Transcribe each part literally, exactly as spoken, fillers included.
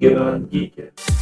Gamer and Geek.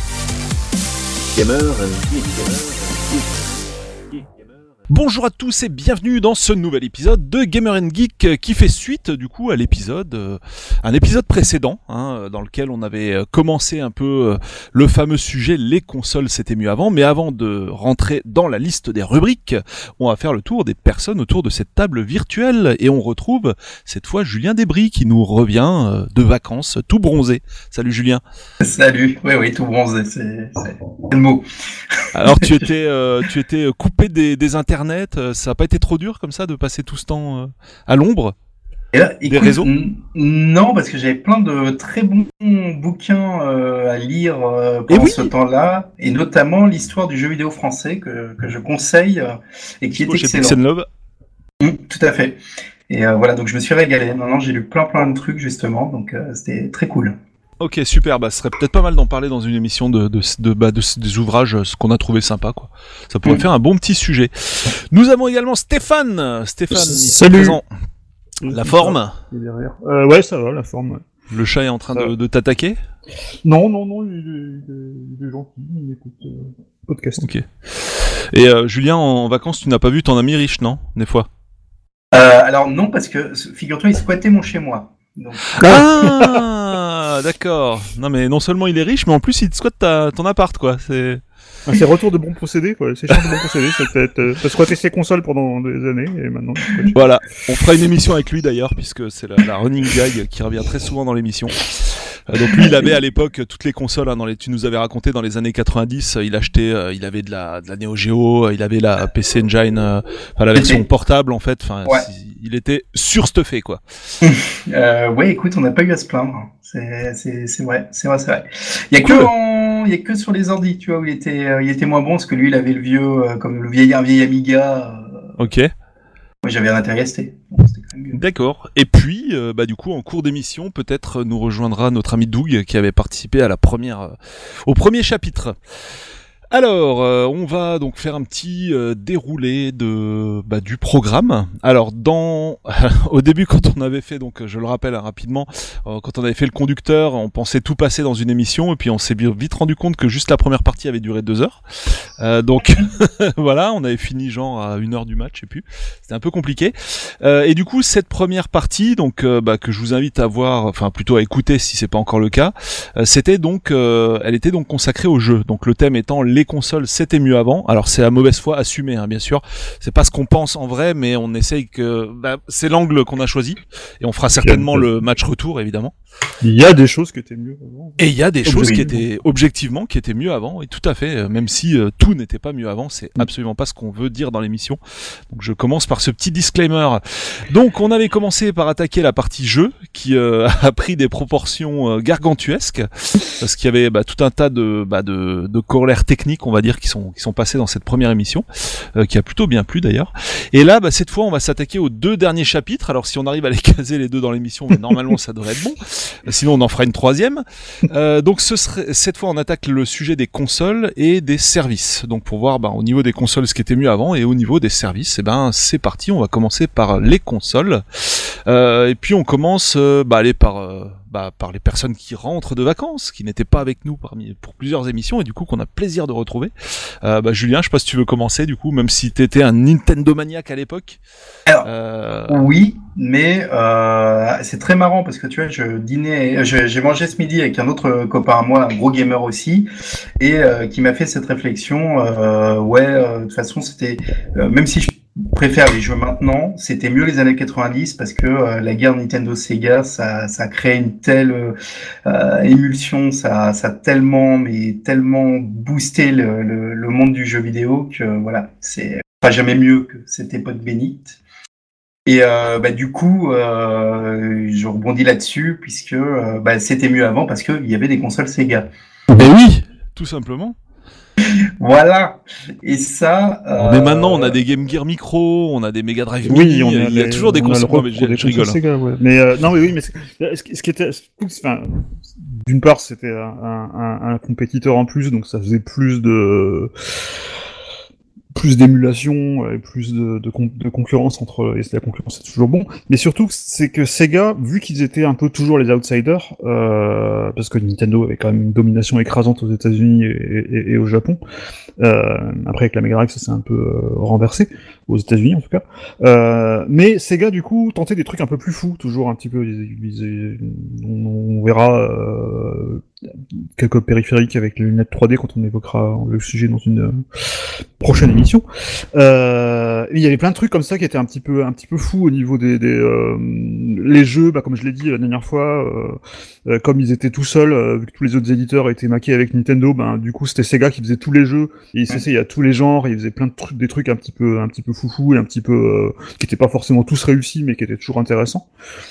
Gamer and Geek. Gamer and Geek. Bonjour à tous et bienvenue dans ce nouvel épisode de Gamer and Geek qui fait suite du coup à l'épisode, euh, un épisode précédent hein, dans lequel on avait commencé un peu euh, le fameux sujet les consoles c'était mieux avant, mais avant de rentrer dans la liste des rubriques, on va faire le tour des personnes autour de cette table virtuelle et on retrouve cette fois Julien Desbris qui nous revient euh, de vacances tout bronzé. Salut Julien. Salut, oui oui tout bronzé, c'est, c'est le mot. Alors tu étais, euh, tu étais coupé des, des internets. Ça n'a pas été trop dur comme ça de passer tout ce temps euh, à l'ombre et là, des écoute, réseaux n- Non, parce que j'avais plein de très bons bouquins euh, à lire euh, pendant oui. ce temps-là, et notamment l'histoire du jeu vidéo français que, que je conseille euh, et qui est chez excellent. Pixel Love. Mmh, tout à fait. Et euh, voilà, donc je me suis régalé. Maintenant, j'ai lu plein plein de trucs justement, donc euh, c'était très cool. Ok, super. Bah, ce serait peut-être pas mal d'en parler dans une émission de, de, de, bah, de, des ouvrages, ce qu'on a trouvé sympa, quoi. Ça pourrait mmh. faire un bon petit sujet. Nous avons également Stéphane. Stéphane, salut. Présent. La forme. Il est derrière. Euh, ouais, ça va, la forme. Ouais. Le chat est en train de, de t'attaquer ? Non, non, non, il est, il est, il est gentil. Il écoute euh, podcast. Ok. Et euh, Julien, en vacances, tu n'as pas vu ton ami riche, non ? Des fois. Euh, alors non, parce que figure-toi, il squattait mon chez moi. Donc... Ah, d'accord. Non mais non seulement il est riche, mais en plus il te squatte ta, ton appart, quoi. C'est. Ah, c'est retour de bons procédés, quoi. C'est chiant de bons procédés. Ça peut être. Euh, t'as squatté ses consoles pendant des années et maintenant. Voilà. On fera une émission avec lui d'ailleurs, puisque c'est la, la running gag qui revient très souvent dans l'émission. Euh, donc lui, il avait à l'époque toutes les consoles. Hein, dans les, tu nous avais raconté dans les années quatre-vingt-dix, euh, il achetait, euh, il avait de la, de la Neo Geo, euh, il avait la P C Engine, euh, enfin la version portable en fait. Enfin, ouais. il était surstuffé, quoi. euh, ouais, écoute, on n'a pas eu à se plaindre. C'est, c'est, c'est vrai, c'est vrai, c'est vrai. Il y a cool. que en, il y a que sur les ordi, tu vois, où il était, euh, il était moins bon parce que lui, il avait le vieux, euh, comme le vieil, un vieil Amiga. Euh... Ok. Moi, j'avais un intérêt à rester. Bon, c'était quand même mieux. D'accord. Et puis, euh, bah du coup, en cours d'émission, peut-être nous rejoindra notre ami Doug qui avait participé à la première, euh, au premier chapitre. Alors, euh, on va donc faire un petit euh, déroulé de bah, du programme. Alors, dans au début, quand on avait fait, donc je le rappelle hein, rapidement, euh, quand on avait fait le conducteur, on pensait tout passer dans une émission, et puis on s'est vite rendu compte que juste la première partie avait duré deux heures. Euh, donc voilà, on avait fini genre à une heure du match, et puis c'était un peu compliqué. Euh, et du coup, cette première partie, donc euh, bah, que je vous invite à voir, enfin plutôt à écouter si c'est pas encore le cas, euh, c'était donc, euh, elle était donc consacrée au jeu. Donc le thème étant les consoles c'était mieux avant. Alors c'est à mauvaise foi assumé hein, bien sûr, c'est pas ce qu'on pense en vrai, mais on essaye que bah, c'est l'angle qu'on a choisi et on fera certainement le match retour évidemment. Il y a des choses qui étaient mieux avant. Et il y a des choses qui étaient objectivement qui étaient mieux avant, et tout à fait, même si euh, tout n'était pas mieux avant, c'est absolument pas ce qu'on veut dire dans l'émission. Donc je commence par ce petit disclaimer. Donc on avait commencé par attaquer la partie jeu qui euh, a pris des proportions euh, gargantuesques parce qu'il y avait bah, tout un tas de bah, de, de corollaires techniques, on va dire, qui sont qui sont passés dans cette première émission, euh, qui a plutôt bien plu d'ailleurs. Et là, bah, cette fois, on va s'attaquer aux deux derniers chapitres. Alors si on arrive à les caser les deux dans l'émission, mais normalement ça devrait être bon. Sinon, on en fera une troisième. Euh, donc, ce serait, cette fois, on attaque le sujet des consoles et des services. Donc, pour voir, bah, au niveau des consoles, ce qui était mieux avant, et au niveau des services, eh ben, c'est parti. On va commencer par les consoles. Euh, et puis, on commence, euh, bah, aller par, euh, bah, par les personnes qui rentrent de vacances, qui n'étaient pas avec nous parmi, pour plusieurs émissions, et du coup, qu'on a plaisir de retrouver. Euh, bah, Julien, je sais pas si tu veux commencer, du coup, même si t'étais un Nintendo maniaque à l'époque. Alors, euh... oui, mais euh, c'est très marrant parce que tu vois, je dînais, je, j'ai mangé ce midi avec un autre copain à moi, un gros gamer aussi, et euh, qui m'a fait cette réflexion. Euh, ouais, euh, de toute façon, c'était euh, même si je préfère les jeux maintenant, c'était mieux les années quatre-vingt-dix parce que euh, la guerre Nintendo-Sega, ça, ça a créé une telle euh, émulsion, ça, ça a tellement, mais tellement boosté le, le, le monde du jeu vidéo que voilà, c'est pas jamais mieux que cette époque bénite. Et euh, bah, du coup, euh, je rebondis là-dessus puisque euh, bah, c'était mieux avant parce qu'il y avait des consoles Sega. Mais oui, tout simplement. Voilà. Et ça. Euh... Mais maintenant, on a des Game Gear Micro, on a des Mega Drive oui, Mini. On a il y a les, toujours des consoles. Non, mais je, je rigole. Sega, ouais. Mais euh, non, mais oui, mais ce, ce qui était, enfin, d'une part, c'était un, un, un compétiteur en plus, donc ça faisait plus de plus d'émulation et plus de, de, con- de concurrence entre, et la concurrence c'est toujours bon, mais surtout c'est que Sega, vu qu'ils étaient un peu toujours les outsiders, euh, parce que Nintendo avait quand même une domination écrasante aux États-Unis et, et, et au Japon, euh, après avec la Mega Drive ça s'est un peu euh, renversé, aux États-Unis en tout cas, euh, mais Sega du coup tentait des trucs un peu plus fous, toujours un petit peu, ils, ils, on, on verra euh, quelques périphériques avec les lunettes trois D quand on évoquera le sujet dans une euh, prochaine émission. Euh, il y avait plein de trucs comme ça qui étaient un petit peu un petit peu fous au niveau des, des euh, les jeux, bah comme je l'ai dit la dernière fois, euh, euh, comme ils étaient tout seuls, euh, vu que tous les autres éditeurs étaient maqués avec Nintendo, ben du coup c'était Sega qui faisait tous les jeux, et il s'essayait à tous les genres, et il faisait plein de trucs, des trucs un petit peu un petit peu foufou et un petit peu euh, qui étaient pas forcément tous réussis, mais qui étaient toujours intéressants.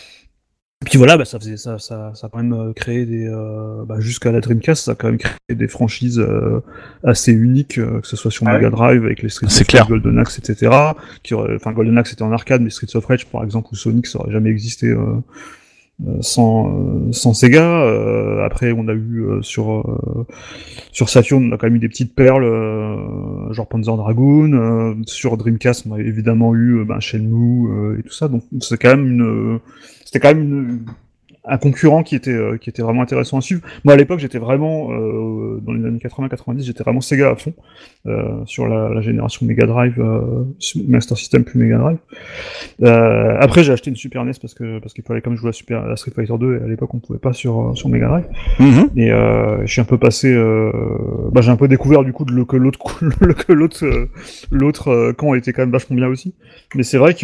Et puis voilà, bah ça faisait ça, ça, ça a quand même euh, créé des, euh, bah, jusqu'à la Dreamcast, ça a quand même créé des franchises euh, assez uniques, euh, que ce soit sur Ah Mega oui. Drive avec les Streets C'est of clair. Rage, Golden Axe, et cetera. Qui aurait, enfin Golden Axe était en arcade, mais Streets of Rage par exemple ou Sonic, ça aurait jamais existé euh, euh, sans euh, sans Sega. Euh, après, on a eu euh, sur euh, sur Saturn, on a quand même eu des petites perles, euh, genre Panzer Dragoon. Euh, sur Dreamcast, on a évidemment eu euh, ben, Shenmue euh, et tout ça. Donc c'est quand même une euh, c'était quand même une, un concurrent qui était euh, qui était vraiment intéressant à suivre. Moi à l'époque j'étais vraiment euh, dans les années quatre-vingts quatre-vingt-dix, j'étais vraiment Sega à fond euh, sur la, la génération Mega Drive, euh, Master System puis Mega Drive. Euh, après j'ai acheté une Super N E S parce que parce qu'il fallait quand même jouer à Super à Street Fighter deux, et à l'époque on pouvait pas sur sur Mega Drive. Mhm. Et euh, je suis un peu passé, euh, bah j'ai un peu découvert du coup de le, que l'autre que l'autre euh, l'autre euh, camp était quand même vachement bien aussi. Mais c'est vrai que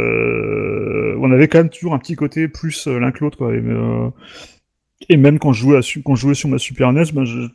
euh, on avait quand même toujours un petit côté plus euh, l'un que l'autre quoi. Et, euh, et même quand je jouais à, quand je jouais sur ma Super N E S, ben je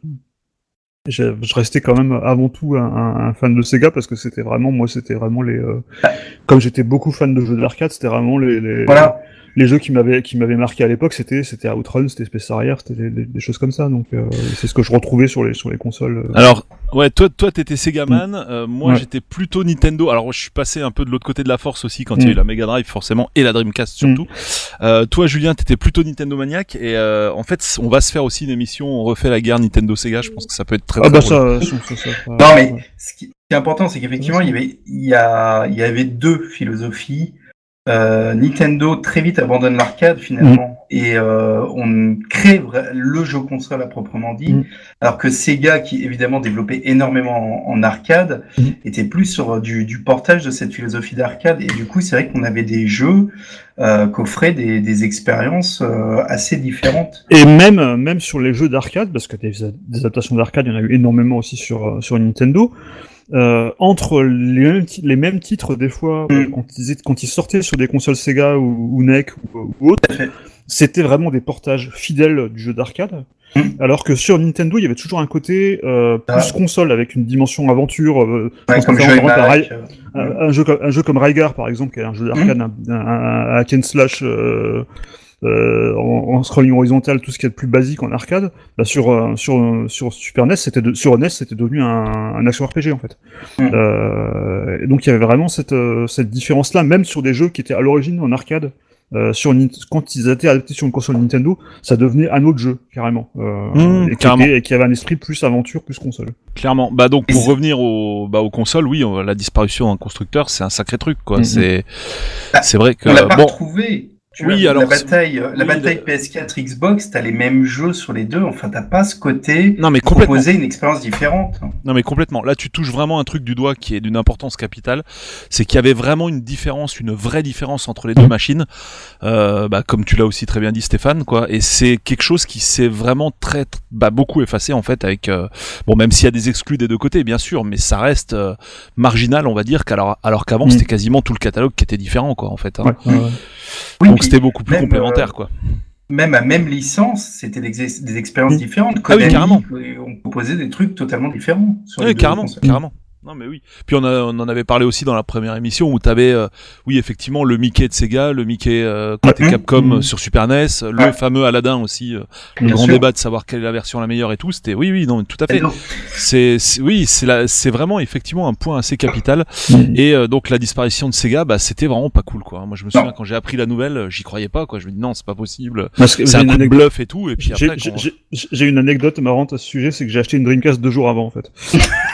je, je restais quand même avant tout un, un, un fan de Sega parce que c'était vraiment moi c'était vraiment les euh, comme j'étais beaucoup fan de jeux d'arcade, c'était vraiment les, les Voilà. les jeux qui m'avaient qui m'avaient marqué à l'époque, c'était c'était Outrun, c'était Space Harrier, c'était des, des, des choses comme ça. Donc euh, c'est ce que je retrouvais sur les sur les consoles. Euh. Alors, ouais, toi, toi, t'étais Sega Man. Euh, moi, Ouais. j'étais plutôt Nintendo. Alors, je suis passé un peu de l'autre côté de la force aussi quand il y a eu Mm. la Mega Drive, forcément, et la Dreamcast surtout. Euh, toi, Julien, t'étais plutôt Nintendo maniaque. Et euh, en fait, on va se faire aussi une émission. On refait la guerre Nintendo Sega. Je pense que ça peut être très. Ah très bah drôle. ça, ça, ça, ça, ça Non, mais ouais. ce qui ce qui est important, c'est qu'effectivement, il y avait, il y a, il y avait deux philosophies. Euh, Nintendo très vite abandonne l'arcade finalement Mm. et euh, on crée vra- le jeu console à proprement dit, Mm. alors que Sega, qui évidemment développait énormément en, en arcade, Mm. était plus sur du, du portage de cette philosophie d'arcade, et du coup c'est vrai qu'on avait des jeux euh, qu'offraient des, des expériences euh, assez différentes. Et même même sur les jeux d'arcade, parce que des, des adaptations d'arcade, il y en a eu énormément aussi sur sur Nintendo. Euh, entre les mêmes, ti- les mêmes titres des fois, Mm. euh, quand ils étaient- quand ils sortaient sur des consoles Sega ou, ou N E C ou, ou autres, Tout à fait. c'était vraiment des portages fidèles du jeu d'arcade. Mm. Alors que sur Nintendo, il y avait toujours un côté euh, plus Ah. console avec une dimension aventure. Euh, Ouais, je comme pense jeu par exemple à Mac, Rai- euh, un, un jeu comme, un jeu comme Rygar par exemple, qui est un jeu d'arcade, un, un, un hack and slash euh, euh, en, en scrolling horizontal, tout ce qui est de plus basique en arcade. Bah sur euh, sur sur Super N E S, c'était de, sur N E S, c'était devenu un, un action R P G en fait. Mm. Euh, et donc il y avait vraiment cette euh, cette différence là, même sur des jeux qui étaient à l'origine en arcade. Euh, sur Nin- quand ils étaient adaptés sur une console Nintendo, ça devenait un autre jeu carrément, euh, Mmh, et, qui carrément. était- et qui avait un esprit plus aventure, plus console. Clairement. Bah donc Et pour c'est- revenir au bah aux consoles, oui, on- la disparition d'un constructeur, c'est un sacré truc quoi. Mhm. C'est Bah, c'est vrai que on l'a pas bon. retrouvé. Tu Oui, vois, alors, la bataille, euh, la oui, bataille le- P S quatre Xbox, t'as les mêmes jeux sur les deux. Enfin, t'as pas ce côté Non mais complètement. proposer une expérience différente. Non mais complètement. Là tu touches vraiment un truc du doigt qui est d'une importance capitale, c'est qu'il y avait vraiment une différence, une vraie différence entre les deux machines, euh, bah, comme tu l'as aussi très bien dit Stéphane, quoi. Et c'est quelque chose qui s'est vraiment très, bah, beaucoup effacé en fait avec, euh, bon même s'il y a des exclus des deux côtés bien sûr, mais ça reste euh, marginal on va dire qu'alors alors qu'avant Mm. c'était quasiment tout le catalogue qui était différent quoi en fait. Hein. Ouais, ouais, ouais. Oui, Donc puis c'était beaucoup plus même, complémentaire euh, quoi. Même à même licence, c'était des, ex- des expériences Mm. différentes. Ah oui, Konami, carrément. euh, on proposait des trucs totalement différents sur les Oui, deux carrément, consoles. carrément. Non mais oui. Puis on, a, on en avait parlé aussi dans la première émission où t'avais, euh, oui effectivement le Mickey de Sega, le Mickey euh, côté Ouais. Capcom Mmh. euh, sur Super N E S, le Ouais. fameux Aladdin aussi, euh, le Bien grand sûr. débat de savoir quelle est la version la meilleure et tout. C'était oui oui non tout à fait. Et donc, C'est c'est- oui c'est la- c'est vraiment effectivement un point assez capital. Mm. Et euh, donc la disparition de Sega, bah c'était vraiment pas cool quoi. Moi je me Non. souviens quand j'ai appris la nouvelle, euh, j'y croyais pas quoi. Je me dis non c'est pas possible. Parce que C'est j'ai un une coup de anecdote- bluff et tout. Et puis J'ai après j'ai- quand- j'ai- j'ai une anecdote marrante à ce sujet, c'est que j'ai acheté une Dreamcast deux jours avant en fait.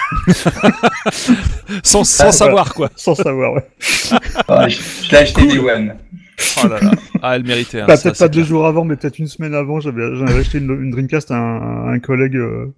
sans sans Ah, savoir quoi. Sans savoir, ouais. Ah, je je l'ai acheté Cool. Day One. Oh là là. Ah, elle méritait. Hein, Bah, ça, peut-être c'est pas deux clair. jours avant, mais peut-être une semaine avant, j'avais, j'en avais acheté une, une Dreamcast à un, à un collègue euh,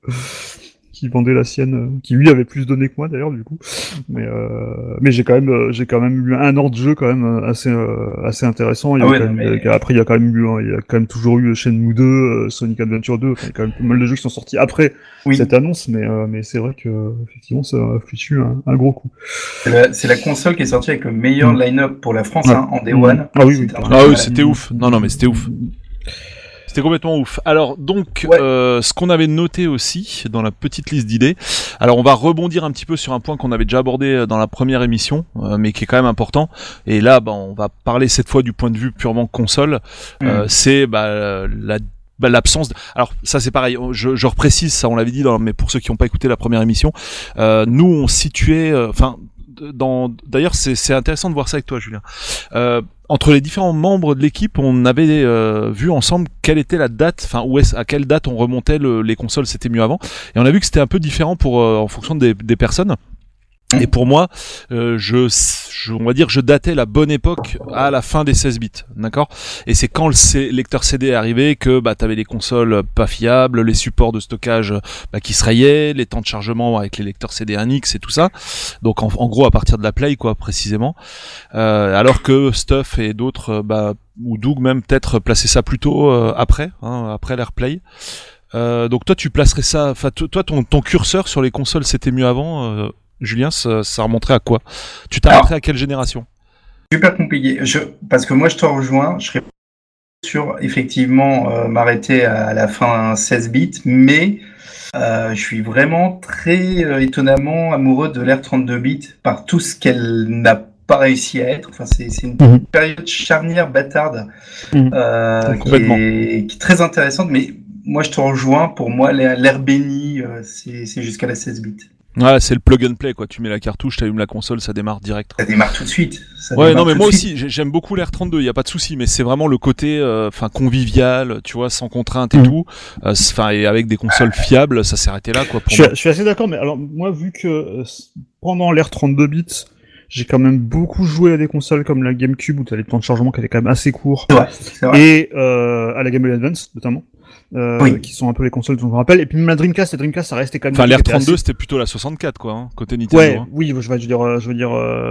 qui vendait la sienne, euh, qui lui avait plus donné que moi d'ailleurs du coup. Mais euh, mais j'ai quand même euh, j'ai quand même eu un an de jeu quand même euh, assez euh, assez intéressant. Il y a Ah ouais, quand non, même, mais- euh, Après il y a quand même eu hein, il y a quand même toujours eu Shenmue deux, euh, Sonic Adventure deux. Enfin, il y a quand même pas mal de jeux qui sont sortis après Oui, cette annonce, mais euh, mais c'est vrai que euh, effectivement ça a foutu un, un gros coup. c'est la, c'est la console qui est sortie avec le meilleur Mm. line-up pour la France Ouais. hein, en Day Mm. One. Ah oui, oui, C'était un carrément. truc Ah de oui, malade. c'était ouf. Non, non, mais c'était ouf. C'était complètement ouf. Alors donc, Ouais. euh, ce qu'on avait noté aussi dans la petite liste d'idées. Alors on va rebondir un petit peu sur un point qu'on avait déjà abordé dans la première émission, euh, mais qui est quand même important. Et là, bah, on va parler cette fois du point de vue purement console. Mm. Euh, c'est bah, la bah, l'absence de... Alors ça c'est pareil, je, je reprécise ça, on l'avait dit, dans... mais pour ceux qui n'ont pas écouté la première émission, euh, nous on situait, enfin, euh, dans... d'ailleurs c'est, c'est intéressant de voir ça avec toi Julien. Euh, entre les différents membres de l'équipe, on avait euh, vu ensemble quelle était la date, enfin où est à quelle date on remontait le, les consoles, c'était mieux avant, et on a vu que c'était un peu différent pour euh, en fonction des, des personnes. Et pour moi, euh, je, je, on va dire, je datais la bonne époque à la fin des seize bits, d'accord. Et c'est quand le C- lecteur C D est arrivé que bah t'avais les consoles pas fiables, les supports de stockage bah, qui se rayaient, les temps de chargement avec les lecteurs C D un X et tout ça. Donc en, en gros à partir de la Play quoi précisément. Euh, alors que Stuff et d'autres, bah ou Doug même peut-être placer ça plutôt euh, après, hein, après l'AirPlay. Euh, donc toi tu placerais ça, enfin toi ton, ton curseur sur les consoles c'était mieux avant. Euh, Julien, ça, ça remonterait à quoi? Tu t'arrêterais à quelle génération? Super compliqué. Je, parce que moi, je te rejoins. Je serais sur effectivement euh, m'arrêter à la fin seize bits, mais euh, je suis vraiment très euh, étonnamment amoureux de l'R trente-deux bits par tout ce qu'elle n'a pas réussi à être. Enfin, c'est, c'est une Mhm. période charnière bâtarde Mhm. euh, qui, Complètement. est, qui est très intéressante, mais moi, je te rejoins. Pour moi, l'ère, l'ère bénie, euh, c'est, c'est jusqu'à la seize bits. Ouais, c'est le plug and play quoi. Tu mets la cartouche, t'allumes la console, ça démarre direct. Ça démarre tout de suite. Ça Ouais, démarre non, mais tout moi de suite. aussi, j'ai- j'aime beaucoup l'R trente-deux, y a pas de souci, mais c'est vraiment le côté, enfin, convivial, tu vois, sans contrainte et Mm. tout, enfin, et avec des consoles fiables, ça s'est arrêté là, quoi, pour Je suis, moi. je suis assez d'accord, mais alors moi, vu que euh, pendant l'ère trente-deux bits, j'ai quand même beaucoup joué à des consoles comme la GameCube où tu as les temps de chargement qui étaient quand même assez courts, C'est vrai. C'est vrai. et euh, à la Game Boy Advance notamment, euh, Oui. qui sont un peu les consoles dont je me rappelle. Et puis même la Dreamcast, la Dreamcast, ça restait quand même. Enfin, l'R c'était trente-deux, assez- c'était plutôt la soixante-quatre, quoi, hein, côté Nintendo. Ouais, hein. oui, je veux dire, euh, je veux dire.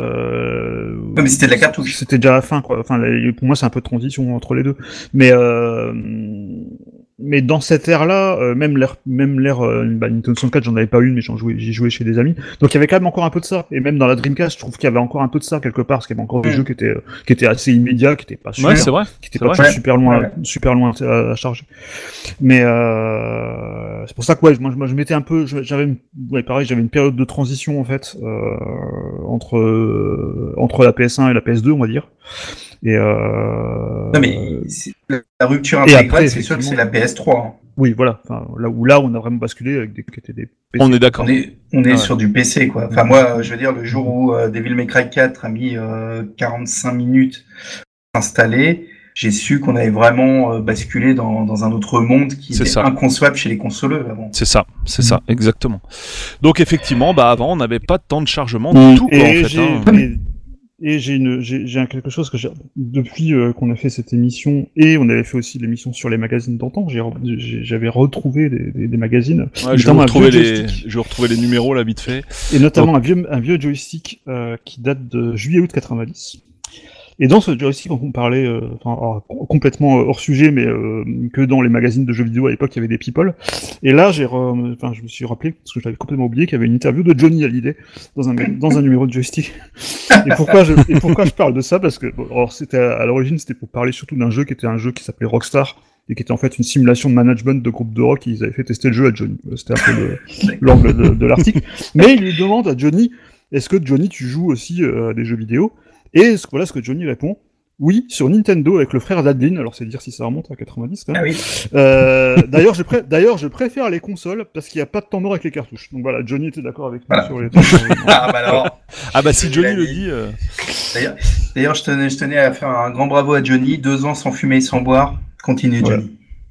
Euh... Ouais, mais c'était de la cartouche. C'était déjà la fin, quoi. Enfin, la- pour moi, c'est un peu de transition entre les deux. Mais euh... mais dans cette ère-là, euh, même l'ère, même l'ère euh, bah, Nintendo soixante-quatre, j'en avais pas une, mais j'en jouais, j'y jouais chez des amis. Donc il y avait quand même encore un peu de ça. Et même dans la Dreamcast, je trouve qu'il y avait encore un peu de ça quelque part, parce qu'il y avait encore des Mm. jeux qui étaient, euh, qui étaient assez immédiats, qui étaient pas super, Ouais, c'est vrai. qui étaient c'est pas vrai. toujours super loin, Ouais. super loin à, à charger. Mais euh, c'est pour ça que ouais, moi, je- moi je m'étais un peu, je- j'avais, une, ouais, pareil, j'avais une période de transition en fait euh, entre euh, entre la P S un et la P S deux, on va dire. Et euh, Non, mais c'est- la rupture Et intégrale, après, c'est sûr que c'est effectivement- la P S trois. hein. oui, voilà. Enfin, là où là, on a vraiment basculé avec des qui étaient des P C. On est d'accord. On est, on est Ouais. sur du P C, quoi. Enfin, moi, je veux dire, le jour où euh, Devil May Cry quatre a mis euh, quarante-cinq minutes à s'installer, j'ai su qu'on avait vraiment euh, basculé dans, dans un autre monde qui C'est était ça. inconcevable chez les consoleux avant. C'est ça, c'est Mm. ça, exactement. Donc effectivement, bah avant, on n'avait pas de temps de chargement Mm. du tout, quoi, Et en fait. j'ai hein. et, et j'ai une j'ai j'ai un quelque chose que j'ai depuis euh, qu'on a fait cette émission et on avait fait aussi l'émission sur les magazines d'antan, j'ai re- j'ai- j'avais retrouvé des, des, des magazines, Ouais, je vais notamment un retrouver vieux les, joystick. je vais retrouver les numéros là vite fait. Et notamment un vieux, un vieux joystick euh, qui date de juillet-août quatre-vingt-dix. Et dans ce joystick, on parlait, euh, enfin, alors, complètement hors sujet, mais euh, que dans les magazines de jeux vidéo à l'époque, il y avait des people. Et là, j'ai, re- enfin, je me suis rappelé, parce que j'avais complètement oublié, qu'il y avait une interview de Johnny Hallyday dans un, dans un numéro de joystick. Et pourquoi je, et pourquoi je parle de ça? Parce que, bon, alors, c'était à, à l'origine, c'était pour parler surtout d'un jeu qui était un jeu qui s'appelait Rockstar, et qui était en fait une simulation de management de groupe de rock, et ils avaient fait tester le jeu à Johnny. C'était un peu le- l'angle de, de l'article. Mais il lui demande à Johnny, est-ce que Johnny, tu joues aussi euh, à des jeux vidéo? Et ce- voilà ce que Johnny répond. Oui, sur Nintendo avec le frère d'Adeline, alors c'est dire si ça remonte à quatre-vingt-dix quand même. Ah oui. Euh, d'ailleurs, je pré- d'ailleurs, je préfère les consoles parce qu'il n'y a pas de temps mort avec les cartouches. Donc voilà, Johnny était d'accord avec nous Voilà. sur les temps morts. Ah, bah alors. Ah bah si Je Johnny l'ai le dit. dit, euh, D'ailleurs, d'ailleurs, je tenais, je tenais à faire un grand bravo à Johnny. Deux ans sans fumer et sans boire. Continue, Ouais. Johnny.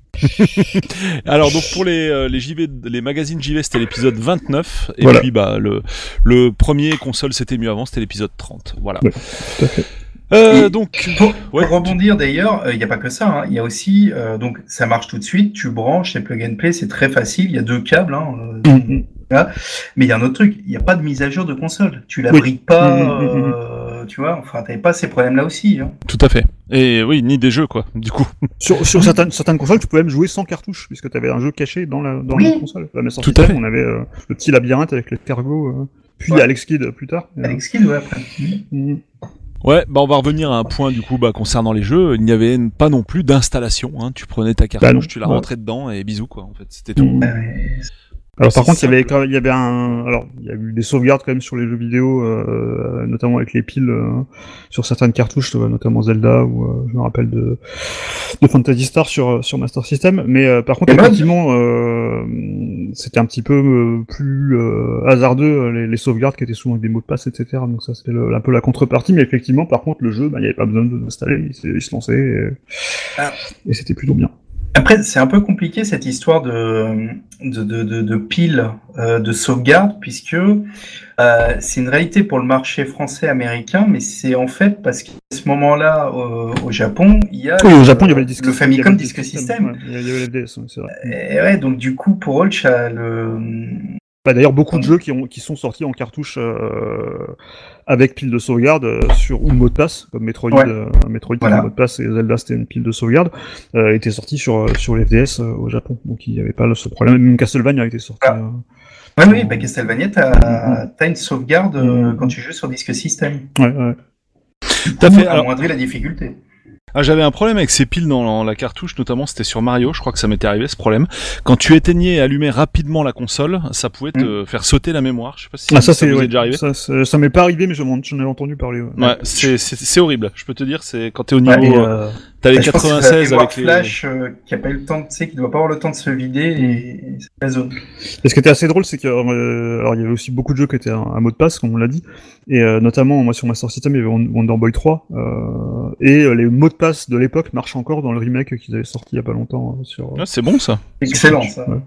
Alors donc pour les euh, les J V, les magazines J V, c'était l'épisode vingt-neuf, et Voilà. puis bah le le premier console c'était mieux avant, c'était l'épisode trente. Voilà. Ouais, tout à fait. Euh, Et donc Pour, ouais, pour rebondir d'ailleurs, il n'y a pas que ça. Il y a aussi, euh, donc ça marche tout de suite, tu branches c'est plug and play, c'est très facile, il y a deux câbles. Hein, euh, Mhm. voilà. Mais il y a un autre truc, il n'y a pas de mise à jour de console. Tu la Oui. briques pas, Mhm, mhm, mhm. euh, tu vois, enfin t'avais pas ces problèmes-là aussi. Hein. tout à fait. Et oui, ni des jeux quoi. Du coup. Sur, sur certaines, certaines consoles, tu pouvais même jouer sans cartouche, puisque tu avais un jeu caché dans la, dans Oui. la console. La Master Tout à System, fait. on avait euh, le petit labyrinthe avec les cargos, euh, puis Ouais. Alex Kidd plus tard. Euh, Alex Kidd, ouais, après. mhm. Ouais, bah on va revenir à un point du coup bah concernant les jeux, il n'y avait pas non plus d'installation, hein. Tu prenais ta cartouche, Bah non. tu la Ouais. rentrais dedans et bisous quoi en fait, c'était tout. Mhm. Ouais. Alors par C'est contre, il y avait simple. quand- il y avait un, alors il y a eu des sauvegardes quand même sur les jeux vidéo, euh, notamment avec les piles euh, sur certaines cartouches, euh, notamment Zelda ou euh, je me rappelle de, de Phantasy Star sur sur Master System. Mais euh, par contre, Et effectivement, euh, c'était un petit peu euh, plus euh, hasardeux euh, les, les sauvegardes qui étaient souvent avec des mots de passe, et cetera. Donc ça c'était le- un peu la contrepartie. Mais effectivement, par contre, le jeu, bah, il n'y avait pas besoin de l'installer, il, se- il se lançait et, Ah. et c'était plutôt bien. Après, c'est un peu compliqué cette histoire de de de, de, de piles euh, de sauvegarde puisque euh, c'est une réalité pour le marché français américain, mais c'est en fait parce qu'à ce moment-là au, au Japon, il y a Oui, au le- Japon, il y avait le disque le il y avait Famicom le Disk System, System. ouais, il y avait le F D S, ouais, c'est vrai. Et ouais, donc du coup pour eux, le Bah, d'ailleurs, beaucoup de jeux qui, ont, qui sont sortis en cartouche euh, avec pile de sauvegarde euh, sur ou mot de passe, comme Metroid, Ouais. euh, Metroid Voilà. c'était un mot de passe et Zelda c'était une pile de sauvegarde, euh, étaient sortis sur euh, sur les F D S euh, au Japon, donc il n'y avait pas ce problème. Même Castlevania a été sorti. Ah. euh, ouais, oui, bah Castlevania, t'as t'as une sauvegarde euh, Mhm. quand tu joues sur disque système. Ouais, ouais. Tout à fait. Pour Alors, amoindrir la difficulté. ah, j'avais un problème avec ces piles dans la, la cartouche, notamment c'était sur Mario, je crois que ça m'était arrivé ce problème. Quand tu éteignais et allumais rapidement la console, ça pouvait te faire sauter la mémoire. Je sais pas si Ah, ça, ça c'est vous ouais, est déjà arrivé. ça, c'est- ça m'est pas arrivé, mais je m'en- j'en ai entendu parler. Ouais. Ouais, c'est c'est c'est horrible. Je peux te dire, c'est quand t'es au Ouais, niveau, Et, euh, euh, t'as les Bah, je pense que c'est la quatre-vingt-seize mémoire avec les. flash euh, qui a pas eu le temps, tu sais, qui doit pas avoir le temps de se vider et, et c'est la zone. Et ce qui était assez drôle, c'est que euh, alors il y avait aussi beaucoup de jeux qui étaient un, un mot de passe, comme on l'a dit, et euh, notamment moi sur Master System, il y avait Won- Wonder Boy trois, euh, et euh, les mots de passe de l'époque marchent encore dans le remake qu'ils avaient sorti il y a pas longtemps euh, sur. Ah, c'est bon ça. Excellent, ça. Ouais.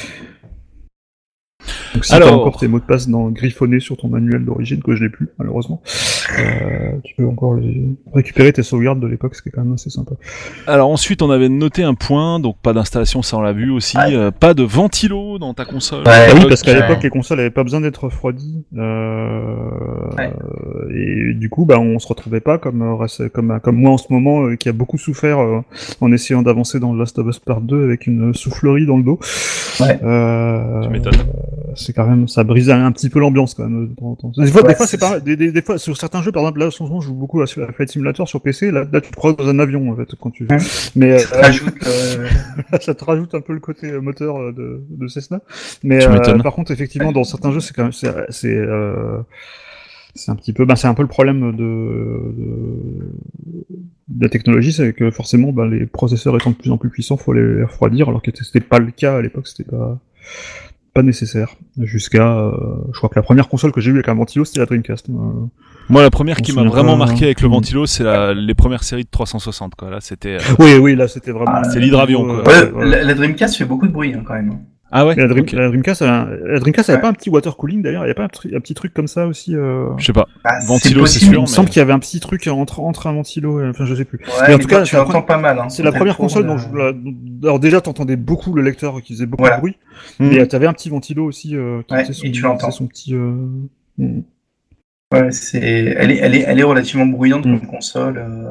Donc si Alors- t'as encore tes mots de passe dans griffonnés sur ton manuel d'origine, que je n'ai plus malheureusement, euh, tu peux encore les... récupérer tes sauvegardes de l'époque, ce qui est quand même assez sympa. Alors ensuite, on avait noté un point, donc pas d'installation, ça on l'a vu aussi, Ouais. euh, pas de ventilo dans ta console. Ouais. Ah oui, Euh, parce qu'à ouais. l'époque, les consoles n'avaient pas besoin d'être refroidies. Euh... Ouais. Et du coup, bah, on se retrouvait pas comme, euh, reste- comme, comme moi en ce moment, euh, qui a beaucoup souffert euh, en essayant d'avancer dans Last of Us Part deux avec une soufflerie dans le dos. Ouais. Euh... Tu m'étonnes. C'est quand même, ça brise un, un petit peu l'ambiance quand même. de temps en temps. Des fois, Ouais, des fois, c'est- c'est pas, des, des, des fois, sur certains jeux, par exemple, là, en ce moment, je joue beaucoup à à Flight Simulator sur P C. Là, là, tu te crois dans un avion en fait quand tu. Ouais. Mais Ça te euh, rajoute, euh, ça te rajoute un peu le côté euh, moteur euh, de, de Cessna. Mais Tu euh, m'étonnes. par contre, effectivement, dans certains jeux, c'est quand même, c'est, c'est, euh, c'est un petit peu, ben, c'est un peu le problème de, de, de la technologie, c'est que forcément, ben, les processeurs étant de plus en plus puissants, faut les refroidir, alors que c'était pas le cas à l'époque, c'était pas, pas nécessaire. Jusqu'à, euh, je crois que la première console que j'ai eue avec un ventilo, c'était la Dreamcast. Euh, Moi, la première On qui se m'a souvient vraiment pas, marqué avec le hein. ventilo, c'est la, les premières séries de trois cent soixante, quoi. Là, c'était. euh, Oui, oui, là, c'était vraiment. Ah, c'est l'hydravion, euh, quoi. ouais, ouais. la, la Dreamcast fait beaucoup de bruit, hein, quand même. Ah ouais. Et la, Dream, Ok. la Dreamcast, elle a- la Dreamcast, elle avait Ouais. pas un petit water cooling d'ailleurs, il y a pas un, tru- un petit truc comme ça aussi. Euh... Je sais pas. Bah, Ventilo, c'est possible. sûr, Il me semble mais- qu'il y avait un petit truc entre, entre un ventilo, et, enfin je sais plus. Ouais, Mais en mais tout toi, cas, tu c'est la entends pas mal. Hein, C'est la quand première elle tourne, console dont euh, je... la- Alors déjà, t'entendais beaucoup le lecteur qui faisait beaucoup Voilà. de bruit, Hmm. mais euh, t'avais un petit ventilo aussi euh, qui Ouais, faisait son, et tu l'entends. faisait son petit... Euh... mm. Ouais, c'est, elle est, elle est, elle est relativement bruyante Mm. comme console. euh,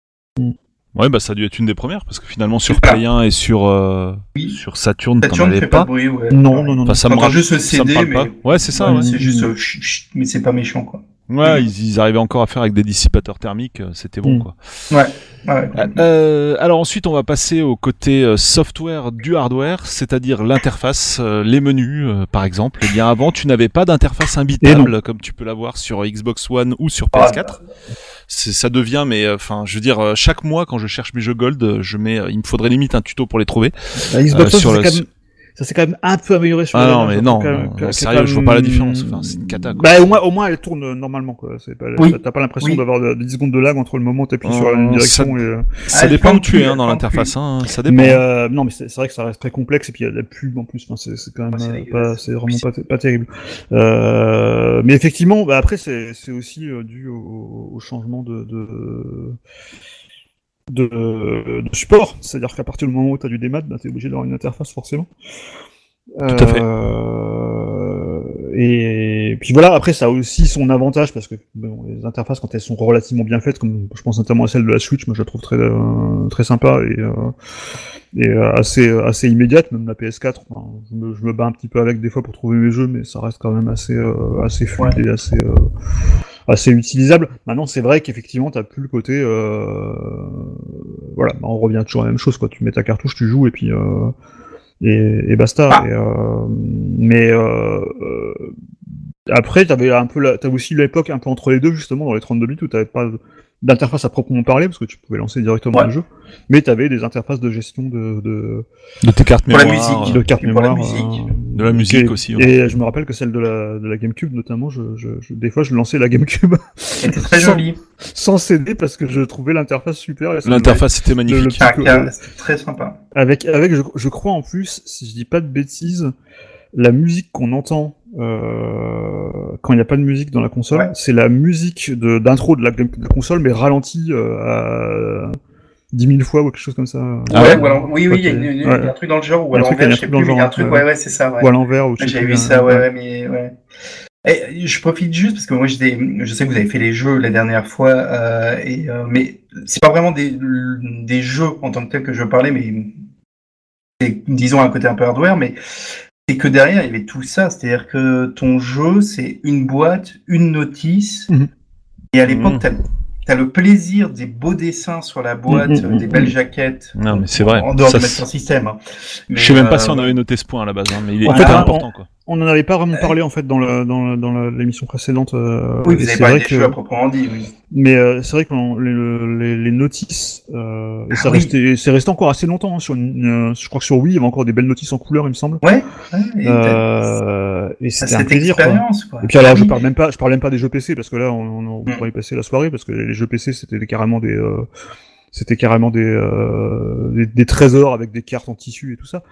Ouais, bah ça a dû être une des premières parce que finalement sur Voilà. Play un et sur euh, Oui. sur Saturn, t'en Saturn avais fait pas pas. de bruit, ouais. Non, Ouais. non, non, non. Enfin, ça me T'entends rapp- juste le ça me C D, parle mais pas. Ouais, c'est ça. ouais, Ouais. c'est juste, euh, chut, chut, mais c'est pas méchant, quoi. Ouais, Mm. ils, ils arrivaient encore à faire avec des dissipateurs thermiques, euh, c'était bon, Mm. quoi. Ouais. ouais. Euh, alors ensuite, on va passer au côté euh, software du hardware, c'est-à-dire l'interface, euh, les menus, euh, par exemple. Eh bien, avant, tu n'avais pas d'interface imbitable comme tu peux l'avoir sur Xbox One ou sur P S quatre. C'est, ça devient, mais enfin, je veux dire, euh, chaque mois quand je cherche mes jeux Gold, euh, je mets, euh, il me faudrait limite un tuto pour les trouver. La Xbox Euh, One, sur c'est le- quand même... ça s'est quand même un peu amélioré sur Ah le non, mais non, quand même, non, que- non, que sérieux, quand je vois même- pas la différence. Enfin, c'est une cata, quoi. Bah, au moins, au moins, elle tourne normalement, quoi. C'est pas, Oui. t'as pas l'impression Oui. d'avoir de- dix secondes de lag entre le moment où t'appuies Oh, sur une direction ça- et, euh, Ça Ah, elle dépend où plante tu plus, es hein, elle dans plante l'interface, plus. hein, ça dépend. Mais euh, non, mais c'est c'est vrai que ça reste très complexe et puis il y a de la pub en plus. Enfin, c'est c'est quand même Ouais, c'est euh, dégueulasse. pas, c'est vraiment pas, pas terrible. Euh, mais effectivement, bah après c'est c'est aussi euh, dû au, au changement de de, de, de support. C'est-à-dire qu'à partir du moment où tu as du démat, bah, t'es obligé d'avoir une interface forcément. Tout à fait. Euh, et puis voilà, après ça a aussi son avantage parce que bon, les interfaces quand elles sont relativement bien faites, comme je pense notamment à celle de la Switch, moi je la trouve très euh, très sympa et, euh, et euh, assez assez immédiate, même la P S quatre. Enfin, je, me, je me bats un petit peu avec des fois pour trouver mes jeux, mais ça reste quand même assez euh, assez fluide Ouais. et assez euh, assez utilisable. Maintenant c'est vrai qu'effectivement t'as plus le côté euh, voilà, bah, on revient toujours à la même chose quoi. Tu mets ta cartouche, tu joues et puis euh, et, et basta. Ah. Et, euh, mais euh, euh, après, t'avais un peu, la, t'avais aussi l'époque un peu entre les deux justement dans les trente-deux bits où t'avais pas d'interface à proprement parler parce que tu pouvais lancer directement Ouais. le jeu, mais t'avais des interfaces de gestion de de, De tes cartes Pour la mémoire. musique. de cartes Et pour la mémoire, musique. euh, De la musique et, aussi, ouais. Et je me rappelle que celle de la de la GameCube notamment, je, je, je des fois je lançais la GameCube Elle était très sans, jolie. sans C D parce que je trouvais l'interface super. Et ça L'interface était le- magnifique. Ah, que- car- C'était très sympa. Avec, avec je, je crois en plus, si je dis pas de bêtises, la musique qu'on entend euh, quand il n'y a pas de musique dans la console, Ouais. c'est la musique de, d'intro de la, de la console, mais ralentie euh, à dix mille fois ou quelque chose comme ça. Ah ouais, ouais. ou alors- oui, oui, il y, a une- il y a Ouais. un truc dans le genre, ou Il y à a un truc- il y a l'envers, un je sais truc plus, dans le mais il y a un genre, truc, ouais. ouais, ouais, c'est ça, ouais. Ou à l'envers. Ou je sais J'avais plus, vu euh, ça, ouais, ouais, mais ouais. Et je profite juste parce que moi, j'ai des- je sais que vous avez fait les jeux la dernière fois, euh, et, euh, mais c'est pas vraiment des, des jeux en tant que tels que je parlais, mais c'est, disons, un côté un peu hardware, mais c'est que derrière, il y avait tout ça. C'est-à-dire que ton jeu, c'est une boîte, une notice, Mhm. et à l'époque, Mhm. t'as T'as le plaisir des beaux dessins sur la boîte, Mm, mm, des mm, belles mm. jaquettes. Non, mais c'est vrai. En dehors Ça, de Master c'est- System. Hein. Mais, Je sais même pas euh, si on avait noté ce point à la base, hein, mais il est En hyper fait, important, quoi. On n'en avait pas vraiment parlé en fait dans le dans, le- dans la- l'émission précédente. Euh, Oui, et vous avez c'est parlé vrai des que- jeux à proprement dit, oui. Mais euh, c'est vrai que l'on- les, les, les notices, euh, et ça Ah oui. restait, c'est resté encore assez longtemps. Hein, sur une, euh, je crois que sur Wii, il y avait encore des belles notices en couleur, il me semble. Ouais, ouais, et t'as- Euh, et t'as c'était un cette plaisir. Quoi. expérience, quoi. Et puis alors, je Oui. parle même pas, je parle même pas des jeux P C parce que là, on, on, on Mm. pourrait y passer la soirée parce que les jeux P C, c'était des- carrément des, euh, c'était carrément des, euh, des, des trésors avec des cartes en tissu et tout ça.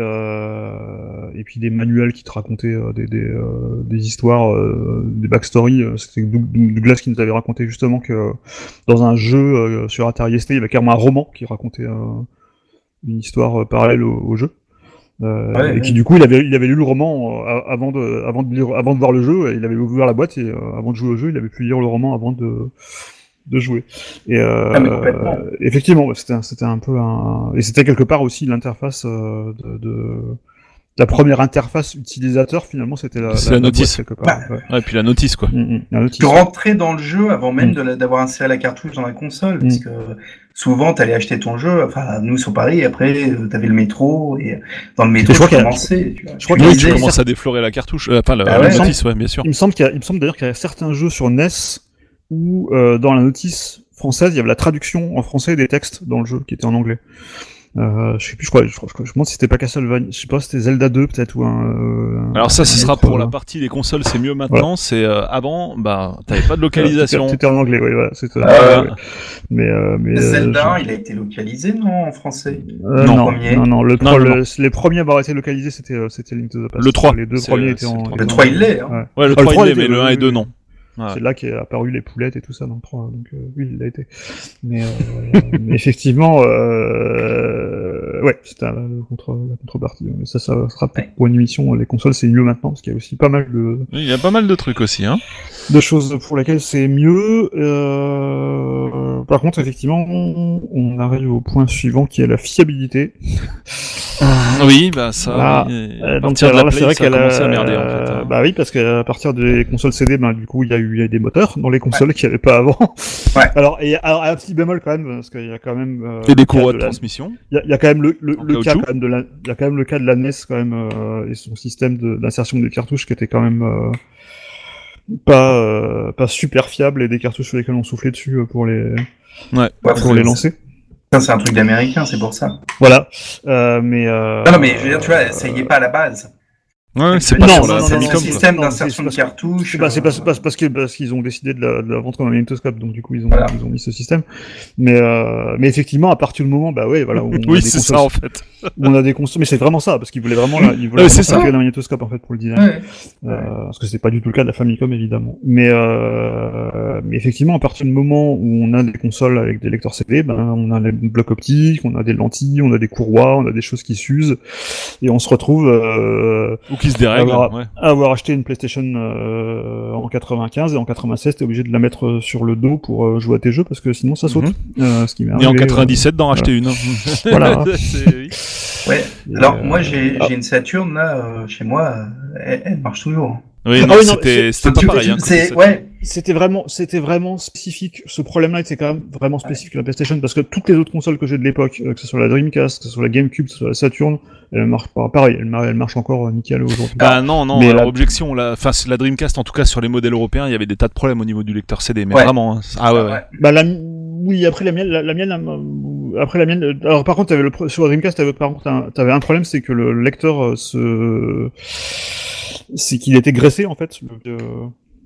Euh, et puis des manuels qui te racontaient euh, des, des, euh, des histoires, euh, des backstories. Euh, C'était Doug- Douglas qui nous avait raconté justement que euh, dans un jeu euh, sur Atari S T, il y avait carrément un roman qui racontait euh, une histoire euh, parallèle au, au jeu. Euh, Ouais, et ouais. qui du coup il avait il avait lu le roman euh, avant de avant de lire avant de voir le jeu, et il avait ouvert la boîte et euh, avant de jouer au jeu il avait pu lire le roman avant de de jouer. Et euh, Ah, mais complètement. euh, effectivement ouais, c'était un- c'était un peu un et c'était quelque part aussi l'interface euh, de, de la première interface utilisateur finalement c'était la, C'est la boîte, notice. quelque part. Bah, Ouais. Ouais, et puis la notice, quoi. Mm, mm, la notice. Tu rentrais dans le jeu avant même Mm. de la- d'avoir inséré la cartouche dans la console, Mm. parce que souvent t'allais acheter ton jeu, enfin nous sur Paris, après euh, t'avais le métro, et dans le métro je crois tu qu'il y a- commençais, tu vois. je crois Tu qu'il y a- Oui, tu lisais. commences à déflorer la cartouche, euh, enfin la, Ah la ouais. notice, ouais, bien sûr. Il me semble qu'il y a, il me semble d'ailleurs qu'il y a certains jeux sur N E S où euh, dans la notice française il y avait la traduction en français des textes dans le jeu qui était en anglais. Euh, je sais plus, je crois, je, crois, je, crois, je me demande si c'était pas Castlevania, je sais pas, c'était Zelda deux peut-être ou un. euh, Alors ça, ce un sera autre, pour euh, la partie des consoles, c'est mieux maintenant. C'est euh, avant, bah, t'avais pas de localisation. C'était en anglais, oui, voilà. C'était, Euh, ouais. Mais, euh, mais euh, Zelda, je- il a été localisé, non, en français? euh, non, non, premier. non, non, le, Non, pro- non, le- les premiers à avoir été localisés, c'était, euh, c'était Link to the Past. Le trois. Les deux C'est, premiers euh, étaient c'est en. le trois. Le étaient trois, en- il l'est, hein. ouais. Ouais, le Ah, le trois trois, il il l'est, mais était- le un oui, et deux oui. non. Ouais. C'est là qu'est apparu les poulettes et tout ça dans le trois, donc euh, oui, il l'a été. Mais, euh, mais effectivement, euh, ouais, c'était la, la, contre, la contrepartie. Mais ça, ça sera peut-être Ouais. pour une émission. Les consoles, c'est mieux maintenant, parce qu'il y a aussi pas mal de, Il y a pas mal de trucs aussi, hein. de choses pour lesquelles c'est mieux. Euh, par contre, effectivement, on arrive au point suivant qui est la fiabilité. Oui, bah ça. Ah, oui, Euh, à donc partir de alors la là, c'est Play, vrai ça a qu'elle commencé a... à merder en fait. hein. Bah oui, parce qu'à partir des consoles C D, ben du coup, il y a eu, il y a eu des moteurs dans les consoles qu'il n'y avait pas avant. Ouais. Alors, et alors, un petit bémol quand même, parce qu'il y a quand même. euh, Et des le cas courroies de la- transmission. Il y, a, il y a quand même le, le, En le cas caoutchouc. quand même de la, il y a quand même le cas de la N E S quand même euh, et son système de- d'insertion des cartouches qui était quand même euh, pas euh, pas super fiable, et des cartouches sur lesquelles on soufflait dessus euh, pour les Ouais. Ouais, pour les lancer. Ça, c'est un truc d'américain, c'est pour ça. Voilà. Euh, mais euh, non, non, mais je veux dire, tu vois, ça y est pas à la base. Ouais, c'est Non, pas non, sur la non, Famicom. non, quoi. système Non, d'insertion c'est de parce- cartouches. Bah, c'est euh, parce, parce, parce, que, parce qu'ils ont décidé de la, de la vendre comme un magnétoscope, donc du coup ils ont, Voilà. ils ont mis ce système. Mais, euh, mais effectivement, à partir du moment, bah ouais, voilà, on a Oui, des c'est consoles, ça en fait. où on a des consoles, mais c'est vraiment ça, parce qu'ils voulaient vraiment, la, ils voulaient Ouais, vraiment c'est ça. s'inspirer d'un magnétoscope en fait pour le design. Ouais. Euh, parce que c'est pas du tout le cas de la Famicom évidemment. Mais, euh, mais effectivement, à partir du moment où on a des consoles avec des lecteurs C D, ben on a des blocs optiques, on a des lentilles, on a des courroies, on a des choses qui s'usent, et on se retrouve euh, Ou qui se dérègle. avoir, Ouais. avoir acheté une PlayStation euh, en quatre-vingt-quinze et en quatre-vingt-seize, t'es obligé de la mettre euh, sur le dos pour euh, jouer à tes jeux parce que sinon ça saute. Mhm. Euh, ce qui m'est Et en arrivé, quatre-vingt-dix-sept d'en racheter une. Voilà. C'est- oui. Ouais. Et, Alors, euh, moi, j'ai ah. j'ai une Saturn, là, euh, chez moi, euh, elle, elle marche toujours. Oui, Ah non, oui, non, c'était c'est- c'était pas Tu- pareil. hein, c'est- quand c'est- ouais. C'était vraiment, c'était vraiment spécifique. Ce problème-là était quand même vraiment spécifique à la PlayStation parce que toutes les autres consoles que j'ai de l'époque, euh, que ce soit la Dreamcast, que ce soit la GameCube, que ce soit la Saturn, elle marche pas pareil. Elle, mar- elle marche encore euh, nickel aujourd'hui. Ah non, non, Mais alors la- objection, la... enfin c'est la Dreamcast en tout cas sur les modèles européens, il y avait des tas de problèmes au niveau du lecteur C D, mais Ouais. vraiment. hein. Ah ouais, ouais. Bah la, oui, après la mienne, la, la mienne, euh, après la mienne. euh, Alors par contre, t'avais le pro- sur la Dreamcast, t'avais par contre, un, t'avais un problème, c'est que le lecteur euh, se, c'est qu'il était graissé en fait. Le- euh,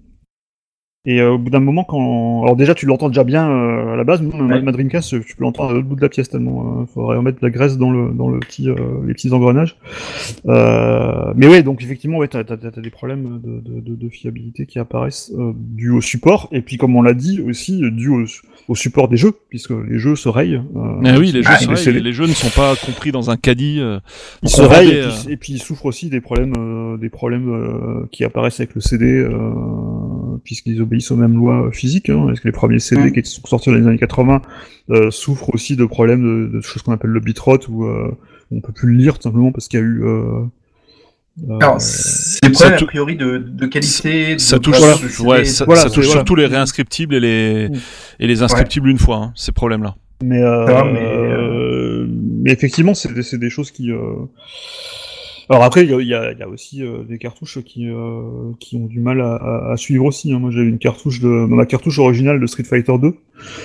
Et euh, au bout d'un moment, quand, alors déjà tu l'entends déjà bien euh, à la base, moi, ma, Ouais. ma Dreamcast, tu peux l'entendre à l'autre bout de la pièce tellement, euh, faudrait remettre de la graisse dans le dans le petit euh, les petits engrenages. Euh, mais ouais, donc effectivement, ouais, t'as, t'as, t'as des problèmes de, de, de, de fiabilité qui apparaissent euh, dus au support, et puis comme on l'a dit aussi, euh, dû au, au support des jeux, puisque les jeux se rayent. Euh, Mais oui, les jeux, Ah, c'est les vrai, C D. les jeux ne sont pas compris dans un caddie. euh, Ils qu'on se rayent vendait, et, euh, puis, et puis ils souffrent aussi des problèmes, euh, des problèmes euh, qui apparaissent avec le C D, euh, puisqu'ils obéissent aux mêmes lois physiques. Hein, parce que les premiers C D Mm. qui sont sortis dans les années quatre-vingts euh, souffrent aussi de problèmes de, de choses qu'on appelle le bitrot, où euh, on peut plus le lire tout simplement parce qu'il y a eu. Euh, euh, Alors, c'est des ça problèmes, tou- a priori, de, de qualité. Ça de touche, graphisme, de C D, ouais, ça, Voilà, ça c'est- touche voilà. surtout les réinscriptibles et les Mm. et les inscriptibles une fois, hein, ces problèmes-là. Mais, euh, Ça va, mais, euh, mais effectivement, c'est des, c'est des choses qui. Euh... Alors après, il y a, il y a, il y a aussi euh, des cartouches qui euh, qui ont du mal à, à, à suivre aussi. Hein. Moi, j'avais une cartouche de ma cartouche originale de Street Fighter deux.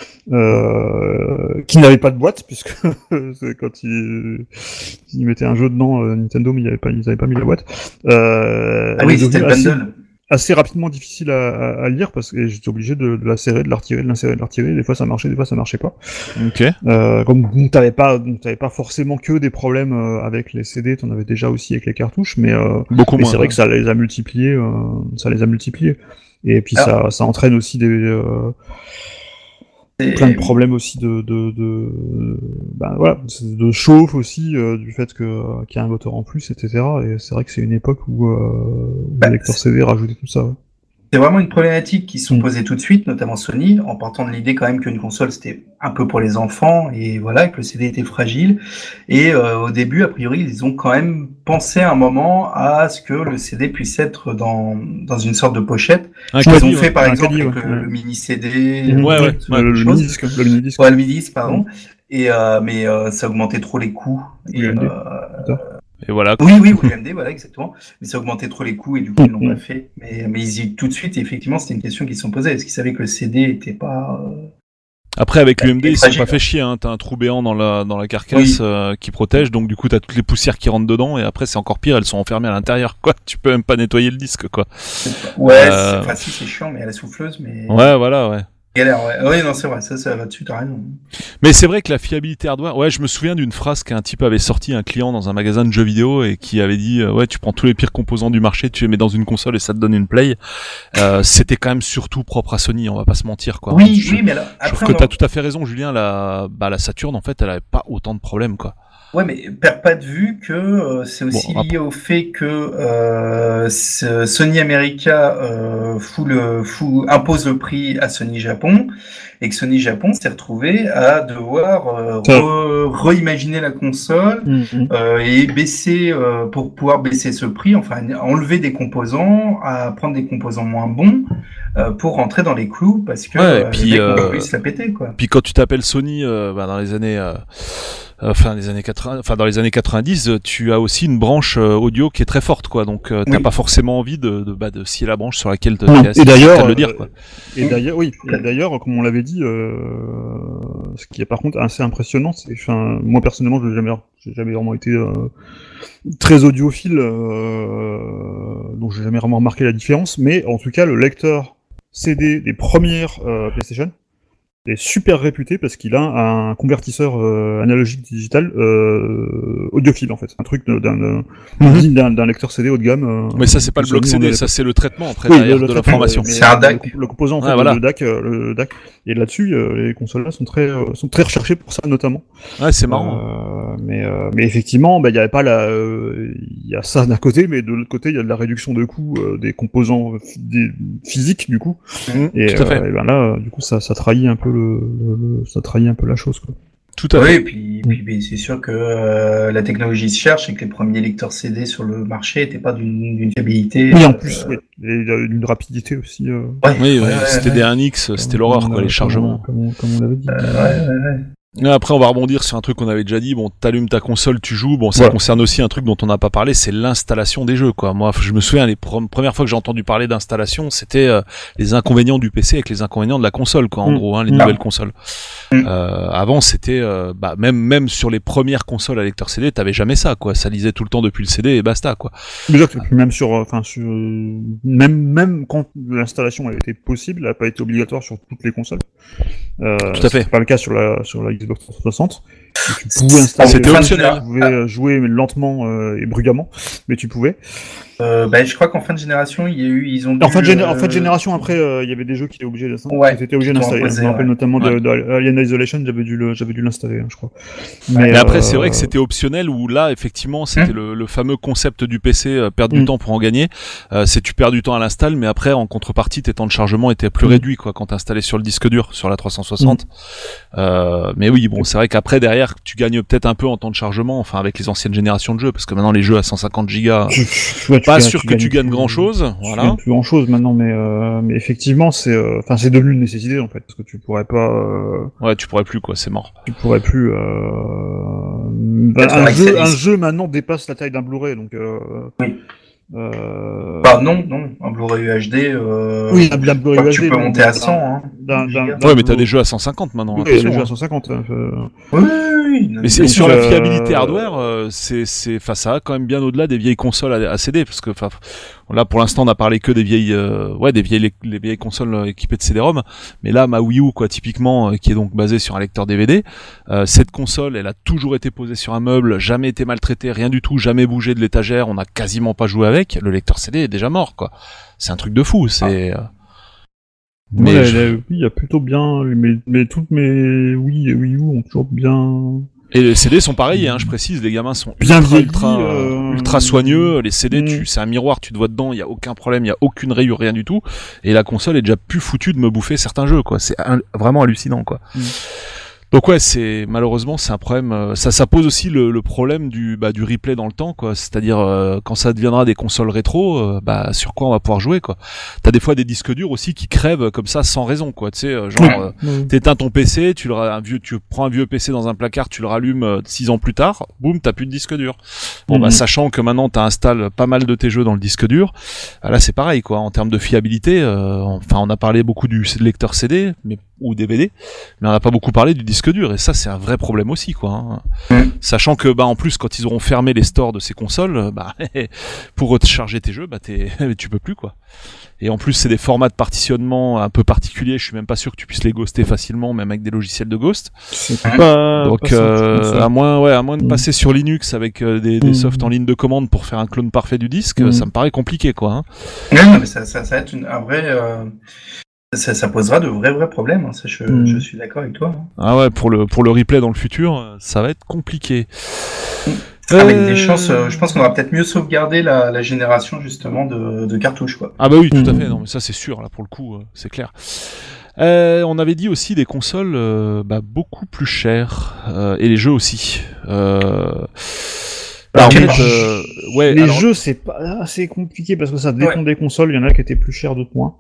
Euh, qui n'avait pas de boîte puisque c'est quand ils, ils mettaient un jeu dedans euh, Nintendo mais ils n'avaient pas ils avaient pas mis la boîte. Euh, Ah elle oui, est c'était le devenue assez- bundle. assez rapidement difficile à, à, à lire parce que j'étais obligé de, de la serrer, de la retirer, de l'insérer, de la retirer. Des fois ça marchait, des fois ça marchait pas. Ok. Euh, comme bon, t'avais pas, donc t'avais pas forcément que des problèmes euh, avec les C D, t'en avais déjà aussi avec les cartouches, mais, euh, Beaucoup mais moins. c'est vrai ouais. que ça les a multipliés, euh, ça les a multipliés. Et puis Alors- ça, ça entraîne aussi des euh, Et- plein de problèmes aussi de, de, de, ben voilà, de chauffe aussi euh, du fait que euh, qu'il y a un moteur en plus, et cetera. Et c'est vrai que c'est une époque où, euh, où Bah, les lecteurs C D rajoutaient tout ça. Ouais. C'est vraiment une problématique qui se sont Mm. posées tout de suite, notamment Sony, en partant de l'idée quand même qu'une console c'était un peu pour les enfants et voilà que le C D était fragile. Et euh, au début, a priori, ils ont quand même pensé un moment à ce que le C D puisse être dans dans une sorte de pochette. Un Ils caddie, ont ouais. fait par Un exemple caddie, avec ouais. le, le mini C D, Mhm. Ouais, ouais, ce ouais. genre le, de le choses. mini-disque, le mini-disque. Ouais, le mini disque, pardon. Et euh, mais euh, ça augmentait trop les coûts. Et, Oui, M D. euh, Et voilà. oui, oui, oui, M D, voilà, exactement. Mais ça augmentait trop les coûts et du coup, ils l'ont Mhm. pas fait. Mais, mais ils y, tout de suite, effectivement, c'était une question qu'ils se sont posées. Est-ce qu'ils savaient que le C D était pas... euh, Après avec l'U M D, Et ils se sont fragile. pas fait chier. Hein. T'as un trou béant dans la dans la carcasse Oui. euh, qui protège, donc du coup t'as toutes les poussières qui rentrent dedans et après c'est encore pire, elles sont enfermées à l'intérieur. Quoi, tu peux même pas nettoyer le disque, quoi. Ouais, Euh, c'est- enfin, si, c'est chiant, mais à la souffleuse, mais... Ouais, voilà, ouais. Galère, ouais. Oui, non, c'est vrai, ça, ça va dessus, t'as raison. Mais c'est vrai que la fiabilité hardware, ouais, je me souviens d'une phrase qu'un type avait sorti, un client dans un magasin de jeux vidéo, et qui avait dit, euh, ouais, tu prends tous les pires composants du marché, tu les mets dans une console et ça te donne une play. Euh, c'était quand même surtout propre à Sony, on va pas se mentir, quoi. Oui, je, oui, mais alors, je trouve après... que on- t'as tout à fait raison, Julien, la, bah, la Saturn, en fait, elle avait pas autant de problèmes, quoi. Ouais, mais perds pas de vue que euh, c'est aussi Bon, lié au fait que euh, ce- Sony America euh, fout le, fout, impose le prix à Sony Japon et que Sony Japon s'est retrouvé à devoir euh, Ça. re- reimaginer la console Mhm. euh, et baisser euh, pour pouvoir baisser ce prix, enfin enlever des composants, à prendre des composants moins bons euh, pour rentrer dans les clous parce que Ouais, et euh, puis, les mecs ont euh, voulu se la péter quoi. Puis quand tu t'appelles Sony, euh, bah, dans les années, euh, enfin les années quatre-vingts, enfin dans les années quatre-vingt-dix, tu as aussi une branche euh, audio qui est très forte, quoi. Donc euh, t'as Oui. pas forcément envie de, de, bah, de scier la branche sur laquelle tu Non, es et d'ailleurs, de le dire, quoi. Et d'ailleurs, oui, et d'ailleurs, comme on l'avait dit, euh, ce qui est par contre assez impressionnant, c'est, enfin, moi personnellement, je n'ai jamais, j'ai jamais vraiment été euh, très audiophile, euh, donc j'ai jamais vraiment remarqué la différence. Mais en tout cas, le lecteur C D des premières euh, PlayStation est super réputé parce qu'il a un convertisseur euh, analogique digital euh, audiophile en fait, un truc d'un, d'un, Mhm. d'un, d'un lecteur C D haut de gamme. Euh, Mais ça c'est pas le bloc Sony, C on D, est- ça c'est le traitement après Oui, derrière le- le de traitement, l'information. mais, C'est un euh, D A C. Le, le composant en fait, Ouais, le- voilà. le D A C, euh, le D A C. Et là-dessus, euh, les consoles là sont très, euh, sont très recherchées pour ça notamment. Ouais, c'est marrant. Euh, mais, euh, mais effectivement, bah, il y avait pas la, euh, il y a ça d'un côté, mais de l'autre côté, il y a de la réduction de coûts euh, des composants f- des, physiques du coup. Mhm, Et, tout à fait. euh, et ben là, euh, du coup, ça, ça trahit un peu le, le- le- ça trahit un peu la chose quoi. Tout à Oui, fait. et puis, puis, puis c'est sûr que euh, la technologie se cherche et que les premiers lecteurs C D sur le marché n'étaient pas d'une d'une fiabilité. Oui, en euh, plus, oui. Et il y a une rapidité aussi. Euh, Ouais, Oui, ouais, ouais, ouais, c'était ouais. des un X, c'était comme- l'horreur, comme quoi, on- les chargements. Comme, on- comme on l'avait dit. Euh, ouais, ouais, ouais. Et après, on va rebondir sur un truc qu'on avait déjà dit. Bon, t'allumes ta console, tu joues. Bon, ça Voilà. concerne aussi un truc dont on n'a pas parlé, c'est l'installation des jeux, quoi. Moi, je me souviens, les pre- premières fois que j'ai entendu parler d'installation, c'était euh, les inconvénients du P C avec les inconvénients de la console, quoi. En Mm. gros, hein, les Mm. nouvelles consoles. Mm. Euh, avant, c'était, euh, bah, même même sur les premières consoles à lecteur C D, t'avais jamais ça, quoi. Ça lisait tout le temps depuis le C D et basta, quoi. Déjà que même sur, euh, enfin sur, euh, même même quand l'installation a été possible, elle n'a pas été obligatoire sur toutes les consoles. Euh, Tout à fait. C'est pas le cas sur la sur la Xbox trois cent soixante. Tu pouvais installer, C'était enfin, optionnel. Tu pouvais euh, jouer lentement euh, et bruyamment, mais tu pouvais. Euh, bah, je crois qu'en fin de génération, il y a eu, ils ont dû, En fin de, géné- en euh, fin de génération, après, euh, il y avait des jeux qui étaient obligés d'installer. Ouais, T'étais obligé qui t'ont d'installer. Je imposé, me rappelle ouais. notamment de, Ouais. de Alien Isolation, j'avais dû le, j'avais dû l'installer, hein, je crois. Mais après, euh, c'est vrai que c'était optionnel où là, effectivement, c'était Hum. le, le fameux concept du P C, euh, perdre du Hum. temps pour en gagner. Euh, c'est tu perds du temps à l'install, mais après, en contrepartie, tes temps de chargement étaient plus Hum. réduits, quoi, quand t'installais sur le disque dur, sur la trois cent soixante. Euh, mais oui, bon, c'est vrai qu'après, derrière, tu gagnes peut-être un peu en temps de chargement, enfin, avec les anciennes générations de jeux, parce que maintenant, les jeux à cent cinquante gigas, tu- ouais, tu pas gagnes- sûr que tu gagnes plus- grand chose, tu voilà. gagnes plus grand chose maintenant, mais, euh, mais effectivement, c'est, euh, enfin, c'est devenu une nécessité, en fait, parce que tu pourrais pas, euh, Ouais, tu pourrais plus, quoi, c'est mort. tu pourrais plus, euh, bah, Peut-être un avec jeu, Salis. un jeu maintenant dépasse la taille d'un Blu-ray, donc, euh, Oui. euh, Bah, non, non, un Blu-ray U H D. Euh... oui, un, un je Blu-ray crois que tu U H D, peux mais monter à d'un- cent. Hein. d'un- d'un- Giga. d'un Ouais, mais t'as Blu- des jeux à cent cinquante maintenant, Oui, il y a des attention, jeux à hein. cent cinquante. hein, euh, Oui, oui, oui. Mais c'est Donc, sur la euh, fiabilité hardware, euh, c'est c'est enfin ça va quand même bien au-delà des vieilles consoles à, à C D parce que enfin là pour l'instant on a parlé que des vieilles euh, ouais des vieilles les vieilles consoles euh, équipées de C D-ROM, mais là ma Wii U quoi typiquement euh, qui est donc basée sur un lecteur D V D, euh, cette console elle a toujours été posée sur un meuble, jamais été maltraitée, rien du tout, jamais bougé de l'étagère, on a quasiment pas joué avec, le lecteur C D est déjà mort quoi. C'est un truc de fou, c'est euh, Mais mais je- oui, il y a plutôt bien, mais, mais toutes mes Wii et Wii U ont toujours bien. Et les C D sont pareils, hein, je précise, les gamins sont Bien ultra, vieillis, ultra, euh, ultra soigneux. Les C D, mm. tu, c'est un miroir, tu te vois dedans, il y a aucun problème, il y a aucune rayure, rien du tout. Et la console est déjà plus foutue de me bouffer certains jeux, quoi. C'est un- vraiment hallucinant, quoi. Mm. Donc ouais, c'est malheureusement c'est un problème. euh, Ça, ça pose aussi le, le problème du bah, du replay dans le temps, quoi. C'est-à-dire euh, quand ça deviendra des consoles rétro, euh, bah sur quoi on va pouvoir jouer, quoi. T'as des fois des disques durs aussi qui crèvent comme ça sans raison, quoi. Tu sais, euh, genre. euh, Ouais. T'éteins ton P C, tu le ra- un vieux, tu prends un vieux P C dans un placard, tu le rallumes euh, six ans plus tard, boum, t'as plus de disque dur. Bon Mhm. bah sachant que maintenant t'installes pas mal de tes jeux dans le disque dur, bah, là c'est pareil quoi. En termes de fiabilité, euh, enfin on a parlé beaucoup du lecteur C D, mais ou D V D, mais on n'a pas beaucoup parlé du disque dur et ça c'est un vrai problème aussi quoi. Hein. Mhm. Sachant que bah en plus quand ils auront fermé les stores de ces consoles, euh, bah pour recharger tes jeux, bah t'es, tu peux plus quoi. Et en plus, c'est des formats de partitionnement un peu particuliers. Je suis même pas sûr que tu puisses les ghoster facilement, même avec des logiciels de ghost. C'est pas. Donc, pas simple, euh, je pense. à moins, ouais, à moins de Mm. passer sur Linux avec euh, des, des Mm. softs en ligne de commande pour faire un clone parfait du disque, Mm. ça me paraît compliqué, quoi. Hein. Ouais, non, mais ça, ça, ça va être une, un vrai. Euh... Ça, ça posera de vrais, vrais problèmes. Hein. Ça, je, Mm. je suis d'accord avec toi. Hein. Ah ouais, pour le pour le replay dans le futur, euh, ça va être compliqué. Avec Euh, des chances, euh, je pense qu'on va peut-être mieux sauvegarder la, la génération justement de, de cartouches, quoi. Ah bah oui, tout à Mm. fait. Non, mais ça c'est sûr. Là, pour le coup, euh, c'est clair. Euh, on avait dit aussi des consoles euh, bah, beaucoup plus chères euh, et les jeux aussi. Euh, Bah, en je sais fait, pas. euh, ouais, les alors, jeux, c'est pas assez compliqué parce que ça dépend Ouais. des consoles. Il y en a qui étaient plus chères, d'autres moins.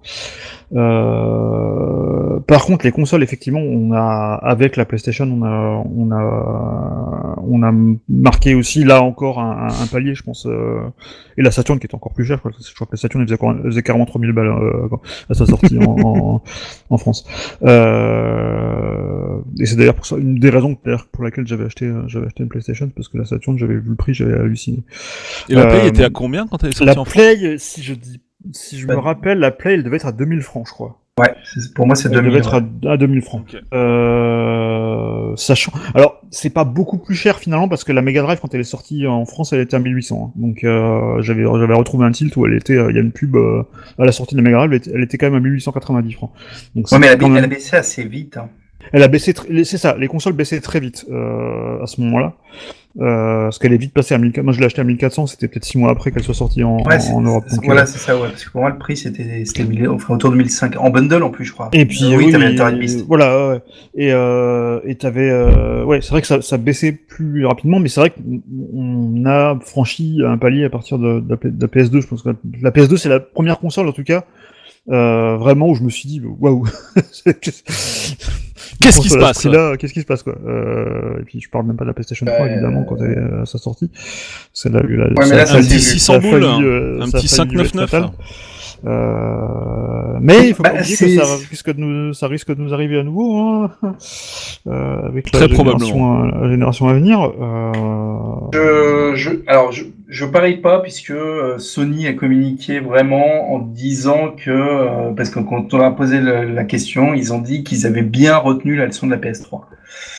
Euh... Par contre, les consoles, effectivement, on a avec la PlayStation, on a, on a, on a marqué aussi là encore un, un palier, je pense. Euh... Et la Saturn qui était encore plus chère. Je crois que, je crois que la Saturn elle faisait, encore- elle faisait carrément trois mille balles euh, quand- à sa sortie en, en, en France. Euh... Et c'est d'ailleurs pour ça une des raisons d'ailleurs pour laquelle j'avais acheté, euh, j'avais acheté une PlayStation parce que la Saturn, j'avais vu le prix, j'avais halluciné. et la Play euh, était à combien quand elle est sortie La en France? Play, si je dis, si je me Ouais. rappelle, la Play, elle devait être à deux mille francs, je crois. Ouais, c'est- pour moi, c'est Elle deux mille. devait être ouais. à, à deux mille francs. Ok. Euh, sachant, alors c'est pas beaucoup plus cher finalement parce que la Mega Drive quand elle est sortie en France, elle était à mille huit cents. Hein. Donc euh, j'avais j'avais retrouvé un tilt où elle était, euh, il y a une pub euh, à la sortie de la Mega Drive, elle était, elle était quand même à mille huit cent quatre-vingt-dix francs. Donc Ouais, mais elle a, quand ba- même- elle a baissé assez vite. Hein. elle a baissé, tr- les- c'est ça, les consoles baissaient très vite euh, à ce moment-là. Euh, parce qu'elle est vite passée à mille. Moi, je l'ai acheté à mille quatre cents. C'était peut-être six mois après qu'elle soit sortie en, Ouais, en, c'est- en Europe. c'est- Donc, voilà, euh, c'est ça, ouais. Parce que pour moi, le prix, c'était, c'était mille, enfin, autour de mille cinq. En bundle, en plus, je crois. Et puis Euh, oui, oui, t'avais oui, Altered Beast. voilà, ouais, ouais. Et euh, et t'avais, euh, ouais, c'est vrai que ça, ça baissait plus rapidement, mais c'est vrai qu'on a franchi un palier à partir de, de, la, P- de la P S deux. Je pense que la P S deux c'est la première console en tout cas, euh, vraiment où je me suis dit, waouh, Qu'est-ce qui se passe là Qu'est-ce qui se passe quoi euh, Et puis je parle même pas de la PlayStation trois Euh, évidemment quand elle est à sa sortie. Celle-là, eu la, Ouais, mais là, ça Un s'est petit vu. six ça cents a boules, failli, euh, un ça a petit failli cinq neuf neuf. être fatal. Euh, mais il faut pas Bah, oublier c'est- que ça risque, de nous, ça risque de nous arriver à nouveau hein, euh, avec la Très génération, la génération à venir. Euh... Je, je, alors, je, je parie pas puisque euh, Sony a communiqué vraiment en disant que, euh, parce que quand on a posé le- la question, ils ont dit qu'ils avaient bien retenu la leçon de la P S trois.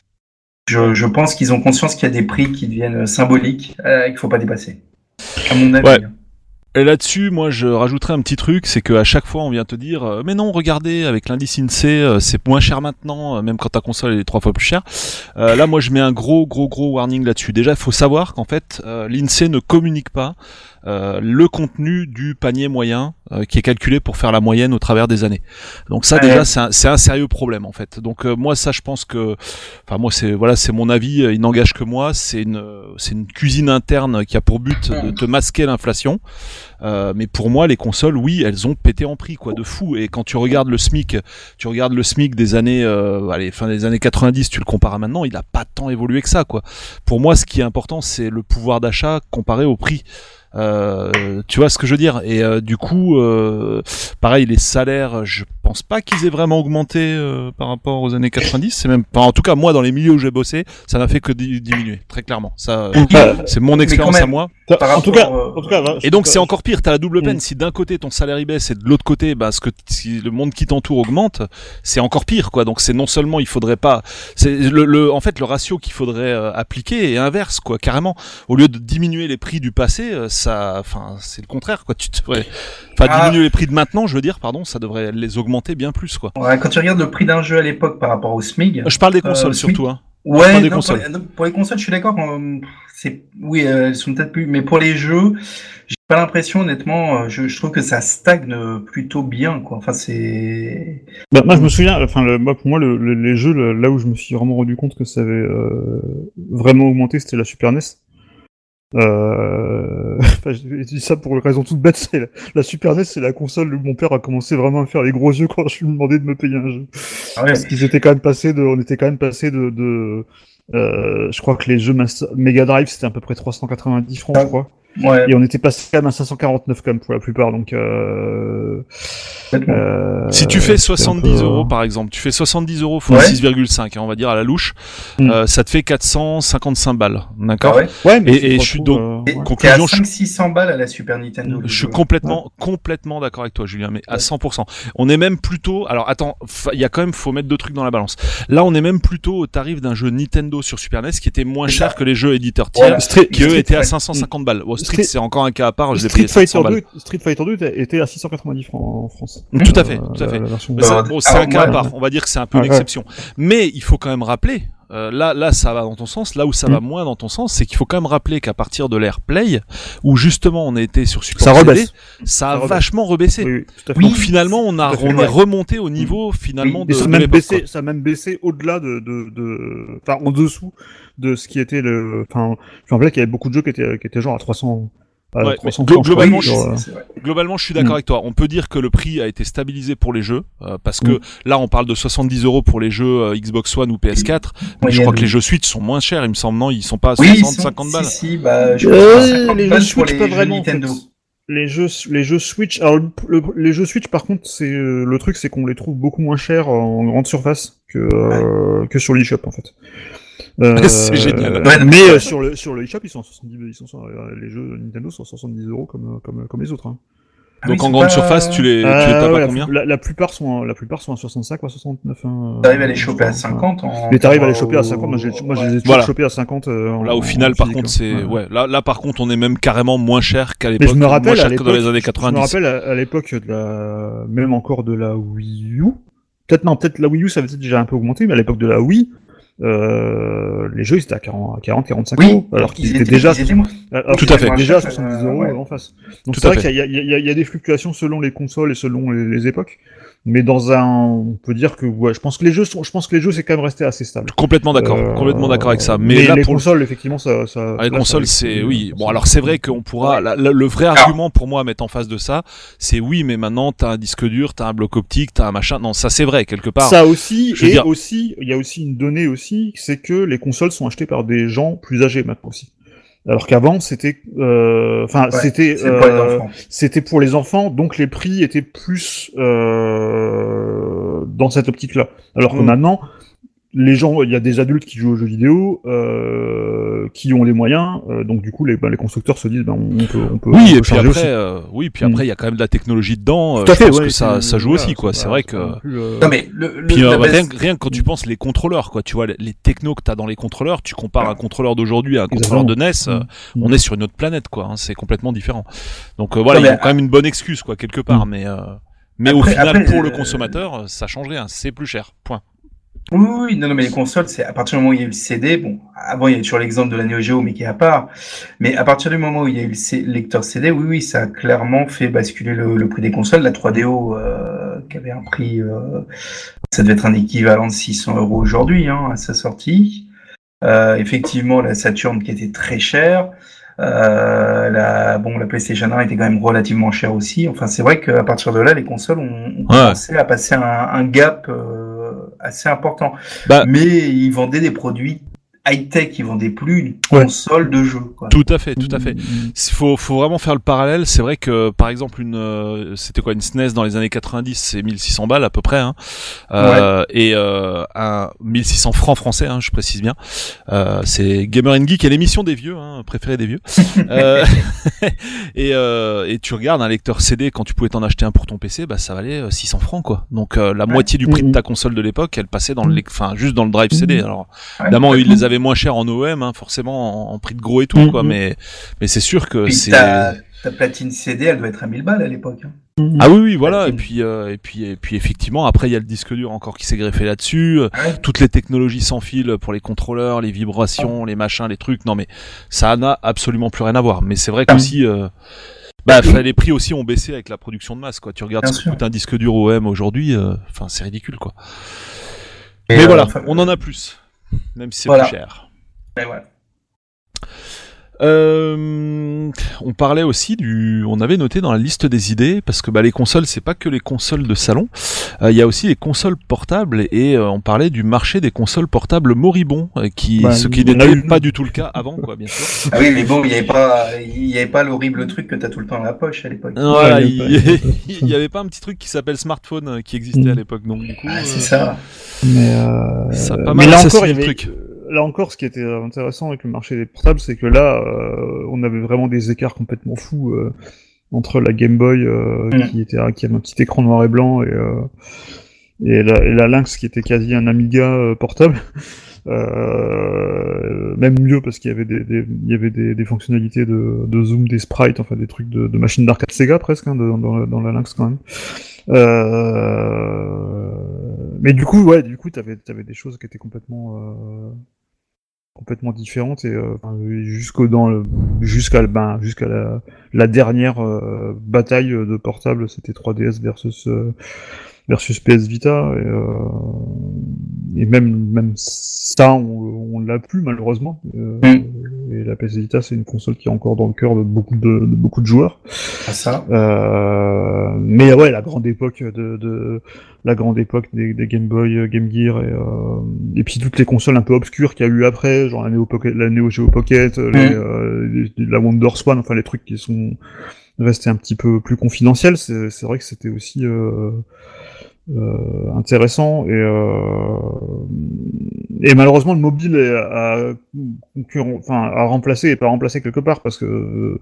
Je, je pense qu'ils ont conscience qu'il y a des prix qui deviennent symboliques euh, et qu'il faut pas dépasser. À mon avis. Ouais. Et là-dessus, moi, je rajouterais un petit truc, c'est qu'à chaque fois, on vient te dire, euh, mais non, regardez, avec l'indice INSEE, euh, c'est moins cher maintenant, euh, même quand ta console elle est trois fois plus chère. Euh, là, moi, je mets un gros, gros, gros warning là-dessus. Déjà, il faut savoir qu'en fait, euh, l'INSEE ne communique pas euh, le contenu du panier moyen euh, qui est calculé pour faire la moyenne au travers des années. Donc ça, Ouais. déjà, c'est un, c'est un sérieux problème en fait. Donc euh, moi, ça, je pense que, enfin moi, c'est voilà, c'est mon avis. euh, Il n'engage que moi. C'est une, c'est une cuisine interne qui a pour but de te masquer l'inflation. Euh, mais pour moi, les consoles, oui, elles ont pété en prix, quoi, de fou. Et quand tu regardes le SMIC, tu regardes le SMIC des années, euh, allez, fin des années quatre-vingt-dix, tu le compares à maintenant, il a pas tant évolué que ça, quoi. Pour moi, ce qui est important, c'est le pouvoir d'achat comparé au prix. Euh, tu vois ce que je veux dire? Et euh, du coup, euh, pareil, les salaires, je pense pas qu'ils aient vraiment augmenté euh, par rapport aux années quatre-vingt-dix. C'est même, enfin, en tout cas, moi, dans les milieux où j'ai bossé, ça n'a fait que di- diminuer, très clairement. Ça, euh, c'est mon expérience même, à moi. Par en tout rapport, cas, euh, en tout cas, Et donc c'est encore pire, t'as la double peine. Mm. Si d'un côté ton salaire il baisse et de l'autre côté, bah, ce que si le monde qui t'entoure augmente, c'est encore pire, quoi. Donc c'est non seulement il faudrait pas, c'est le, le en fait le ratio qu'il faudrait euh, appliquer est inverse, quoi, carrément. Au lieu de diminuer les prix du passé, euh, ça, enfin c'est le contraire, quoi. Tu devrais, enfin Ah. diminuer les prix de maintenant, je veux dire, pardon, ça devrait les augmenter bien plus, quoi. ouais, quand tu regardes le prix d'un jeu à l'époque par rapport au SMIG. Je parle des consoles Euh, surtout, hein. Ouais, Pas des non, consoles. Pour, les, non, pour les consoles, je suis d'accord. euh, C'est, oui, euh, elles sont peut-être plus, mais pour les jeux, j'ai pas l'impression, honnêtement. euh, Je, je trouve que ça stagne plutôt bien, quoi. Enfin, c'est. Bah, moi, je me souviens, enfin, le, moi, pour moi, le, le- les jeux, le- là où je me suis vraiment rendu compte que ça avait euh, vraiment augmenté, c'était la Super N E S. Euh... enfin, je dis ça pour une raison toute bête, c'est la, la Super N E S, c'est la console où mon père a commencé vraiment à faire les gros yeux quand je lui demandais de me payer un jeu. Ah ouais. Parce qu'ils étaient quand même passés de, on était quand même passé de, de euh, je crois que les jeux Mas- Mega Drive c'était à peu près trois cent quatre-vingt-dix francs, je crois. Ouais. Et on était passé quand même à cinq cent quarante-neuf quand même pour la plupart, donc euh, euh, Si tu fais c'était un soixante-dix peu- euros par exemple, tu fais soixante-dix euros fois Ouais. six virgule cinq, hein, on va dire à la louche, Mm. euh, ça te fait quatre cent cinquante-cinq balles, Ah d'accord? ouais. Ouais, mais Et- tu et te je suis retrouves, donc- Et euh, ouais. T'es à Conclusion, je- cinq six cents balles à la Super Nintendo. Je suis complètement, complètement d'accord avec toi, Julien, mais à Ouais. cent pour cent. On est même plutôt, alors attends, fa- il y a quand même, faut mettre deux trucs dans la balance. Là, on est même plutôt au tarif d'un jeu Nintendo sur Super N E S qui était moins C'est cher ça. que les jeux éditeurs tiers, Ouais. Street, qui eux Street- étaient à ouais. cinq cent cinquante balles. Bon, Street, Street- c'est encore un cas à part, je l'ai Street payé cinq cents Fighter balles. deux, Street Fighter deux était à six cent quatre-vingt-dix francs en France. Tout à fait, Euh, tout à fait. la version- Mais ça, Euh, bon, c'est alors, un cas à moi, part. On va dire que c'est un peu Ouais, une exception. Mais il faut quand même rappeler, Euh, là, là, ça va dans ton sens. Là où ça Mm. va moins dans ton sens, c'est qu'il faut quand même rappeler qu'à partir de l'ère Play, où justement on était sur support Ça C D, rebaisse. ça a Ça rebaisse. vachement rebaissé. Oui, oui, tout à fait. Donc finalement, on a, tout à fait, on ouais. est remonté au niveau finalement Oui, de, Et ça a de même l'époque, baissé, quoi. ça a même baissé au-delà de, de, de, enfin, en dessous de ce qui était le, enfin, je me rappelle qu'il y avait beaucoup de jeux qui étaient, qui étaient genre à trois cents, à Ouais, trois cents mais glo- francs, je crois, globalement, sur, euh, c'est- c'est vrai. Globalement, je suis d'accord Mm. avec toi. On peut dire que le prix a été stabilisé pour les jeux, euh, parce que Mm. là, on parle de soixante-dix euros pour les jeux euh, Xbox One ou P S quatre, mais je Moyenne, crois que oui. les jeux Switch sont moins chers, il me semble, non? Ils sont pas à Oui, ils soixante, sont- cinquante balles. Si, si, bah, je crois Euh, que c'est cinquante les jeux balles pour Switch, les pas jeux vraiment, en fait. Nintendo. Les jeux, les jeux Switch, alors le, le- les jeux Switch par contre, c'est euh, le truc, c'est qu'on les trouve beaucoup moins chers en grande surface que euh, que sur l'eShop en fait. Euh, C'est génial. Ouais, non, mais mais- euh, sur le sur le eShop, ils sont à soixante-dix, ils sont sur- euh, les jeux Nintendo sont à soixante-dix euros comme comme comme les autres. Hein. Ah Donc oui, en c'est grande pas- surface, tu les, tu les Euh, tapes ouais, à la, combien? la, la plupart sont à, la plupart sont à soixante-cinq ou à soixante-neuf. Hein, T'arrives à les euh, choper à enfin, cinquante en... Mais t'arrives à les au- choper à cinquante. Moi, j'ai, moi, je les ai toujours Voilà. chopés à cinquante. Euh, en- Là, au en final, par physique, contre, hein. c'est, Ouais. ouais, là, là, par contre, on est même carrément moins cher qu'à Mais l'époque, je me moins rappelle cher à que l'époque, dans les années je me quatre-vingt-dix. rappelle à, à l'époque de la, même encore de la Wii U. Peut-être non, peut-être la Wii U, ça avait peut-être déjà un peu augmenté, mais à l'époque de la Wii, euh, les jeux ils étaient à quarante, quarante-cinq Oui, euros, alors qu'ils ils étaient, étaient déjà, ils étaient moins- alors Tout qu'ils à étaient fait. déjà à Euh, soixante-dix euros ouais. en face. Donc Tout c'est à vrai fait. qu'il y a, il y, a, il y, a, il y a des fluctuations selon les consoles et selon les, les époques. Mais dans un, on peut dire que ouais, je pense que les jeux sont, je pense que les jeux c'est quand même resté assez stable. Complètement d'accord, Euh, complètement d'accord avec ça. Mais, Mais, là, les pour le- consoles, effectivement, ça, ça. Ah, les là, consoles, ça- c'est ça- oui. Bon, ça- alors c'est vrai qu'on pourra. Ouais. la- la- le vrai Alors- argument pour moi à mettre en face de ça, c'est oui, mais maintenant t'as un disque dur, t'as un bloc optique, t'as un machin. Non, ça c'est vrai quelque part. Ça aussi, Je veux et dire- aussi, il y a aussi une donnée aussi, c'est que les consoles sont achetées par des gens plus âgés maintenant aussi. Alors qu'avant, c'était, euh, enfin, Ouais, c'était, c'est pour les euh, enfants. c'était pour les enfants, donc les prix étaient plus euh, dans cette optique-là. Alors que Mm. maintenant, les gens, il y a des adultes qui jouent aux jeux vidéo, euh, qui ont les moyens, euh, donc du coup, les, bah, les constructeurs se disent, ben, on peut, on peut. on Oui, peut et puis charger après, aussi. euh, oui, puis Mm. après, il y a quand même de la technologie dedans. euh, Tout à je fait, pense ouais, que ça, c'est- ça joue voilà, aussi, quoi. pas- C'est vrai pas que. non plus, euh, Non, mais le, le, Puis euh, la rien, base- rien que quand tu penses les contrôleurs, quoi, tu vois, les, les technos que t'as dans les contrôleurs, tu compares un contrôleur d'aujourd'hui à un contrôleur de N E S, euh, Mm. on est sur une autre planète, quoi. Hein, c'est complètement différent. Donc euh, voilà, Non, ils mais, ont quand même une bonne excuse, quoi, quelque part. Mm. Mais euh, mais au Après- final, après, pour le euh, consommateur, euh, ça change rien. C'est plus cher. Point. Oui, oui, oui, non, non, mais les consoles, c'est à partir du moment où il y a eu le C D, bon, avant il y a toujours l'exemple de la Neo Geo, mais qui est à part, mais à partir du moment où il y a eu le C- lecteur C D, oui, oui, ça a clairement fait basculer le, le prix des consoles. La trois D O, euh, qui avait un prix, euh, ça devait être un équivalent de six cents euros aujourd'hui, hein, à sa sortie. Euh, effectivement, la Saturn qui était très chère. Euh, la, bon, la PlayStation un était quand même relativement chère aussi. Enfin, c'est vrai qu'à partir de là, les consoles ont, ont commencé à passer un, un gap euh, assez important. Bah, Mais ils vendaient des produits high-tech, ils vendaient plus une Ouais. console de jeu. Quoi. Tout à fait, tout à fait. Mm. Il faut, faut vraiment faire le parallèle. C'est vrai que, par exemple, une, euh, c'était quoi, une S N E S dans les années quatre-vingt-dix, c'est mille six cents balles à peu près, hein. Euh, et euh, un mille six cents francs français, hein, je précise bien. Euh, c'est Gamer and Geek et l'émission des vieux, hein, préférée des vieux. euh, et, euh, et tu regardes un lecteur C D quand tu pouvais t'en acheter un pour ton P C, bah ça valait euh, six cents francs, quoi. Donc euh, la Ouais. moitié du prix de Mhm. ta console de l'époque, elle passait dans le, lec- enfin juste dans le drive C D. Mhm. Alors Ouais, évidemment, ils complètement. les avaient moins chers en O E M, hein, forcément en, en prix de gros et tout, Mhm. quoi. Mais mais c'est sûr que Puis c'est ta, ta platine C D, elle doit être à mille balles à l'époque. Hein. ah oui oui voilà. Et Platine. puis euh, et puis et puis effectivement après il y a le disque dur encore qui s'est greffé là-dessus. Ouais. Toutes les technologies sans fil pour les contrôleurs, les vibrations, les machins, les trucs. Non mais ça n'a absolument plus rien à voir. Mais c'est vrai qu'aussi euh, bah, enfin, les prix aussi ont baissé avec la production de masse, quoi. Tu regardes Bien ce que sûr. coûte un disque dur O E M aujourd'hui, enfin c'est ridicule, quoi. Et, Mais euh, voilà, enfin, on en a plus, même si c'est voilà. plus cher. et voilà. Euh, on parlait aussi du, on avait noté dans la liste des idées parce que bah, les consoles, c'est pas que les consoles de salon, il euh, y a aussi les consoles portables et euh, on parlait du marché des consoles portables moribonds, euh, qui, Bah, ce qui on a n'était eu- pas du tout le cas avant, quoi, bien sûr. Ah oui, mais bon, il n'y avait pas, il y avait pas l'horrible truc que t'as tout le temps dans la poche à l'époque. Voilà, Ouais, il il y a pas- il y avait pas un petit truc qui s'appelle smartphone euh, qui existait à Mm. l'époque, donc du coup, Ah, euh, c'est ça. Mais, euh, ça a pas mais mal là assassiné encore, il y le avait, truc. là encore, ce qui était intéressant avec le marché des portables, c'est que là, euh, on avait vraiment des écarts complètement fous euh, entre la Game Boy euh, Mm. qui était qui avait un petit écran noir et blanc et euh, et la, et la Lynx qui était quasi un Amiga euh, portable. Euh, même mieux parce qu'il y avait des, des il y avait des, des fonctionnalités de, de zoom, des sprites, enfin des trucs de, de machines d'arcade Sega presque hein, de- dans, la- dans la Lynx quand même. Euh, mais du coup, ouais, du coup, t'avais, t'avais des choses qui étaient complètement, euh, complètement différentes et euh, jusqu'au dans le, jusqu'à, ben, jusqu'à la, la dernière euh, bataille de portable, c'était trois D S versus euh, versus P S Vita et, euh, et même même ça, on, on l'a plus malheureusement. Euh, Mm. Et la P S Vita, c'est une console qui est encore dans le cœur de beaucoup de, de beaucoup de joueurs. Ah, ça. Euh, mais ouais, la grande époque de, de la grande époque des, des Game Boy, Game Gear et, euh, et puis toutes les consoles un peu obscures qu'il y a eu après, genre la Neo Pocket, la Neo Geo Pocket, les, Mm. euh, les- la Wonderswan, enfin les trucs qui sont restés un petit peu plus confidentiels. C'est, c'est vrai que c'était aussi euh, euh, intéressant et euh, et malheureusement le mobile est- a concurren- enfin a remplacé et pas remplacé quelque part parce que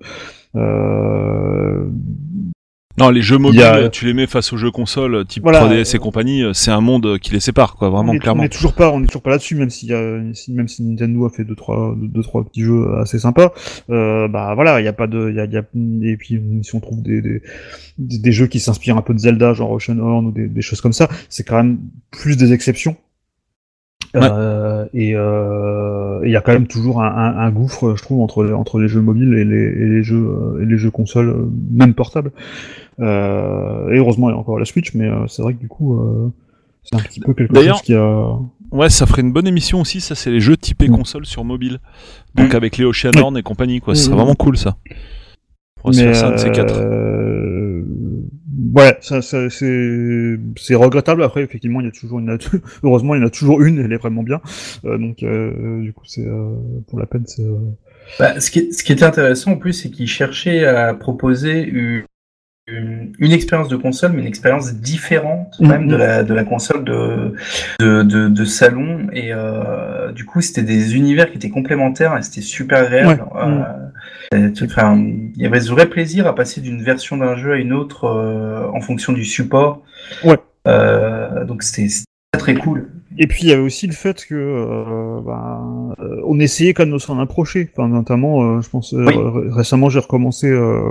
euh, Non, les jeux Il mobiles, y a- tu les mets face aux jeux consoles type Voilà, trois D S et euh, compagnie, c'est un monde qui les sépare, quoi, vraiment on est, clairement. on est toujours pas on est toujours pas là-dessus même s'il y a si- même si Nintendo a fait deux trois deux, deux, trois petits jeux assez sympas, euh, bah voilà, il y a pas de il y a, il y a et puis si on trouve des des, des, des jeux qui s'inspirent un peu de Zelda genre Oceanhorn ou des, des choses comme ça, c'est quand même plus des exceptions. Ouais. Euh, et euh, il y a quand même toujours un, un, un gouffre, je trouve, entre entre les jeux mobiles et les, et les jeux euh, et les jeux consoles, euh, même portables. Euh, et heureusement, il y a encore la Switch, mais euh, c'est vrai que du coup, euh, c'est un petit peu quelque D'ailleurs- chose qui a. Ouais, ça ferait une bonne émission aussi, ça c'est les jeux typés Mm. console sur mobile. Donc Mm. avec les Oceanhorn et compagnie, quoi, ce serait Mm. vraiment cool ça. On va se faire ça un de ces quatre. euh, ouais, ça, ça, c'est c'est regrettable. Après, effectivement, il y a toujours une. Heureusement, il y en a toujours une. Elle est vraiment bien. Euh, donc, euh, du coup, c'est euh, pour la peine, c'est. Euh... Bah, ce, qui est- ce qui était intéressant en plus, c'est qu'ils cherchaient à proposer une, une, une expérience de console, mais une expérience différente même Mhm. de la de la console de de, de, de salon. Et euh, du coup, c'était des univers qui étaient complémentaires et c'était super agréable. Ouais. Euh, et tu- Enfin, il y avait ce vrai plaisir à passer d'une version d'un jeu à une autre euh, en fonction du support. Ouais. Euh, donc c'était c'était très très cool. Et puis il y avait aussi le fait que euh, ben, euh, on essayait quand même de s'en approcher. Enfin, notamment, euh, je pense euh, Oui. ré- récemment, j'ai recommencé euh,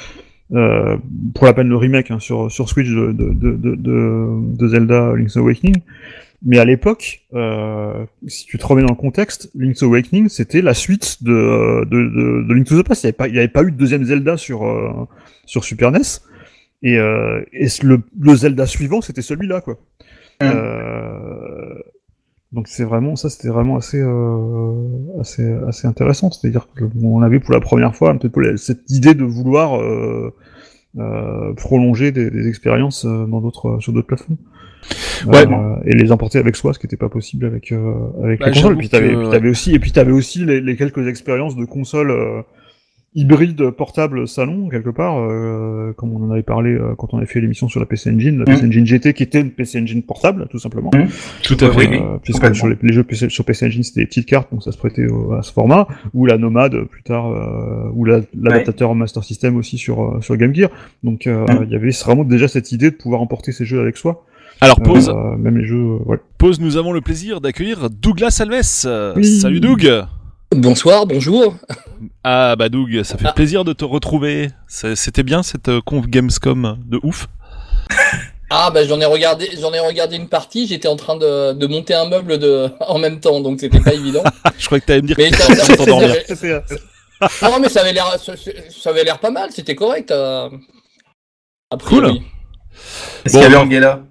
euh, pour la peine le remake hein, sur sur Switch de de, de, de, de de Zelda Link's Awakening. Mais à l'époque, euh, si tu te remets dans le contexte, Link's Awakening, c'était la suite de, de, de, de Link to the Past. Il n'y avait pas, il y avait pas eu de deuxième Zelda sur, euh, sur Super N E S. Et, euh, et le, le Zelda suivant, c'était celui-là, quoi. Mm. Euh, donc c'est vraiment, ça c'était vraiment assez, euh, assez, assez intéressant. C'est-à-dire qu'on avait pour la première fois un petit peu cette idée de vouloir euh, euh, prolonger des, des expériences euh, dans d'autres, sur d'autres plateformes. Ouais. Euh, et les importer avec soi, ce qui n'était pas possible avec euh, avec Bah, les consoles. Et j'avoue puis t'avais, que- puis t'avais aussi, et puis t'avais aussi les, les quelques expériences de consoles euh, hybrides portables salon quelque part, euh, comme on en avait parlé euh, quand on avait fait l'émission sur la P C Engine, la Mm. P C Engine G T qui était une P C Engine portable tout simplement. Mm. Tout à fait. Oui, Euh, puisque complètement. sur les, les jeux P C, sur P C Engine c'était des petites cartes, donc ça se prêtait au- à ce format, ou la Nomade plus tard, euh, ou la, l'adaptateur Master System aussi sur euh, sur Game Gear. Donc euh, il Mm. y avait vraiment déjà cette idée de pouvoir emporter ces jeux avec soi. Alors pause, Euh, même les jeux, euh, ouais. pause, nous avons le plaisir d'accueillir Douglas Alves. Euh, Oui. Salut Doug. Bonsoir, bonjour. Ah bah Doug, ça fait Ah. plaisir de te retrouver. C'est- C'était bien cette euh, conf Gamescom de ouf. Ah bah j'en ai regardé, j'en ai regardé une partie. J'étais en train de, de monter un meuble de en même temps, donc c'était pas évident. Je croyais que t'allais me dire Mais que ça, t'étais en train ça- de t'endormir. ça- C'était, euh, Ah non, mais ça avait l'air, ça, ça avait l'air pas mal. C'était correct. Euh... a priori. Cool. Est-ce Bon, qu'il y avait bon. Angela?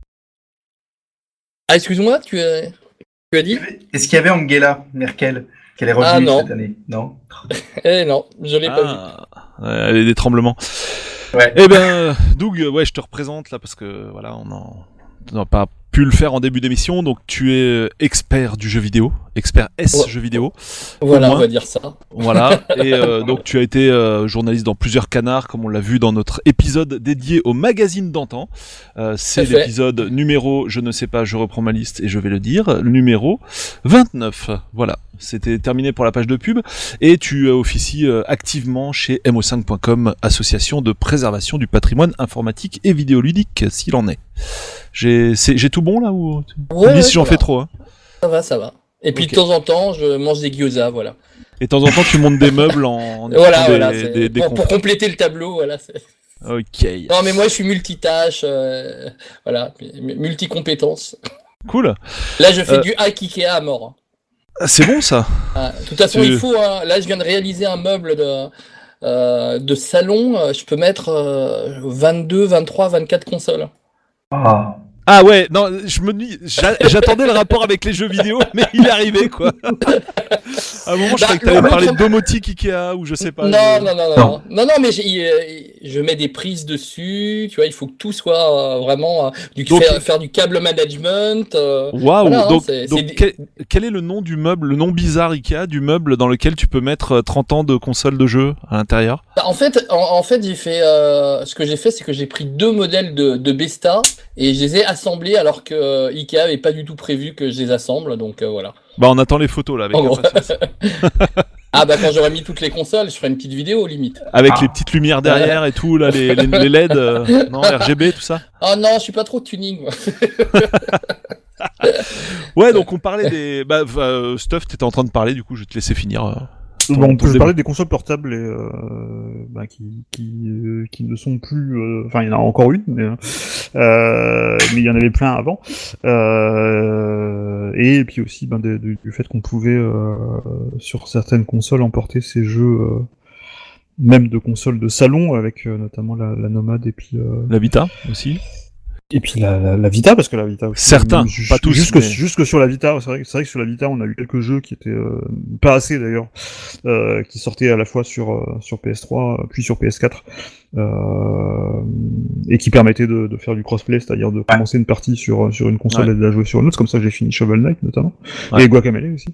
Ah excuse-moi, tu as, tu as dit? Est-ce qu'il y avait Angela Merkel qu'elle est revenue Ah, non. cette année? Non. Eh non, je l'ai pas vu. Ah, ouais, elle a des tremblements. Ouais. Eh ben, Doug, ouais, je te représente là parce que voilà, on en- on n'a pas pu le faire en début d'émission. Donc, tu es euh, expert du jeu vidéo, expert S Ouais. jeu vidéo. Voilà, moins. on va dire ça. Voilà. Et euh, donc, tu as été euh, journaliste dans plusieurs canards, comme on l'a vu dans notre épisode dédié au magazine d'antan. Euh, c'est Tout à fait. l'épisode numéro, je ne sais pas, je reprends ma liste et je vais le dire, le numéro vingt-neuf. Voilà. C'était terminé pour la page de pub. Et tu euh, officies euh, activement chez M O cinq point com, association de préservation du patrimoine informatique et vidéoludique, s'il en est. J'ai, c'est, j'ai tout bon là ou tu me Ouais, dis ouais, si j'en ça fais va. trop hein. Ça va, ça va. Et puis Ok. de temps en temps, je mange des gyoza, voilà. Et de temps en temps tu montes des meubles en, en Voilà, écoutant voilà. des, c'est- des, des pour, confs. pour compléter le tableau, voilà. c'est- Ok. Non, mais moi, je suis multitâche, euh, voilà, multi-compétences. Cool. Là, je fais Euh... du hack Ikea à mort. Ah, c'est bon ça. Ah, de toute façon, Tu... il faut. Hein, là, je viens de réaliser un meuble de, euh, de salon. Je peux mettre euh, vingt-deux, vingt-trois, vingt-quatre consoles. Ah. Ah ouais, non, je me dis, j'a- j'attendais le rapport avec les jeux vidéo, mais il est arrivé quoi. À un moment, je Bah, croyais que t'allais le- parler le- de domotique Ikea ou je sais pas. Non, je- non, non, non, non, non, non, mais j'ai- euh, je mets des prises dessus. Tu vois, il faut que tout soit euh, vraiment euh, du Donc- faire, faire du câble management. euh, Waouh. Voilà, hein, donc, c'est- donc c'est- quel, quel est le nom du meuble, le nom bizarre Ikea du meuble dans lequel tu peux mettre euh, trente ans de console de jeu à l'intérieur? Bah, en fait, en, en fait, j'ai fait. Euh, ce que j'ai fait, c'est que j'ai pris deux modèles de, de Besta et je les ai assemblés alors que euh, Ikea avait pas du tout prévu que je les assemble. Donc euh, voilà. Bah on attend les photos là avec En gros. impatience. Ah bah quand j'aurai mis toutes les consoles, je ferai une petite vidéo limite. Avec Ah. les petites lumières derrière et tout là, les, les, les L E D, euh, non R G B tout ça. Ah non, je suis pas trop tuning. Moi. Ouais, donc on parlait des, bah euh, Stuff, t'étais en train de parler, du coup je vais te laisser finir. euh. Ton- Bon, on ton peut débat. parler des consoles portables et, euh, bah, qui, qui, euh, qui ne sont plus. euh, Enfin, il y en a encore une, mais, euh, mais il y en avait plein avant. Euh, et puis aussi ben, de- de- du fait qu'on pouvait euh, sur certaines consoles emporter ces jeux, euh, même de consoles de salon, avec euh, notamment la, la Nomade et puis euh, La Vita aussi. et puis la, la, la Vita, parce que la Vita aussi. Certains, ju- pas tous, Jusque, mais- jusque sur la Vita, c'est vrai, que- c'est vrai que sur la Vita, on a eu quelques jeux qui étaient euh, pas assez d'ailleurs, euh, qui sortaient à la fois sur euh, sur P S trois puis sur P S quatre, euh, et qui permettaient de, de faire du crossplay, c'est-à-dire de commencer une partie sur sur une console Ouais. et de la jouer sur une autre. C'est comme ça que j'ai fini Shovel Knight notamment, Ouais. et Guacamelee aussi.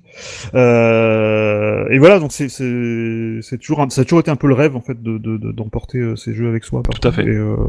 Euh, et voilà, donc c'est c'est c'est toujours un- ça a toujours été un peu le rêve en fait de de- de- d'emporter euh, ces jeux avec soi. partout. Tout à fait. Et, euh,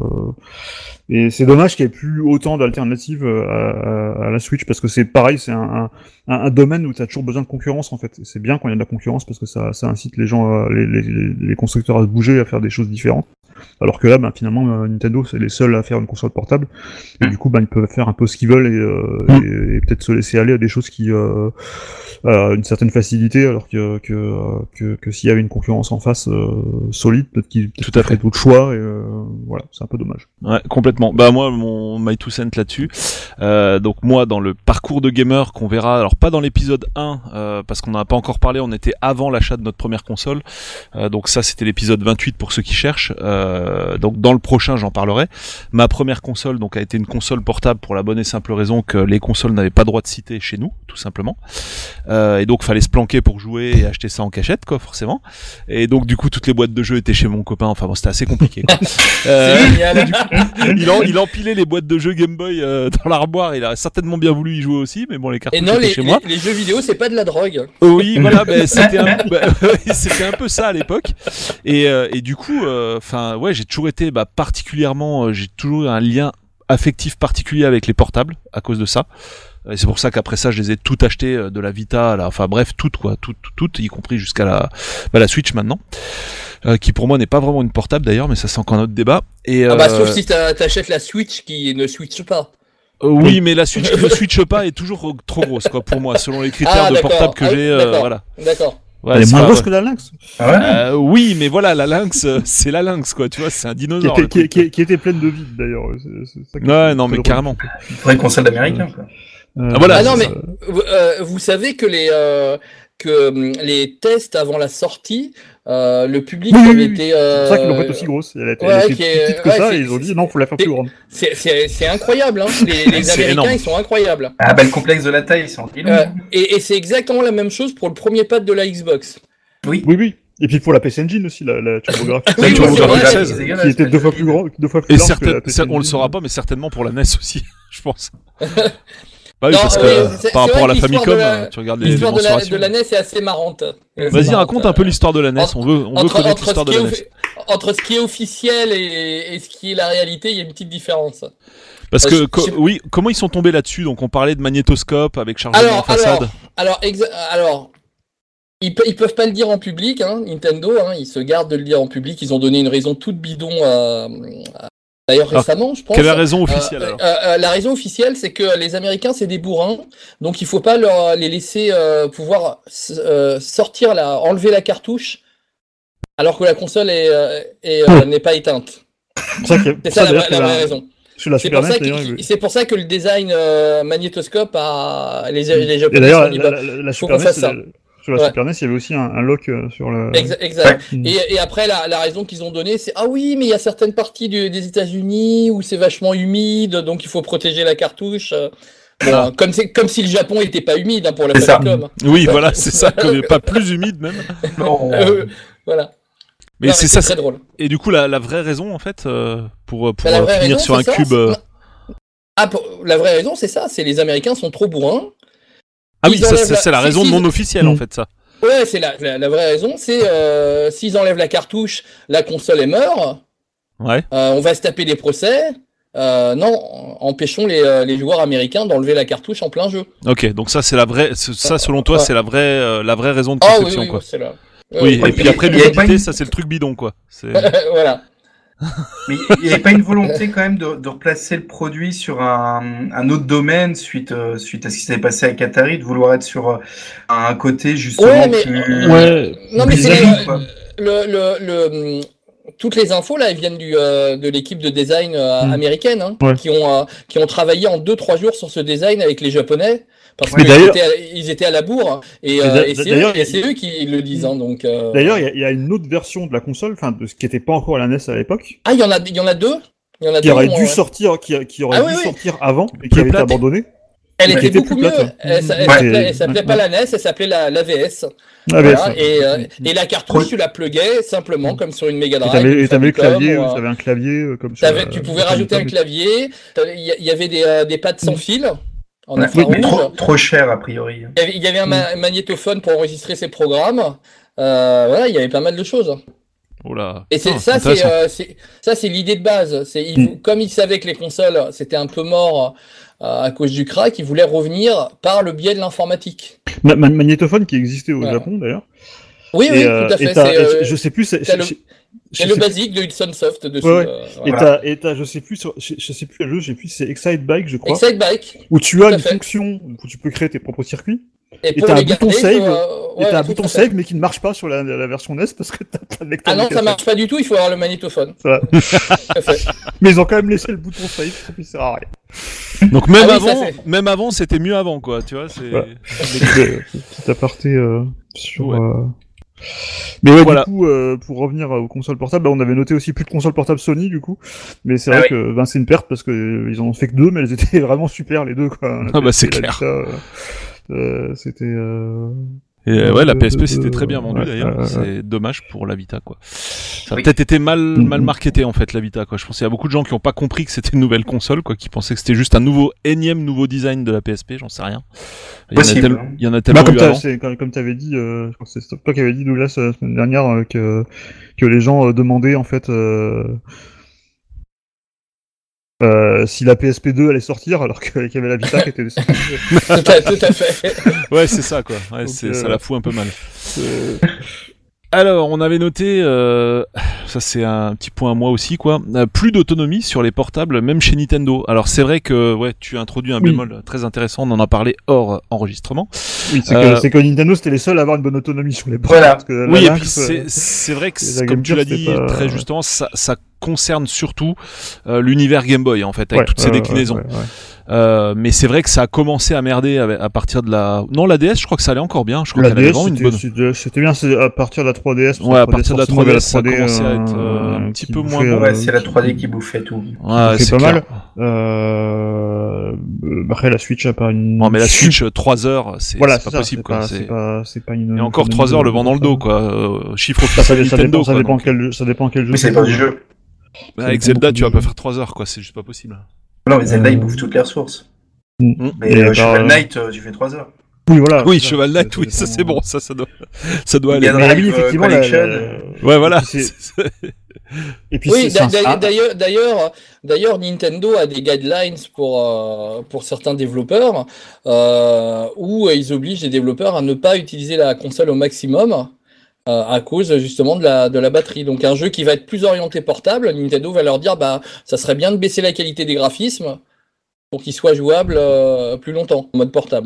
et c'est dommage qu'il n'y ait plus autant d'alternatives à, à, à la Switch, parce que c'est pareil, c'est un, un, un domaine où tu as toujours besoin de concurrence en fait. Et c'est bien quand il y a de la concurrence parce que ça, ça incite les gens, à- les, les, les constructeurs à se bouger, à faire des choses différentes. Alors que là, ben, finalement, euh, Nintendo, c'est les seuls à faire une console portable. Et Mm. du coup, ben, ils peuvent faire un peu ce qu'ils veulent et, euh, Mm. et, et peut-être se laisser aller à des choses qui euh, euh, une certaine facilité, alors que que, euh, que, que s'il y avait une concurrence en face euh, solide, peut-être qu'ils peut-être Tout à qu'ils fait. feraient d'autres choix. Et euh, voilà, c'est un peu dommage. Ouais, complètement. Bah moi, mon my two cents là-dessus. Euh, donc moi, dans le parcours de gamer qu'on verra, alors pas dans l'épisode un, euh, parce qu'on n'en a pas encore parlé, on était avant l'achat de notre première console. Euh, donc ça, c'était l'épisode vingt-huit pour ceux qui cherchent. Euh, donc dans le prochain, j'en parlerai. Ma première console, donc, a été une console portable pour la bonne et simple raison que les consoles n'avaient pas droit de citer chez nous, tout simplement. Euh, et donc fallait se planquer pour jouer et acheter ça en cachette, quoi, forcément. Et donc du coup, toutes les boîtes de jeux étaient chez mon copain. Enfin bon, c'était assez compliqué, quoi. Euh, C'est génial. il, en, il empilait les boîtes de jeux Game Boy euh, dans l'armoire. Il a certainement bien voulu y jouer aussi, mais bon, les cartouches Et non, étaient les, chez moi. les, les jeux vidéo, c'est pas de la drogue. Euh, oui, voilà, ben, c'était un, bah, ouais, c'était un peu ça à l'époque. Et, euh, et du coup, enfin, ouais, j'ai toujours été bah, particulièrement, euh, j'ai toujours eu un lien affectif particulier avec les portables à cause de ça. Et c'est pour ça qu'après ça, je les ai toutes achetées, euh, de la Vita, à la, enfin bref, toutes quoi, toutes, toutes, y compris jusqu'à la, bah, la Switch maintenant, euh, qui pour moi n'est pas vraiment une portable d'ailleurs, mais ça c'est encore un autre débat. Et, Ah bah euh, sauf si t'as- t'achètes la Switch qui ne switch pas. Euh, oui, mais la Switch qui ne switch pas est toujours trop grosse, quoi, pour moi, selon les critères Ah, de d'accord. portable que Ah, j'ai. euh, d'accord. voilà. D'accord. Ouais, Elle est c'est moins pas- grosse que la Lynx, Ah ouais. Euh, oui, mais voilà, la Lynx, euh, c'est la Lynx, quoi. Tu vois, c'est un qui, dinosaure. était, le qui, truc, qui- qui était pleine de vide d'ailleurs. C'est- c'est ça qui- Ouais, non, c'est mais drôle. carrément. Vraie console d'américain, quoi. Euh, Ah, voilà, Ah non, c'est mais ça. vous, euh, vous savez que les euh, que hum, les tests avant la sortie, euh, le public Oui, oui, avait oui. été. C'est euh, pour ça qu'ils l'ont fait aussi grosse. Elle était, ouais, elle était qui plus est- petite que ouais, ça c'est- et ils ont dit c'est- non, faut la faire c'est- plus grande. C'est c'est c'est incroyable, hein. Les, les C'est Américains, énorme. ils sont incroyables. Ah bah le complexe de la taille, ils sont tranquilles. Euh, et et c'est exactement la même chose pour le premier pad de la Xbox. Oui. Oui, oui. Et puis pour la P S Engine aussi, la, la TurboGrafx. Oui, La oui, TurboGrafx c'est vrai, seize, c'est qui dégueulasse, était quoi. deux fois plus grand, deux fois plus Et large que certaines, la P S ça, on le Engine. saura pas, mais certainement pour la N E S aussi, je pense. Bah oui, Non, parce que oui, euh, c'est- par c'est rapport à vrai la que l'histoire Famicom, de la- euh, tu regardes les, les L'histoire de la, mensurations. de la N E S est assez marrante. C'est Vas-y, marrant. raconte un peu l'histoire de la N E S. On veut, on veut Entre, connaître entre, l'histoire ce de qui la est, N E S. offi- entre ce qui est officiel et, et ce qui est la réalité, il y a une petite différence. Parce Euh, que, je- co- je- oui, comment ils sont tombés là-dessus? Donc, on parlait de magnétoscope avec chargement en Alors, façade. alors, alors, exa- alors ils, pe- ils peuvent pas le dire en public, hein, Nintendo, hein, ils se gardent de le dire en public. Ils ont donné une raison toute bidon, à, à- d'ailleurs Alors, récemment, je pense. Quelle est la raison Euh, officielle euh, alors? euh, la raison officielle, c'est que les Américains, c'est des bourrins, donc il faut pas leur, les laisser euh, pouvoir s- euh, sortir la, enlever la cartouche, alors que la console est, euh, est, euh, n'est pas éteinte. C'est ça, qu'il y a- C'est ça, ça la, d'ailleurs, vraie- qu'il y la avait vraie un- raison. sur la C'est Super pour, N E ça S, d'ailleurs. qu'il- il- c'est pour ça que le design euh, magnétoscope a les, les Et Japonais d'ailleurs, se la, sont dit, la, bah, la- la faut Super qu'on N E S, fasse ça. euh, sur la Ouais. Super N E S, il y avait aussi un, un lock euh, sur le. Exa- Exact. Ouais. Et, et après, la, la raison qu'ils ont donnée, c'est ah oui, mais il y a certaines parties du- des États-Unis où c'est vachement humide, donc il faut protéger la cartouche. Euh, Bon, Ah. comme, c'est, comme si le Japon était pas humide hein, pour la C'est ça. Famicom. Oui, voilà, c'est ça, comme pas plus humide même. Non. Euh, voilà. Mais Non, c'est c'est ça. très drôle. Et du coup, la, la vraie raison, en fait, euh, pour, pour Bah, la euh, vraie finir raison, sur un c'est ça, cube. c'est- euh, Ah, pour- la vraie raison, c'est ça, c'est les Américains sont trop bourrins. Ah oui, Ils ça, enlèvent c'est la- c'est la si, raison si, non officielle, Mm. en fait, ça. Ouais, c'est la, la, la vraie raison, c'est euh, s'ils enlèvent la cartouche, la console est meurt, Ouais. euh, on va se taper des procès. Euh, non, empêchons les, euh, les joueurs américains d'enlever la cartouche en plein jeu. Ok, donc ça, c'est la vraie. c'est- Ça, selon toi, Ouais. c'est la vraie, euh, la vraie raison de Ah oui, conception, oui, quoi. oui, c'est là. Oui, Euh, et puis après, il y avait pas l'humidité, une- ça, c'est le truc bidon, quoi. C'est- voilà. Mais il n'y avait pas une volonté quand même de, de replacer le produit sur un, un autre domaine suite, euh, suite à ce qui s'est passé avec Atari, de vouloir être sur euh, un côté justement Ouais, mais- plus... Ouais. Non, mais c'est Bizarre, les- quoi. le, le, le, toutes les infos là, elles viennent du, euh, de l'équipe de design euh, Mm. américaine, hein, Ouais. qui ont euh, qui ont travaillé en deux trois jours sur ce design avec les Japonais, parce Mais qu'ils d'ailleurs- étaient, à- ils étaient à la bourre et, Mais euh, d'a- et c'est d'ailleurs, eux, et c'est eux qui le disent, hein, donc. euh, D'ailleurs, il y, a- il y a une autre version de la console, enfin, de ce qui n'était pas encore à la N E S à l'époque, Ah, il y en a, il y en a deux. Il y en a qui deux. aurait moi, dû ouais. sortir, qui, qui aurait Ah dû oui, oui. sortir avant et qui Plus avait été plate. abandonnée. Elle qui était était beaucoup plus mieux. plate. Elle, s'a- elle Ouais. s'appelait, elle s'appelait Ouais, pas ouais. la N E S, elle s'appelait la, la V S. Ah, Voilà, ouais, ça. et, euh, et la cartouche, Trop- tu la pluguais simplement comme sur une Mega Et Drive. t'avais, une et t'avais le Famicom, clavier, ou euh, un- t'avais un clavier euh, comme sur T'avais- la- tu pouvais sur rajouter un une clavier. T'avais- Il y, il y avait des, euh, des pads sans fil en Ouais, infrarouge. mais trop, trop cher a priori. Il y avait, il y avait un ma- magnétophone pour enregistrer ses programmes. Euh, voilà, il y avait pas mal de choses. Oh là. Et c'est, Ah, ça, c'est, intéressant. euh, c'est, ça, c'est l'idée de base. C'est, ils- Mm. Comme ils savaient que les consoles, c'était un peu mort euh, à cause du crack, ils voulaient revenir par le biais de l'informatique. Ma- ma- magnétophone qui existait au Ouais. Japon d'ailleurs. Oui, Et, oui, euh, tout à fait. et t'as- C'est, et euh, je sais plus, c'est, t'as je- le- je- je c'est le sais- basique de Hudson Soft dessus. Ouais, ouais. euh, Et voilà. t'as, et t'as, je sais plus, sur, je, je sais plus le jeu, je sais plus, c'est Excite Bike, je crois, Excite Bike. où tu as Tout à une fait. fonction où tu peux créer tes propres circuits. Et, Et pour t'as les un bouton garder, save, faut, euh, et ouais, t'as un tout bouton à fait. save, mais qui ne marche pas sur la, la version N E S parce que t'as pas de lecteur Ah non, de ça cassette. marche pas du tout, il faut avoir le magnétophone. Voilà. Tout à fait. Mais ils ont quand même laissé le bouton save, ça ne sert à rien. Donc même Ah oui, ça, avant, c'est- même avant, c'était mieux avant, quoi. Tu vois, c'est. Ouais. Euh, Petit aparté euh, sur. Ouais. euh, Mais ouais, Voilà. du coup, euh, pour revenir aux consoles portables, bah, on avait noté aussi plus de consoles portables Sony, du coup. Mais c'est Ah vrai oui. que ben, c'est une perte parce que euh, ils en ont fait que deux, mais elles étaient vraiment super les deux, quoi. La Ah bah, P S P c'est et la clair. Vita, euh, euh, c'était. Euh... Et, euh, ouais, la P S P Euh, c'était très bien vendu ouais, d'ailleurs. ouais, C'est dommage pour la Vita, quoi. Ça a Oui. peut-être été mal Mhm. mal marketé en fait la Vita, quoi. Je pense qu'il y a beaucoup de gens qui n'ont pas compris que c'était une nouvelle console, quoi, qui pensaient que c'était juste un nouveau énième nouveau design de la P S P. J'en sais rien. Il y en a, Possible, tel- hein. il y en a Bah, tellement comme eu t'as, avant. c'est, comme, comme t'avais dit, euh, je crois que c'est toi qui avais dit, Douglas, euh, la semaine dernière, euh, que, que les gens euh, demandaient, en fait, euh, euh, si la P S P deux allait sortir, alors que- qu'il y avait la Vita qui était descendue. tout, à, tout à fait. Ouais, c'est ça, quoi. Ouais, Donc, c'est, euh, ça la fout un peu mal. Euh, Alors, on avait noté, euh, ça c'est un petit point à moi aussi, quoi, euh, plus d'autonomie sur les portables, même chez Nintendo. Alors c'est vrai que, ouais, tu as introduit un Oui. bémol très intéressant, on en a parlé hors enregistrement. oui, c'est, Euh, que, c'est que Nintendo, c'était les seuls à avoir une bonne autonomie sur les portables. Voilà. Parce que la Oui, et Lynx, puis euh, c'est, c'est vrai que, et c'est- la comme tu l'as GameCube, dit c'était pas- très justement, ça, ça concerne surtout euh, l'univers Game Boy, en fait, avec ouais, toutes ses ouais, déclinaisons. ouais, ouais, ouais. Euh, mais c'est vrai que ça a commencé à merder à, à partir de la... Non, la D S, je crois que ça allait encore bien, je crois La qu'elle avait D S, vraiment une c'était, bonne... c'était, c'était bien, c'est à partir de la trois D S. parce que Ouais, à la partir de la forcément, trois D S, ça avait la commençait à euh, être, euh, un petit qui peu moins bouffait, bon. Ouais, euh, c'est la trois D qui bouffait tout. Ouais, c'est c'est pas clair. mal. Euh... Après, la Switch a pas une. Non, mais la Switch, trois heures, c'est, voilà, c'est pas ça, possible, c'est quoi. pas, C'est... c'est pas, c'est pas une. Et encore une- trois heures le une- vent dans le dos, quoi. Euh, chiffre Ça, ça, officiel ça Nintendo, dépend, ça quoi. dépend donc. quel, ça dépend quel jeu. Mais c'est pas du jeu. Bah, ça avec dépend Zelda, beaucoup tu vas du pas jeu. faire trois heures, quoi. C'est juste pas possible. Non, mais Zelda, Euh, il bouffe toutes les ressources. Mm. Mais Et euh, bah, Shovel euh, Knight, euh, tu fais trois heures. Oui, voilà. Oui, c'est ça, Cheval ça- Knight, oui, ça dépend. c'est bon, ça, ça doit, ça doit Il y aller. a Mais Drive, oui, euh, effectivement, la- Collection, la- euh, Ouais, voilà. Et puis c'est- Et puis Oui, c'est, d'a- c'est un- d'a- ah, d'ailleurs, d'ailleurs, d'ailleurs, Nintendo a des guidelines pour euh, pour certains développeurs euh, où ils obligent les développeurs à ne pas utiliser la console au maximum euh, à cause justement de la de la batterie. Donc un jeu qui va être plus orienté portable, Nintendo va leur dire bah ça serait bien de baisser la qualité des graphismes pour qu'il soit jouable euh, plus longtemps en mode portable.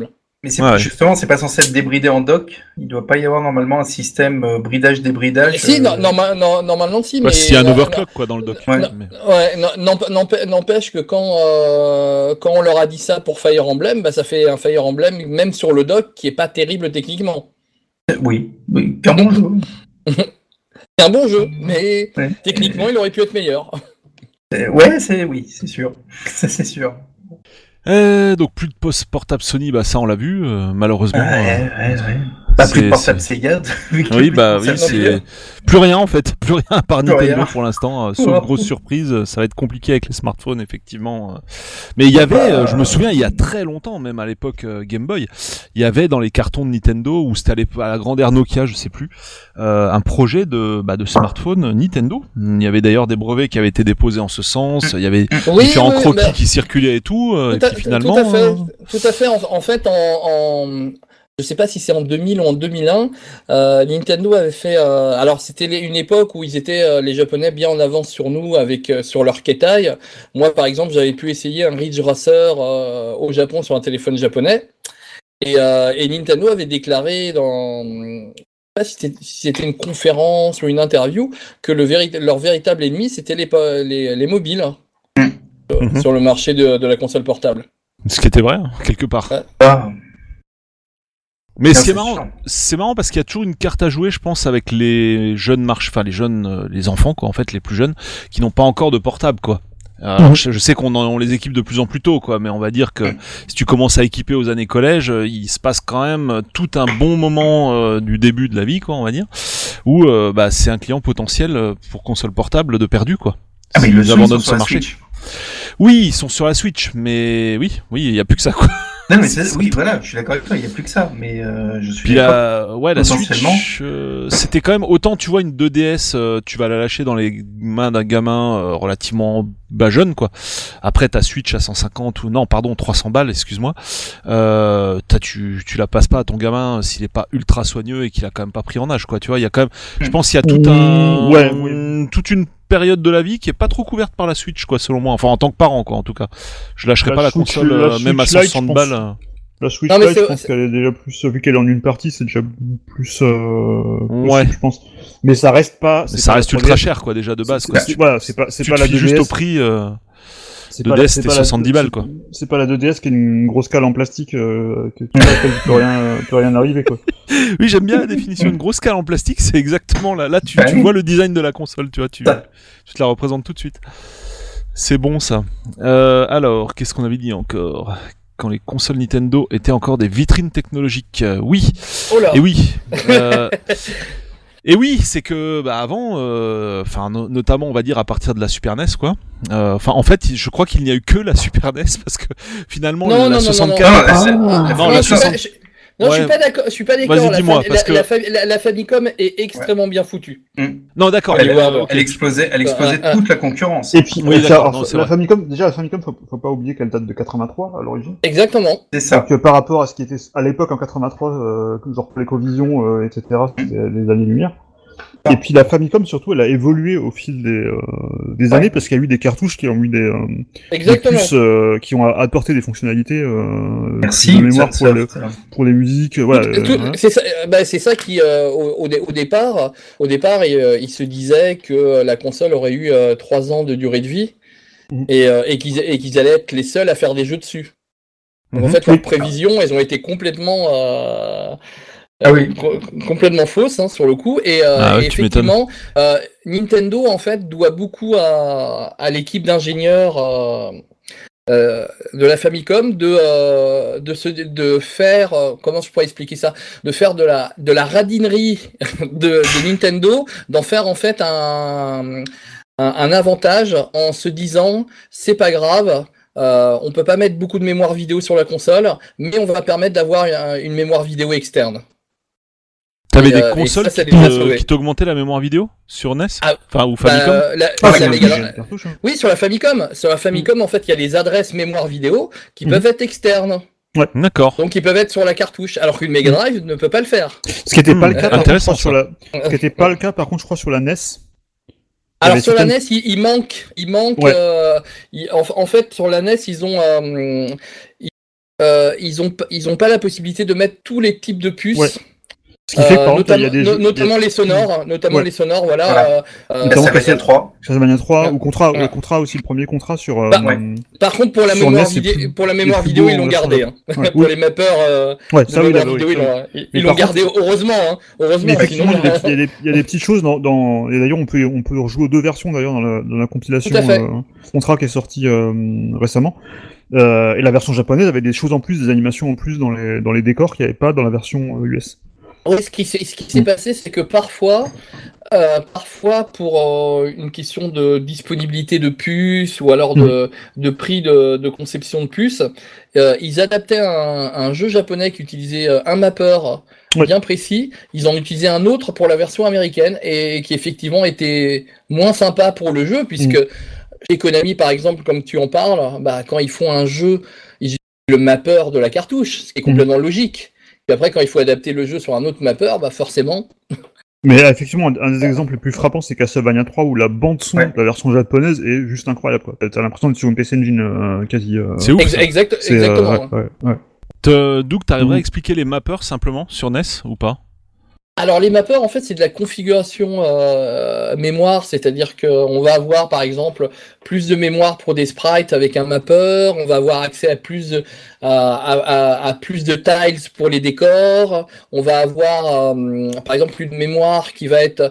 Mais c'est Ouais. justement, c'est pas censé être débridé en dock. Il doit pas y avoir normalement un système euh, bridage-débridage. Si, euh, non, norma- non, normalement, si, Bah, mais. s'il y a un non, overclock quoi dans le dock. Ouais. non, Mais- ouais, non, n'emp- n'emp- n'empêche que quand, euh, quand on leur a dit ça pour Fire Emblem, bah, ça fait un Fire Emblem, même sur le dock, qui est pas terrible techniquement. Oui, oui, qu'un bon jeu. C'est un bon jeu, mais Ouais. techniquement, il aurait pu être meilleur. Euh, Ouais, c'est oui, c'est sûr. Ça, c'est sûr. Euh, donc plus de poste portable Sony, bah ça on l'a vu, euh, malheureusement. Ouais, euh, ouais, ouais. Pas plus c'est- de portable Sega. vu qu'il y a Oui, plus de bah oui, portable c'est Sega. plus rien en fait, plus rien à part Plus Nintendo rien. pour l'instant. euh, sauf Ouais. grosse surprise, euh, ça va être compliqué avec les smartphones effectivement. euh. Mais il y avait, euh, je me souviens, il y a très longtemps, même à l'époque euh, Game Boy, il y avait dans les cartons de Nintendo ou c'était à, l'ép- à la grande ère Nokia, je sais plus, euh, un projet de bah, de smartphone Nintendo. Il y avait d'ailleurs des brevets qui avaient été déposés en ce sens. Il y avait Oui, différents oui, croquis bah, qui circulaient et tout. euh, tout, et à, puis finalement, tout à fait. euh, Tout à fait. En, en fait, en, en- je sais pas si c'est en deux mille ou en deux mille un, euh, Nintendo avait fait. euh, alors, c'était les- une époque où ils étaient euh, les Japonais bien en avance sur nous avec euh, sur leur Ketai. Moi, par exemple, j'avais pu essayer un Ridge Racer euh, au Japon sur un téléphone japonais. Et, euh, et Nintendo avait déclaré dans, je sais pas si c'était si c'était une conférence ou une interview, que le véri- leur véritable ennemi, c'était les, pa- les, les mobiles hein, euh, Mhm. sur le marché de, de la console portable. ce qui était vrai hein, quelque part. Ouais. Ah, Mais non, ce qui est c'est marrant, sûr. c'est marrant parce qu'il y a toujours une carte à jouer, je pense, avec les jeunes marches, enfin les jeunes, euh, les enfants quoi, en fait, les plus jeunes, qui n'ont pas encore de portable quoi. Alors, Mhm. je, je sais qu'on en, on les équipe de plus en plus tôt quoi, mais on va dire que si tu commences à équiper aux années collège, euh, il se passe quand même tout un bon moment euh, du début de la vie quoi, on va dire, où euh, bah c'est un client potentiel euh, pour console portable de perdu quoi. Ah, mais S'ils le son, ils abandonnent sont ce sur la marché. Switch. Oui, ils sont sur la Switch, mais oui, oui, il y a plus que ça quoi. Non, mais c'est- oui, voilà, je suis d'accord avec toi, il n'y a plus que ça. Mais euh, je suis Puis d'accord. la, ouais, la Potentiellement. Switch, euh, c'était quand même autant tu vois une deux D S, euh, tu vas la lâcher dans les mains d'un gamin euh, relativement bas jeune quoi. Après ta Switch à cent cinquante ou non, pardon, trois cents balles, excuse-moi. Euh, t'as, tu, tu la passes pas à ton gamin s'il est pas ultra soigneux et qu'il a quand même pas pris en âge quoi. Tu vois, il y a quand même, je pense qu'il y a tout un, Ouais, oui. toute une période de la vie qui est pas trop couverte par la Switch quoi, selon moi. Enfin, en tant que parent quoi, en tout cas. Je lâcherai La pas la Switch- console la euh, même à Switch Lite, cent soixante je pense. balles. euh. La Switch Non, mais Lite, c'est- je pense c'est- qu'elle est déjà plus, vu qu'elle est en une partie, c'est déjà plus, euh, Ouais. possible, je pense. Mais ça reste pas. Mais c'est ça pas reste la ultra trois D S. cher quoi déjà de base C'est- quoi. c'est- Si tu- Voilà, c'est pas, c'est tu pas te la fies deux D S. juste au prix. euh, C'est deux pas D la- S, c'est c'était pas la- soixante-dix balles, c'est- quoi. C'est pas la deux D S qui est une grosse cale en plastique, euh, que, sur laquelle il peut rien, euh, peut rien arriver, quoi. Oui, j'aime bien la définition. Une grosse cale en plastique, c'est exactement là. Là, tu, Ouais. tu vois le design de la console, tu vois, tu, Ça. tu te la représentes tout de suite. C'est bon ça. Euh, alors, qu'est-ce qu'on avait dit encore? Quand les consoles Nintendo étaient encore des vitrines technologiques, euh, oui. Oh là. Et oui. Euh, et oui, c'est que bah, avant, enfin no- notamment on va dire à partir de la Super N E S quoi. Euh, Enfin en fait, je crois qu'il n'y a eu que la Super N E S parce que finalement Non, la non, non, non, soixante-quatre. non, la- Ah, non, Non, la je suis pas- soixante- je- non, je Ouais. suis pas d'accord. Je suis pas d'accord. Vas-y, La, dis-moi, fa- parce la- que- la fa- la- la Famicom est extrêmement bien foutue. Non d'accord. Elle, mais, euh, ok. elle explosait, elle explosait Ah, ah. toute la concurrence. Et puis, Oui, euh, d'accord, ça, non, c'est la vrai. Famicom, déjà, la Famicom, faut, faut pas oublier qu'elle date de quatre-vingt-trois, à l'origine. Exactement. C'est ça. Donc, euh, par rapport à ce qui était à l'époque en quatre-vingt-trois, euh, genre ColecoVision, euh, et cetera, c'était les années-lumière. Et puis la Famicom, surtout, elle a évolué au fil des, euh, des Ouais. années parce qu'il y a eu des cartouches qui ont eu des, euh, des Exactement. puces euh, qui ont apporté des fonctionnalités euh, Merci. de mémoire ça- pour, le- ça- pour les musiques. euh, Voilà, Tout- euh, tout- voilà. C'est ça, euh, bah, c'est ça qui, euh, au, au dé- au départ, au départ, il, euh, il se disait que la console aurait eu euh, trois ans de durée de vie Mhm. et, euh, et qu'ils et qu'ils allaient être les seuls à faire des jeux dessus. Donc, en Mhm. fait, leurs Oui. prévisions, elles ont été complètement, euh, Ah oui. co- complètement fausses hein, sur le coup. Et, euh, Ah ouais, et tu effectivement, euh, Nintendo en fait doit beaucoup à, à l'équipe d'ingénieurs. Euh, euh, de la Famicom de euh, de se de faire euh, comment je pourrais expliquer ça de faire de la de la radinerie de, de Nintendo d'en faire en fait un, un un avantage en se disant c'est pas grave euh, on peut pas mettre beaucoup de mémoire vidéo sur la console mais on va permettre d'avoir un- une mémoire vidéo externe. T'avais Et, des euh, et consoles ça, ça qui les a te- sauvés. qui t'augmentaient la mémoire vidéo sur N E S, Ah, enfin ou Bah, Famicom. la- Ah, la il y a Mega- une cartouche, hein. oui sur la Famicom sur la Famicom en fait il y a des adresses mémoire vidéo qui Mhm. peuvent être externes. D'accord. Donc ils peuvent être sur la cartouche, alors qu'une Mega Drive ne peut pas le faire. Ce qui n'était pas Hmm, le cas, par contre, je intéressant, crois, sur la... Ce qui était pas le cas, par contre, je crois, sur la N E S. Il y Alors avait sur la certaines- N E S, il, il manque, il manque. Ouais. euh, il- en, en fait, sur la N E S, ils ont, euh, ils, euh, ils ont p- ils ont pas la possibilité de mettre tous les types de puces. Ouais. Ce qui fait que, Euh, par exemple, il y notamment a des no- jeux- notamment il y a- les sonores, notamment Ouais. les sonores, voilà. Voilà. euh, euh, Notamment Castlevania trois. Castlevania trois, Ouais. ou Contra, Ouais. ouais, Contra aussi, le premier Contra sur... euh, Bah, ouais. Par contre, pour la Sur mémoire, N E S, c'est vidéo, plus- pour la c'est mémoire plus vidéo, beau ils en l'ont version gardé. Hein. Ouais, pour oui. les mappeurs euh, Ouais, de ça oui, mémoire là, vidéo, oui, ils ça, l'ont, oui. ils- Mais ils par l'ont gardé. Heureusement, hein. Heureusement. Mais effectivement, sinon, il y, a des, il, y a des, il y a des petites choses dans, dans et d'ailleurs on peut on peut rejouer aux deux versions d'ailleurs dans la, dans la compilation Tout à fait. euh, Contra qui est sortie euh, récemment. Euh, et la version japonaise avait des choses en plus, des animations en plus dans les dans les décors qu'il n'y avait pas dans la version euh, U S. Oui, ce qui s'est, ce qui s'est Mm. passé, c'est que parfois, euh, parfois pour euh, une question de disponibilité de puces ou alors de, de prix de, de conception de puces, euh, ils adaptaient un, un jeu japonais qui utilisait euh, un mapper Ouais. bien précis. Ils en utilisaient un autre pour la version américaine et qui effectivement était moins sympa pour le jeu puisque chez Konami, par exemple, comme tu en parles, bah, quand ils font un jeu, ils utilisent le mapper de la cartouche, ce qui est complètement logique. Puis après, quand il faut adapter le jeu sur un autre mapper, bah forcément. Mais là, effectivement, un des exemples les plus frappants, c'est Castlevania trois où la bande son Ouais. de la version japonaise est juste incroyable. Quoi. T'as l'impression d'être sur une P C Engine euh, quasi. Euh, C'est ouf. Ex- ça. exact, c'est, euh, exactement. ouais, ouais, ouais. Te- Doug, t'arriverais Mm. à expliquer les mappers simplement sur N E S ou pas? Alors les mappers, en fait, c'est de la configuration euh, mémoire, c'est-à-dire qu'on va avoir, par exemple, plus de mémoire pour des sprites avec un mapper, on va avoir accès à plus de, à, à- à plus de tiles pour les décors, on va avoir, euh, par exemple, plus de mémoire qui va être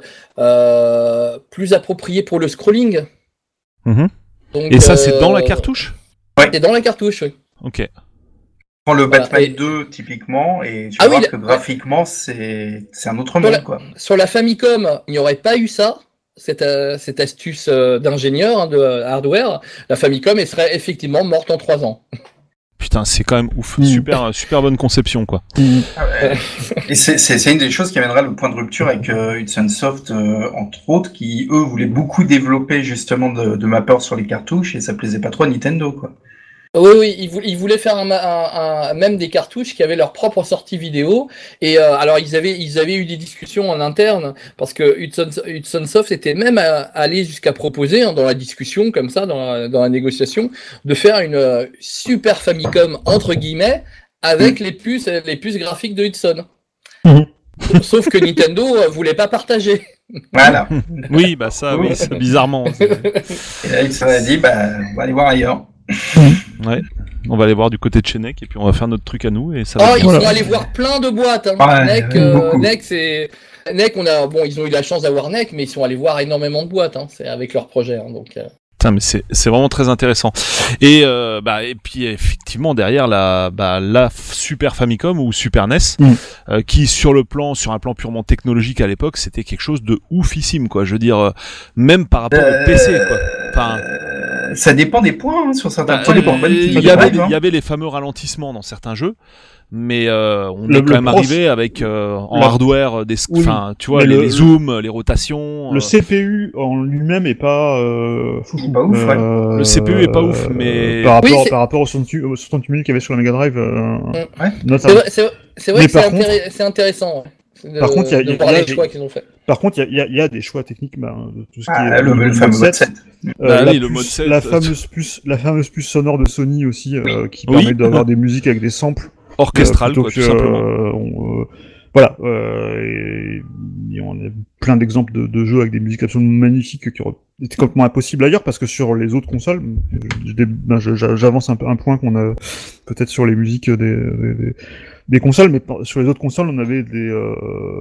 euh, plus appropriée pour le scrolling. Mhm. Donc, Et ça, c'est dans la euh, cartouche? C'est dans la cartouche, oui. Ok. Prends le Voilà, Batman et- deux typiquement et tu Ah vois oui, que la- graphiquement c'est c'est un autre Sur monde la- quoi. Sur la Famicom, il n'y aurait pas eu ça, cette, euh, cette astuce euh, d'ingénieur, hein, de euh, hardware. La Famicom, elle serait effectivement morte en trois ans. Putain, c'est quand même ouf. Mm. Super, super bonne conception, quoi. Ah ouais. Et c'est c'est c'est une des choses qui amènera le point de rupture avec euh, Hudson Soft euh, entre autres qui eux voulaient beaucoup développer justement de, de mappers sur les cartouches et ça plaisait pas trop à Nintendo quoi. Oui, oui, ils, vou- ils voulaient faire un, un- un- même des cartouches qui avaient leur propre sortie vidéo. Et euh, alors, ils avaient, ils avaient eu des discussions en interne parce que Hudson, Hudson Soft était même à- allé jusqu'à proposer, hein, dans la discussion, comme ça, dans la, dans la négociation, de faire une euh, super Famicom, entre guillemets, avec les puces, les puces graphiques de Hudson. Mhm. Sauf que Nintendo euh, voulait pas partager. Voilà. Oui, bah ça, oui, c'est bizarrement. c'est- Et là Hudson a dit bah on va aller voir ailleurs. Ouais. On va aller voir du côté de chez N E C et puis on va faire notre truc à nous et ça va. Oh, être ils bien. sont allés voir plein de boîtes. Hein. Ouais, N E C, ouais, euh, beaucoup. N E C, c'est N E C, on a bon, ils ont eu la chance d'avoir N E C, mais ils sont allés voir énormément de boîtes. Hein. C'est avec leur projet. Hein, donc. Euh... Putain, mais c'est c'est vraiment très intéressant. Et euh, bah et puis effectivement derrière la bah la f- Super Famicom ou Super N E S, Mm. euh, qui sur le plan sur un plan purement technologique à l'époque, c'était quelque chose de oufissime quoi. Je veux dire, euh, même par rapport au P C quoi. Enfin, Euh, ça dépend des points hein, sur certains bah, points. euh, bonne petite il y avait vibe, hein. il y avait les fameux ralentissements dans certains jeux. Mais euh, on Le- est quand le même proche- arrivé avec euh, en la- hardware euh, des, Oui, enfin tu vois mais les, le- les zooms, les rotations. Le euh, C P U en lui-même est pas euh, foufou. Il est pas ouf, ouais. Euh, Le C P U est pas ouf, mais- par rapport, Oui, c'est- par rapport aux soixante-huit au soixante-huit mille qu'il y avait sur la Mega Drive, euh, Ouais. C'est notamment. vrai, c'est, c'est vrai Mais que c'est, par contre- intéré- c'est intéressant. Ouais. De, Par contre, il y a- de il y a- voir il y a les des- choix qu'ils ont fait. Par contre, il y a, il y a- il y a des choix techniques, bah, de tout ce qui Ah, est le, le fameux mode sept. Euh, Bah la, oui, le puce- mode sept, la euh, fameuse puce, la fameuse puce sonore de Sony aussi, euh, qui Oui. permet d'avoir des musiques avec des samples. orchestral euh, plutôt quoi, que, tout simplement. euh, on, euh, voilà, euh, et, et on a plein d'exemples de, de jeux avec des musiques absolument magnifiques qui auraient été complètement impossibles ailleurs, parce que sur les autres consoles, je- je- ben, je- je- j'avance un, peu- un point qu'on a peut-être sur les musiques des, des, des- des consoles, mais par- sur les autres consoles, on avait des euh,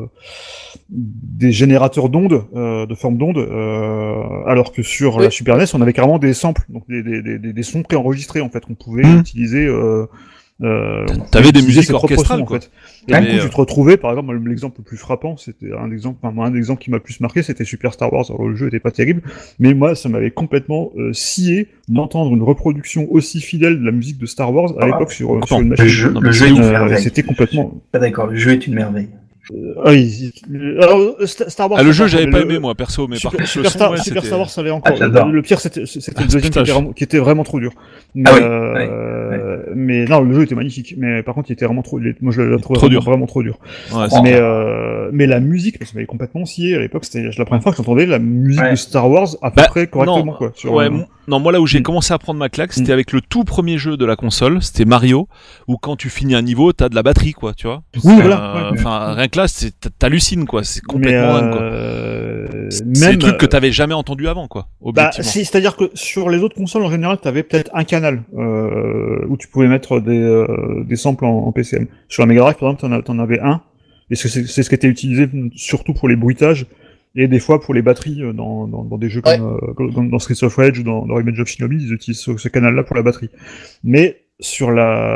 des générateurs d'ondes, euh, de forme d'ondes, euh, alors que sur Oui. la Super N E S, on avait carrément des samples, donc des, des, des, des sons préenregistrés en fait, qu'on pouvait Mmh. utiliser. Euh, euh, on T'avais pouvait des utiliser musiques ses propres orchestrales, sons, en quoi. fait. Il y Et du avait, coup, tu te retrouvais, par exemple, l'exemple le plus frappant, c'était un exemple, enfin, moi, un exemple qui m'a plus marqué, c'était Super Star Wars. Alors, le jeu était pas terrible, mais moi, ça m'avait complètement euh, scié d'entendre une reproduction aussi fidèle de la musique de Star Wars à Ah, l'époque sur, attends, sur une Le machine. jeu, Non, le mais jeu c'est est une ouf. Euh, merveille. c'était complètement. Pas d'accord, le jeu est une merveille. Euh, ah oui. Alors, Star Wars. Ah, le jeu, j'avais pas aimé, moi, perso, mais Super, par contre, Super, le son, Star, ouais, Super c'était... Star Wars, ça allait encore. Ah, le, le pire, c'était, c'était Ah, le deuxième putain, qui, était vraiment, qui était vraiment trop dur. Mais, Ah oui, euh, oui, euh, mais non, le jeu était magnifique. Mais par contre, il était vraiment trop. Il, moi, je l'ai trouvé trop vraiment, dur. vraiment trop dur. Ouais, Oh. Mais, euh, mais la musique, parce que ça m'avait complètement scié à l'époque. C'était la première fois que j'entendais la musique Ouais. de Star Wars à peu Bah, près correctement, non, quoi. Sur, ouais, euh, mon- non, moi là où j'ai Mm. commencé à prendre ma claque, c'était Mm. avec le tout premier jeu de la console, c'était Mario, où quand tu finis un niveau, t'as de la batterie, quoi, tu vois. Oui, Euh, voilà, ouais. Enfin, rien que là, c'est, t'hallucines, quoi. C'est mais, complètement dingue, quoi. euh, C'est même, des trucs que t'avais jamais entendu avant, quoi. Bah, Objectivement. si, c'est-à-dire que sur les autres consoles en général, t'avais peut-être un canal euh, où tu pouvais mettre des, euh, des samples en, en P C M. Sur la Mega Drive, par exemple, t'en, a- t'en avais un, et c'est, c'est, c'est ce qui était utilisé surtout pour les bruitages et des fois pour les batteries euh, dans, dans, dans des jeux Ouais. comme, euh, comme dans Streets of Rage ou dans, dans Revenge of Shinobi, ils utilisent ce, ce canal-là pour la batterie. Mais sur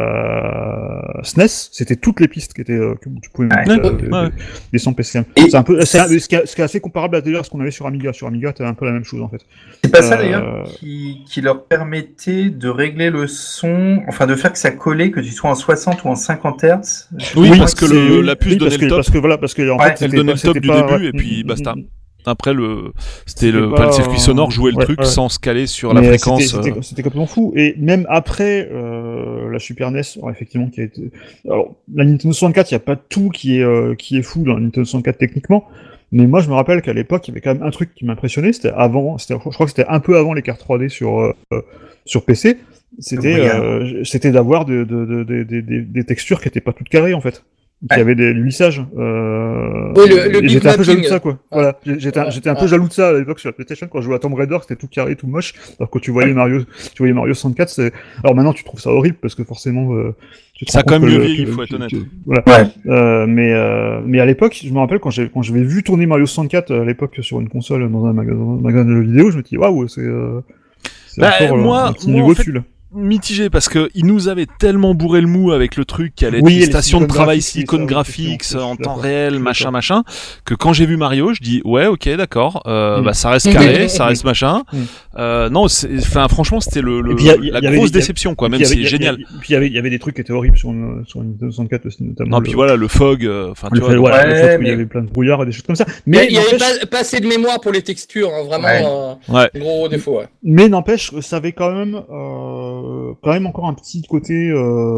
la S N E S, c'était toutes les pistes qui étaient euh, que tu pouvais mettre Ouais, euh, ouais, des, ouais. des- des samples P C M. Et C'est un peu, c'est, un- c'est- ce qui est ce qui est assez comparable à d'ailleurs ce qu'on avait sur Amiga. Sur Amiga, t'avais un peu la même chose en fait. C'est pas ça Euh, d'ailleurs qui, qui leur permettait de régler le son, enfin de faire que ça collait, que tu sois en soixante ou en cinquante hertz. Oui, Oui, parce que c'est- le, la puce oui, parce donnait que, le top. Parce que voilà, parce que en Ouais, fait, elle c'était donnait pas- le top c'était du pas- début, ouais, et puis mm, basta. mm, mm. Après, le, c'était C'était le, pas, pas le circuit sonore, euh, jouait le ouais, truc ouais. sans se caler sur Mais la c'était- fréquence. C'était, euh. c'était complètement fou. Et même après euh, la Super N E S, alors, effectivement, qui a été. Alors, la Nintendo soixante-quatre, il n'y a pas tout qui est euh, qui est fou dans la Nintendo soixante-quatre techniquement. Mais moi, je me rappelle qu'à l'époque, il y avait quand même un truc qui m'impressionnait. C'était avant, c'était, je crois que c'était un peu avant les cartes trois D sur euh, sur P C. C'était, Brouillard. euh, c'était d'avoir de, de, de, de- de- de- des textures qui étaient pas toutes carrées en fait. Qui Ouais. avaient des lissages. Euh... Oui, le- le et j'étais un peu bitmapping. jaloux de ça, quoi. Voilà. J'étais, un- Ouais, j'étais un peu ouais. jaloux de ça à l'époque sur la PlayStation quand je jouais à Tomb Raider, c'était tout carré, tout moche. Alors que tu voyais Mario, tu voyais Mario soixante-quatre, c'est. Alors maintenant, tu trouves ça horrible parce que forcément, euh, tu te Ça a rends quand compte même que mieux le- vieilli, que- faut être que- honnête. que- Voilà. Ouais. Euh, mais euh, mais à l'époque, je me rappelle quand j'ai quand j'avais vu tourner Mario soixante-quatre à l'époque sur une console dans un magasin, dans un magasin de jeux vidéo, je me dis waouh, c'est euh, c'est Bah, encore euh, moi- un petit moi, niveau en fait, dessus là. Mitigé parce que il nous avait tellement bourré le mou avec le truc qui allait Oui, être et une les station de silicone travail, graphics, silicone oui, ça, graphics effectivement, je en suis temps d'accord, réel, je suis machin, d'accord. machin, que quand j'ai vu Mario, je dis ouais, ok, d'accord, euh, Mm. bah ça reste carré, ça reste machin. Mm. Euh, non, c'est, enfin franchement, c'était le, le Et puis, il y a- il y la avait grosse des- déception quoi, Et même puis, il y si avait- c'est il y a- génial. il y a- Puis il y avait il y avait des trucs qui étaient horribles sur une sur une Nintendo soixante-quatre aussi, notamment. Non, le- puis voilà, le fog, euh, enfin tu le vois. fait, donc- voilà, Ouais, le fait où il mais- y avait plein de brouillard et des choses comme ça. Mais Mais il n'y avait n'empêche- pas, pas assez de mémoire pour les textures, hein, vraiment. Ouais. euh, Ouais. Gros défaut, ouais. Mais n'empêche, que ça avait quand même, euh, quand même encore un petit côté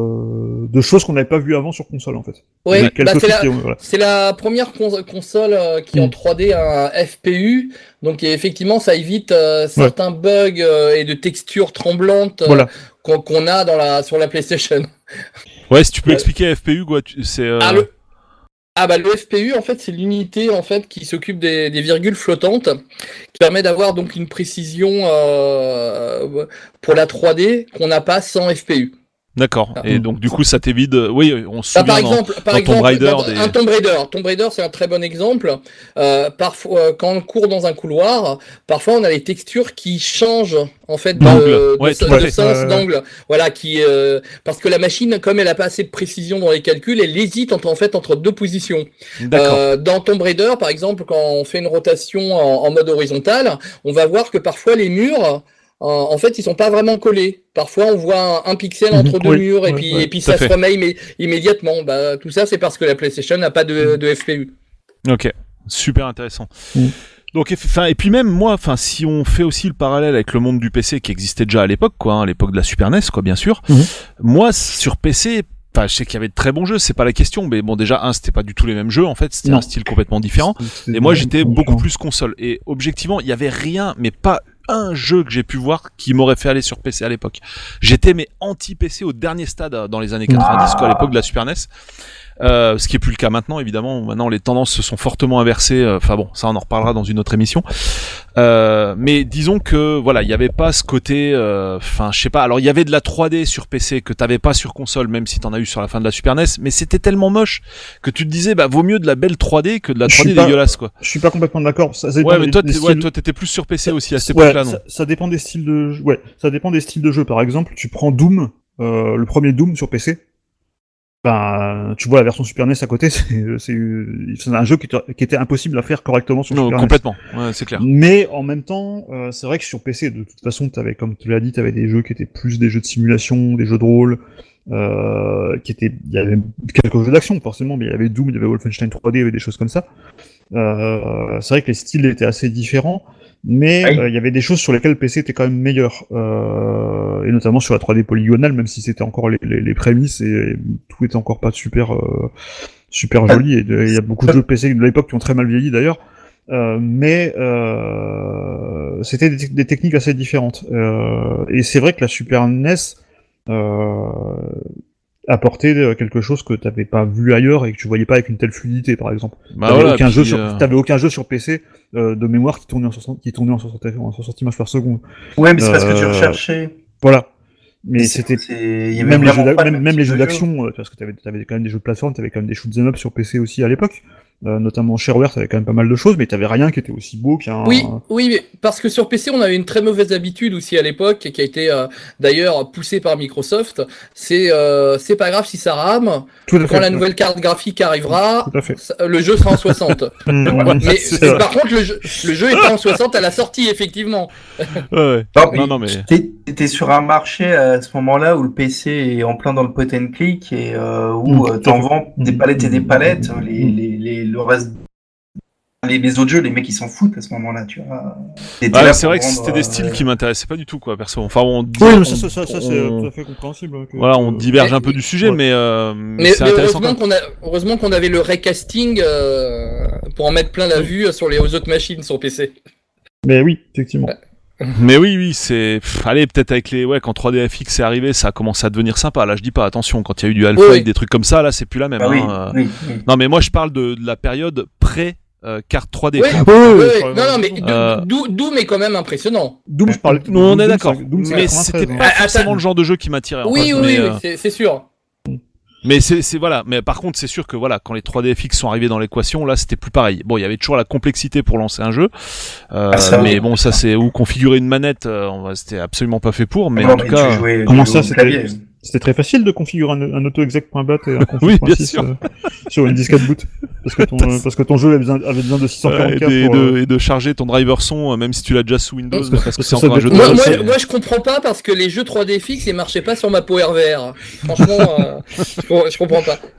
euh, de choses qu'on n'avait pas vu avant sur console en fait. Il y Ouais, avait quelques bah, c'est trucs la, qui- voilà. c'est la première cons- console euh, qui en Mm. trois D a un F P U, donc et effectivement ça évite euh, certains bugs euh, et de textures tremblantes euh, Voilà. qu'on qu'on a dans la sur la PlayStation. Ouais, si tu peux Ouais. expliquer F P U, quoi, tu- c'est. euh, Ah, le... ah bah le F P U en fait c'est l'unité en fait qui s'occupe des, des virgules flottantes, qui permet d'avoir donc une précision euh, pour la trois D qu'on n'a pas sans F P U. D'accord. Ah. Et donc du coup, ça t'évite. de- Oui, on se Bah, souvient. par dans- exemple, par dans Tomb exemple Raider, dans- des- un Tomb Raider. Tomb Raider, c'est un très bon exemple. Euh, parfois, euh, quand on court dans un couloir, parfois on a les textures qui changent en fait de, D'angle. de, Ouais, de- tout à de fait. sens, Ouais, ouais. d'angle. Voilà, qui euh, parce que la machine, comme elle a pas assez de précision dans les calculs, elle hésite entre, en fait entre deux positions. D'accord. Euh, dans Tomb Raider, par exemple, quand on fait une rotation en, en mode horizontal, on va voir que parfois les murs, en, en fait, ils sont pas vraiment collés. Parfois, on voit un, un pixel Mhm. entre deux Oui, murs et ouais, puis, ouais, et puis tout à ça se fait. remet immé- immédiatement. Bah, tout ça, c'est parce que la PlayStation n'a pas de, de F P U. Ok, super intéressant. Mm. Donc, eff- enfin, et puis même moi, enfin, si on fait aussi le parallèle avec le monde du P C qui existait déjà à l'époque, quoi, hein, à l'époque de la Super N E S, quoi, bien sûr. Mhm. Moi, sur P C, enfin, je sais qu'il y avait de très bons jeux, c'est pas la question, mais bon, déjà, un, c'était pas du tout les mêmes jeux, en fait, c'était Non. un style complètement différent. C'était- Et moi, j'étais c'était- beaucoup plus console. Et objectivement, il y avait rien, mais pas un jeu que j'ai pu voir qui m'aurait fait aller sur P C à l'époque. J'étais mais anti-P C au dernier stade euh, dans les années quatre-vingt-dix, quoi, à l'époque de la Super N E S. Euh, ce qui est plus le cas maintenant, évidemment. Maintenant, les tendances se sont fortement inversées. Enfin bon, ça on en reparlera dans une autre émission. Euh, mais disons que voilà, il y avait pas ce côté. Enfin, je sais pas. Alors, il y avait de la trois D sur P C que t'avais pas sur console, même si t'en as eu sur la fin de la Super N E S. Mais c'était tellement moche que tu te disais, bah, vaut mieux de la belle trois D que de la Je trois D suis pas- dégueulasse, quoi. Je suis pas complètement d'accord. Ça, ça dépend Ouais, mais des- toi, des t'es- ouais, styles. toi, t'étais plus sur P C aussi à cette Ouais, époque-là, non? ça, ça dépend des styles de jeu. Ouais, ça dépend des styles de jeu. Par exemple, tu prends Doom, euh, le premier Doom sur P C. ben, tu vois la version Super N E S à côté, c'est, c'est, c'est un jeu qui était, qui était impossible à faire correctement sur Non, Super complètement. N E S. Ouais, c'est clair. Mais en même temps, euh, c'est vrai que sur P C, de toute façon, t'avais, comme tu l'as dit, t'avais des jeux qui étaient plus des jeux de simulation, des jeux de rôle, euh, qui étaient, il y avait quelques jeux d'action forcément, mais il y avait Doom, il y avait Wolfenstein trois D, il y avait des choses comme ça. Euh, c'est vrai que les styles étaient assez différents. Mais il oui. euh, y avait des choses sur lesquelles le P C était quand même meilleur, euh, et notamment sur la trois D polygonale, même si c'était encore les, les, les prémices et, et tout était encore pas super euh, super joli. Et il y a beaucoup de jeux P C de l'époque qui ont très mal vieilli d'ailleurs, euh, mais euh, c'était des, des techniques assez différentes. Euh, et c'est vrai que la Super N E S euh, apporter quelque chose que t'avais pas vu ailleurs et que tu voyais pas avec une telle fluidité, par exemple. Bah t'avais, voilà, aucun puis, jeu sur, euh... t'avais aucun jeu sur P C euh, de mémoire qui tournait en soixante, qui tournait en soixante, en soixante images par seconde. Ouais, mais c'est euh, parce que tu recherchais. Voilà. Mais c'est, c'était c'est... Il y même, les jeux, même, même, même les jeux de d'action, euh, parce que t'avais, t'avais quand même des jeux de plateforme, t'avais quand même des shoot'em up sur P C aussi à l'époque. Euh, notamment Shareware, t'avais quand même pas mal de choses, mais t'avais rien qui était aussi beau qu'un... Oui, oui, mais parce que sur P C, on avait une très mauvaise habitude aussi à l'époque, qui a été euh, d'ailleurs poussée par Microsoft, c'est euh, c'est pas grave si ça rame, Tout à quand fait, la nouvelle carte graphique arrivera, Tout à fait. ça, le jeu sera en soixante. Mmh, mais mais par contre, le jeu, le jeu est pas en soixante à la sortie, effectivement. Ouais, ouais. Non, mais non, non, mais... T'es, t'es sur un marché à ce moment-là où le P C est en plein dans le point and click et euh, où mmh, euh, t'en vends des palettes et des palettes, les, les, les, le reste... Les, les autres jeux, les mecs ils s'en foutent à ce moment-là, tu vois. Ah, c'est vrai que vendre, c'était des styles euh... qui m'intéressaient pas du tout, quoi, perso. Enfin, on. Oui, on, mais ça, ça, ça, ça on, c'est tout à fait compréhensible. Que, voilà, on diverge mais, un peu du sujet, ouais. mais, euh, mais, mais c'est mais intéressant. Heureusement qu'on, a, heureusement qu'on avait le recasting euh, pour en mettre plein la vue sur les autres machines sur P C. Mais oui, effectivement. Mais oui, oui, c'est. Pff, allez, peut-être avec les. Ouais, quand trois D F X est arrivé, ça a commencé à devenir sympa. Là, je dis pas, attention, quand il y a eu du Alpha oui, et oui. des trucs comme ça, là, c'est plus la même. Bah, hein. oui, oui, oui. Non, mais moi, je parle de, de la période pré. Euh, carte trois D. Oui, oui, oui, oui, oui. oui. Non, non, mais Euh... Doom est quand même impressionnant. Doom, je parlais. Non, on est Doom, d'accord. Doom, c'est mais quatre-vingt-treize, c'était hein. pas Ah, forcément attends. le genre de jeu qui m'attirait. En Oui, fait, oui, mais, oui, euh... oui c'est, c'est sûr. Mais c'est, c'est voilà. Mais par contre, c'est sûr que voilà, quand les trois D F X sont arrivés dans l'équation, là, c'était plus pareil. Bon, il y avait toujours la complexité pour lancer un jeu, euh, ah, ça, mais oui. bon, ça c'est ou configurer une manette, euh, on va, c'était absolument pas fait pour. Mais non, en tout mais cas, tu jouais, Comment tu ça, jouais au c'était, clavier. c'était très facile de configurer un, un autoexec.bat et un Oui, config point bien six sûr. euh, sur une disquette boot. Parce que ton, euh, parce que ton jeu avait besoin, avait besoin de six cent ouais, quarante et, K de, pour... de, Euh... et de charger ton driver son, euh, même si tu l'as déjà sous Windows, Parce que- parce que parce c'est que ça encore un jeu de devait- Moi, base, moi, c'est- moi, je comprends pas parce que les jeux trois D F X, ils marchaient pas sur ma PowerVR. Franchement, euh, je, je comprends pas.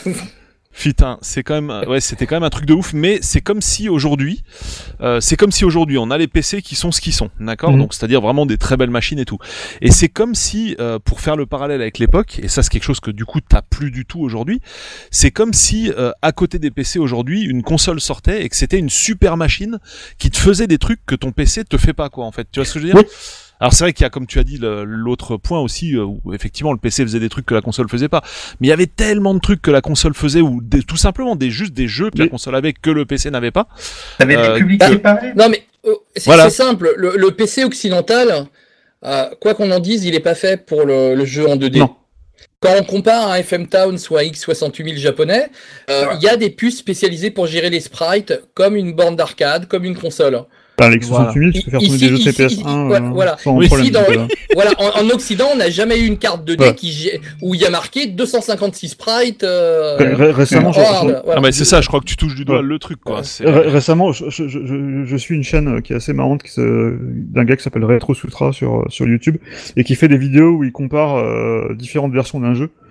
Putain, c'est quand même, ouais, c'était quand même un truc de ouf, mais c'est comme si aujourd'hui, euh, c'est comme si aujourd'hui on a les P C qui sont ce qu'ils sont, d'accord, Mhm. donc c'est-à-dire vraiment des très belles machines et tout. Et c'est comme si, euh, pour faire le parallèle avec l'époque, et ça c'est quelque chose que du coup t'as plus du tout aujourd'hui, c'est comme si euh, à côté des P C aujourd'hui, une console sortait et que c'était une super machine qui te faisait des trucs que ton P C te fait pas, quoi, en fait. Tu vois ce que je veux dire? Oui. Alors c'est vrai qu'il y a, comme tu as dit, le, l'autre point aussi, euh, où effectivement le P C faisait des trucs que la console faisait pas. Mais il y avait tellement de trucs que la console faisait, ou des, tout simplement des juste des jeux que Mais... la console avait que le P C n'avait pas. T'avais Euh, des publics que- séparés. Non, mais euh, c'est, Voilà. c'est simple. Le, le P C occidental, euh, quoi qu'on en dise, il est pas fait pour le, le jeu en deux D. Non. Quand on compare un F M Town ou un X soixante-huit mille japonais, euh, il y a des puces spécialisées pour gérer les sprites, comme une borne d'arcade, comme une console. Enfin, l'X soixante-huit mille, tu peux faire tourner Ici- des jeux de ici- P S un ouais, euh, voilà. sans Oui, problème. ici, dans- donc, euh, Voilà, en, en Occident, on n'a jamais eu une carte deux D Ouais. qui, gé- où il y a marqué deux cent cinquante-six sprites. Euh, ré- ré- récemment, je- hard, je- voilà. Ah bah c'est ça, je crois que tu touches du doigt Ouais. le truc, quoi. Ouais. C'est... Ré- Récemment, je, je, je, je suis une chaîne qui est assez marrante, qui se, d'un gars qui s'appelle Retro Sutra sur, sur YouTube, et qui fait des vidéos où il compare euh, différentes versions d'un jeu,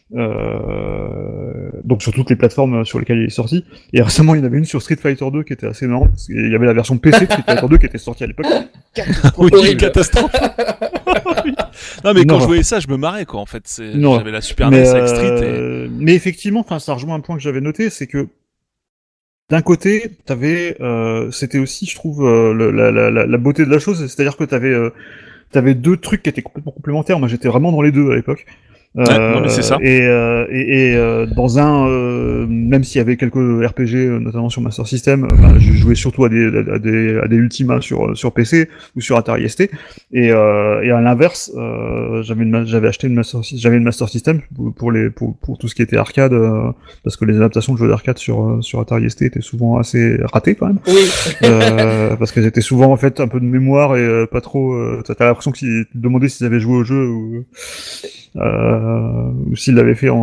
euh, donc sur toutes les plateformes sur lesquelles il est sorti. Et récemment, il y en avait une sur Street Fighter deux qui était assez marrante, parce qu'il y avait la version P C de Street Fighter deux qui était sortie à l'époque. Oui, Horrible. catastrophe. Non mais Une quand horreur. je voyais ça, je me marrais, quoi. En fait, c'est... Une horreur. j'avais la Super N E Mais, S avec Street. Et... euh, mais effectivement, enfin, ça rejoint un point que j'avais noté, c'est que d'un côté, t'avais, euh, c'était aussi, je trouve, euh, le- la, la, la, la beauté de la chose, c'est-à-dire que t'avais, euh, t'avais deux trucs qui étaient complètement complémentaires. Moi, j'étais vraiment dans les deux à l'époque. Ouais, non, mais c'est ça. Et, euh, et, et euh, dans un, euh, même s'il y avait quelques R P G, euh, notamment sur Master System, euh, bah, je jouais surtout à des, à des, à des Ultima sur sur P C ou sur Atari S T. Et, euh, et à l'inverse, euh, j'avais une, j'avais acheté une Master, j'avais une Master System pour, pour les, pour, pour tout ce qui était arcade, euh, parce que les adaptations de jeux d'arcade sur euh, sur Atari S T étaient souvent assez ratées quand même. Oui. Euh, parce qu'elles étaient souvent en fait un peu de mémoire et euh, pas trop. Euh, t'as t'as l'impression qu'ils te demandaient s'ils avaient joué au jeu ou. Euh, euh, ou s'il l'avait fait en,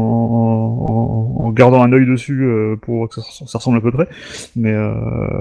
en, en gardant un œil dessus euh, pour que ça, ça ressemble à peu près. Mais euh,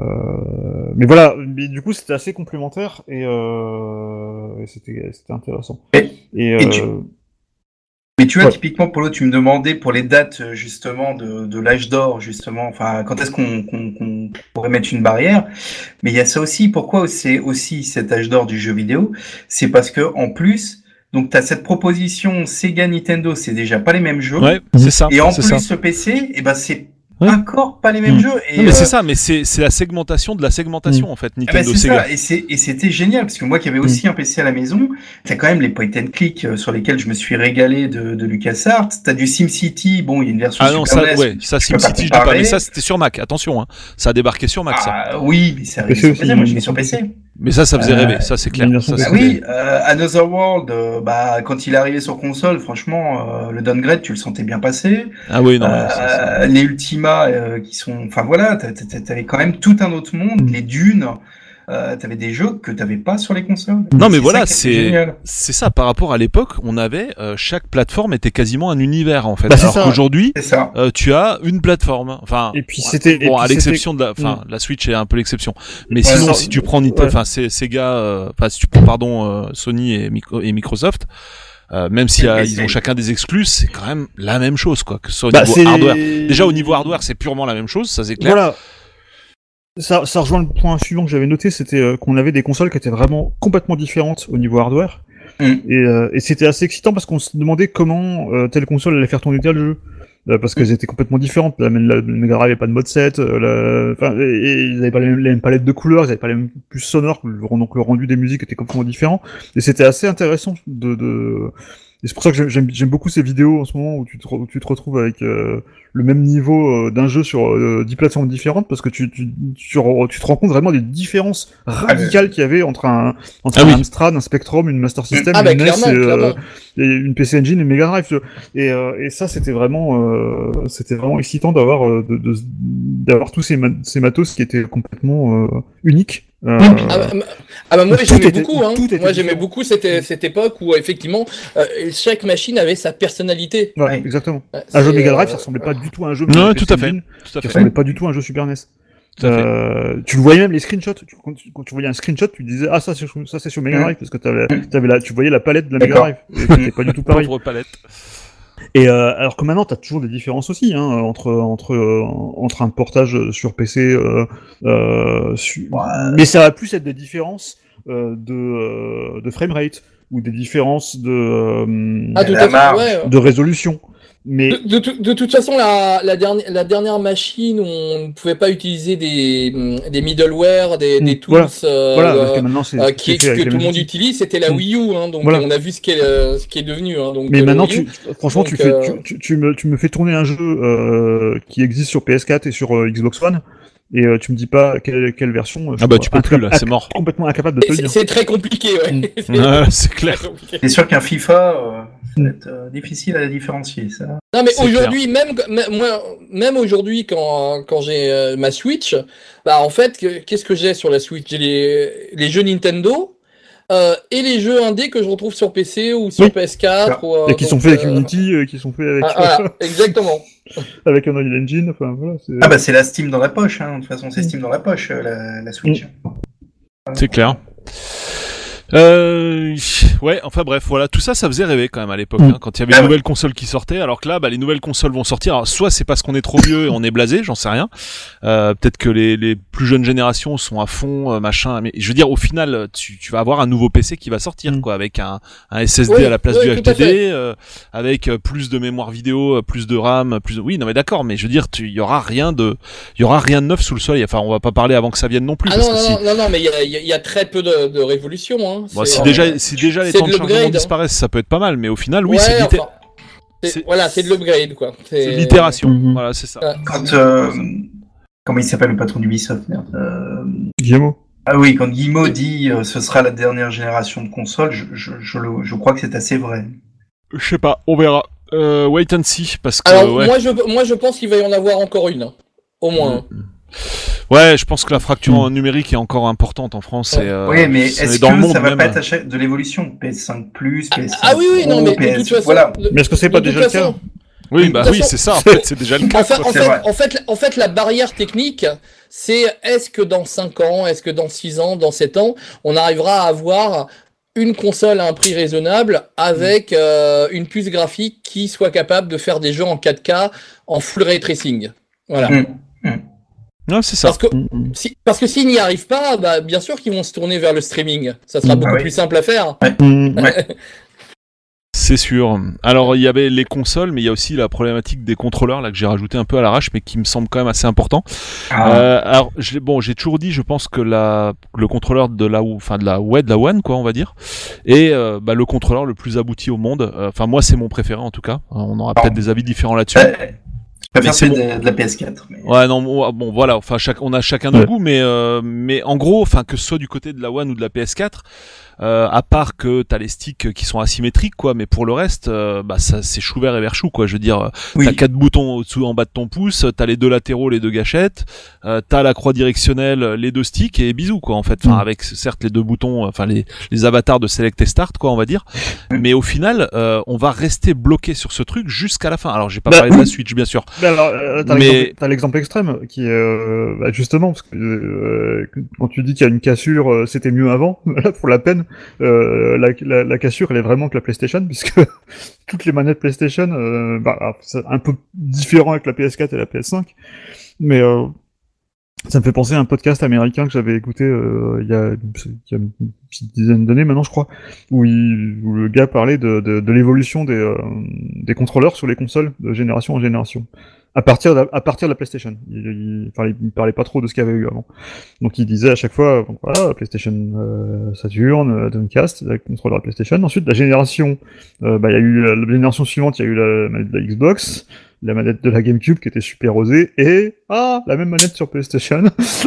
mais voilà, mais du coup c'était assez complémentaire et, euh, et c'était c'était intéressant. Et, et, et euh, tu... Mais tu vois, ouais. typiquement, Polo, tu me demandais pour les dates, justement, de, de l'âge d'or, justement, enfin, quand est-ce qu'on, qu'on, qu'on pourrait mettre une barrière. Mais il y a ça aussi. Pourquoi c'est aussi cet âge d'or du jeu vidéo? C'est parce que, en plus, donc, t'as cette proposition Sega Nintendo, c'est déjà pas les mêmes jeux. Ouais, c'est ça. Et en c'est plus, ça. le P C, et ben, c'est Ouais. encore pas les mêmes Mmh. jeux. Et, Non, mais euh, c'est ça, mais c'est, c'est la segmentation de la segmentation, Mm. en fait, ah bah, Nintendo c'est Sega. ça, et, c'est, et c'était génial, parce que moi qui avais aussi un P C à la maison, t'as quand même les point and click euh, sur lesquels je me suis régalé de, de LucasArts, t'as du SimCity, bon, il y a une version Ah non, Super ça, N E S, ouais, je ça, peux pas SimCity, je dis pas, comparer. mais ça, c'était sur Mac, attention, hein. Ça a débarqué sur Mac, ça. Ah oui, mais c'est arrivé P C sur aussi, P C, moi je il y a l'ai sur une P version C. Mais ça, ça faisait Euh, rêver, ça, c'est clair. il y a une version Ça, Ah P C. c'était- oui, euh, Another World, euh, bah, quand il est arrivé sur console, franchement, euh, le downgrade, tu le sentais bien passer. Ah oui, non, Euh, mais ça, ça- les Ultima euh, qui sont, enfin voilà, t'a- t'a- t'avais quand même tout un autre monde, Mm. les dunes, euh, t'avais des jeux que t'avais pas sur les consoles. Non, Et mais c'est voilà, ça qui était c'est, génial. c'est ça, par rapport à l'époque, on avait, euh, chaque plateforme était quasiment un univers, en fait. Bah, c'est Alors ça. qu'aujourd'hui, C'est ça. euh, tu as une plateforme. Enfin, Et puis c'était- et bon, puis à l'exception de la, c'était- enfin, la Switch est un peu l'exception. Mais Ouais, sinon, ça- si tu prends Nintendo, ouais. enfin, c'est Sega, euh, enfin, si tu prends, pardon, euh, Sony et, Micro- et Microsoft, euh, même si Mais euh, c'est- ils ont chacun des exclus, c'est quand même la même chose, quoi, que ce soit au Bah, niveau c'est- hardware. Déjà, au niveau hardware, c'est purement la même chose, ça c'est clair. Voilà. Ça, ça rejoint le point suivant que j'avais noté, c'était euh, qu'on avait des consoles qui étaient vraiment complètement différentes au niveau hardware. Mm. Et, euh, et c'était assez excitant parce qu'on se demandait comment euh, telle console allait faire tourner tel jeu. Euh, parce qu'elles étaient complètement différentes. La, la, la Mega Drive avait pas de mode sept, euh, la, enfin, et, et ils avaient pas les mêmes, les mêmes palettes de couleurs, ils avaient pas les mêmes puces sonores, le, donc le rendu des musiques était complètement différent. Et c'était assez intéressant de, de... Et c'est pour ça que j'aime- j'aime j'aime beaucoup ces vidéos en ce moment où tu te, re- où tu te retrouves avec euh, le même niveau euh, d'un jeu sur euh, dix plateformes différentes, parce que tu, tu, tu, re- tu te rends compte vraiment des différences radicales qu'il y avait entre un, entre Ah un oui. Amstrad, un Spectrum, une Master System, Ah bah une N E S clairement, et, euh, clairement. et une P C Engine et une Mega Drive. tu vois. Et, euh, et ça, c'était vraiment, euh, c'était vraiment excitant d'avoir, euh, de, de, d'avoir tous ces, ma- ces matos qui étaient complètement euh, uniques. Euh, Ah bah, m- ah bah moi Tout j'aimais était- beaucoup, hein. tout était Moi j'aimais différent. beaucoup cette, cette époque où effectivement euh, chaque machine avait sa personnalité. ouais, Ouais. exactement. Ouais, Un jeu c'est, Mega Drive, euh, ça ressemblait pas du tout à un jeu. Non, P C tout à fait. Engine, Tout à qui fait. ressemblait pas du tout à un jeu Super N E S. Tout à fait. Euh, tu le voyais même les screenshots. Tu- quand, tu, quand tu voyais un screenshot, tu disais ah ça c'est sur- ça c'est sur Mega Mm. Drive parce que t'avais, t'avais la, tu voyais la palette de la Mega D'accord. Drive. Et c'était pas du tout pareil. Pauvre palette. Et euh, alors que maintenant, t'as toujours des différences aussi hein, entre entre euh, entre un portage sur P C, euh, euh, su- Ouais. mais ça va plus être des différences euh, de euh, de framerate ou des différences de euh, Ah tout La à fait, marge. ouais. de résolution. Mais De, de, tout- de toute façon, la, la, dernière, la dernière machine où on ne pouvait pas utiliser des, des middleware, des, Mm, des tools voilà. euh, voilà, euh, parce que maintenant c'est euh, c'est qui, fait que avec tout les le mêmes monde outils. utilise, c'était la Mm. Wii U. Hein, donc Voilà. on a vu ce qui est, euh, ce qui est devenu. Hein, donc, Mais euh, maintenant, la Wii U. tu, franchement, tu, Donc, fais, euh, tu, tu, tu me, tu me fais tourner un jeu euh, qui existe sur P S quatre et sur euh, Xbox One, et euh, tu me dis pas quelle, quelle version. euh, je Ah bah suis tu peux plus là, incapable- c'est mort. complètement incapable de te Et le C'est dire. c'est très compliqué, ouais. C'est Ouais, c'est clair. très compliqué. C'est sûr qu'un FIFA, euh, ça va être euh, difficile à différencier, ça. Non mais C'est aujourd'hui, même même- moi, même aujourd'hui, quand quand j'ai euh, ma Switch, bah en fait, que- qu'est-ce que j'ai sur la Switch? J'ai les les jeux Nintendo euh, et les jeux indés que je retrouve sur P C ou sur Oui. P S quatre. Ou, euh, Et qui sont donc, faits avec euh, Unity, euh, qui sont faits avec, ah, voilà, exactement. avec Unreal Engine, enfin voilà. c'est- Ah bah c'est la Steam dans la poche, hein. De toute façon c'est Steam dans la poche, euh, la, la Switch. C'est clair. Euh, ouais, enfin bref, voilà, tout ça, ça faisait rêver quand même à l'époque, Mm. hein, quand il y avait Ah de ouais. nouvelles consoles qui sortaient. Alors que là, bah, les nouvelles consoles vont sortir. Alors, soit c'est parce qu'on est trop vieux et on est blasé, j'en sais rien. Euh, peut-être que les, les plus jeunes générations sont à fond, euh, machin. Mais je veux dire, au final, tu, tu vas avoir un nouveau P C qui va sortir, Mm. quoi, avec un, un S S D Oui, à la place oui, du tout à H D D, fait. euh, avec euh, plus de mémoire vidéo, euh, plus de RAM, plus de... Oui, non mais d'accord, mais je veux dire, tu- il y aura rien de, il y aura rien de neuf sous le soleil. Enfin, on va pas parler avant que ça vienne non plus, Ah parce non, que non, si, non, non, non, mais il y a, il y a- il y a très peu de, de révolution. Hein. bon, C'est, si euh, déjà, si déjà les c'est temps de de chargement l'upgrade. disparaissent, ça peut être pas mal, mais au final, oui, ouais, c'est litté- enfin, c'est- c'est- voilà, c'est de l'upgrade quoi. c'est l'itération. Mhm. Voilà, c'est ça. Ouais. Quand euh, comment il s'appelle le patron d'Ubisoft, merde. Euh, Guillemot. Ah oui, quand Guillemot dit euh, ce sera la dernière génération de consoles, je, je, je, le- je crois que c'est assez vrai. Je sais pas, on verra. Euh, wait and see, parce que Alors ouais. moi je moi je pense qu'il va y en avoir encore une, hein. Au moins. Mm. Ouais, je pense que la fracture mmh. numérique est encore importante en France. Et, euh, oui, mais est-ce dans que le monde ça va même. pas être chaque... de l'évolution P S cinq plus, P S cinq Ah oui, oui, non, mais P S... de toute façon. Voilà. De, mais est-ce que c'est pas déjà le cas? Oui, bah oui, c'est ça. En fait, c'est déjà le cas. En fait, en c'est fait, vrai. en fait, en fait, la barrière technique, c'est est-ce que dans cinq ans, est-ce que dans six ans, dans sept ans, on arrivera à avoir une console à un prix raisonnable avec euh, une puce graphique qui soit capable de faire des jeux en quatre K en full ray tracing. Voilà. Mmh. Mmh. Non, c'est ça. Parce que si, parce que s'ils n'y arrivent pas, bah, bien sûr qu'ils vont se tourner vers le streaming. Ça sera Mmh, beaucoup ah oui. plus simple à faire. Ouais. Ouais. C'est sûr. Alors il y avait les consoles, mais il y a aussi la problématique des contrôleurs là que j'ai rajouté un peu à l'arrache, mais qui me semble quand même assez important. Ah. Euh, alors je l'ai- bon, j'ai toujours dit, je pense que la le contrôleur de la enfin de la ouais de la One quoi, on va dire, est euh, bah, le contrôleur le plus abouti au monde. Enfin moi c'est mon préféré en tout cas. On aura peut-être des avis différents là-dessus. Euh, je préfère c'est celui bon. de, de la P S quatre. Mais... Ouais non bon, bon voilà enfin chaque on a chacun nos Ouais. goûts mais euh, mais en gros enfin que ce soit du côté de la One ou de la P S quatre euh, à part que t'as les sticks qui sont asymétriques quoi mais pour le reste euh, bah ça c'est chou vert et vert chou quoi je veux dire Oui. t'as quatre boutons au-dessous en bas de ton pouce t'as les deux latéraux les deux gâchettes euh, t'as la croix directionnelle les deux sticks et bisous quoi en fait enfin Mm. avec certes les deux boutons enfin les les avatars de select et start quoi on va dire mais au final euh, on va rester bloqué sur ce truc jusqu'à la fin alors j'ai pas Bah, parlé de la oui. Switch bien sûr. Ben alors, euh, t'as Mais- l'exemple- t'as l'exemple extrême qui est euh, bah, justement parce que euh, quand tu dis qu'il y a une cassure, euh, c'était mieux avant. Là, pour la peine, euh, la, la, la cassure, elle est vraiment que la PlayStation, puisque toutes les manettes PlayStation, euh, bah, alors, c'est un peu différent avec la P S quatre et la P S cinq, mais euh, ça me fait penser à un podcast américain que j'avais écouté euh, il, y a, il y a une petite dizaine d'années maintenant, je crois, où, il, où le gars parlait de, de, de l'évolution des, euh, des contrôleurs sur les consoles de génération en génération. À partir de, à partir de la PlayStation. Il, il, enfin, il parlait pas trop de ce qu'il y avait eu avant. Donc il disait à chaque fois, donc voilà, PlayStation euh, Saturn, euh, Dreamcast, la contrôleur de PlayStation. Ensuite, la génération, euh, bah, il y a eu la, la génération suivante, il y a eu la manette de la Xbox, la manette de la GameCube qui était super osée, et ah, la même manette sur PlayStation.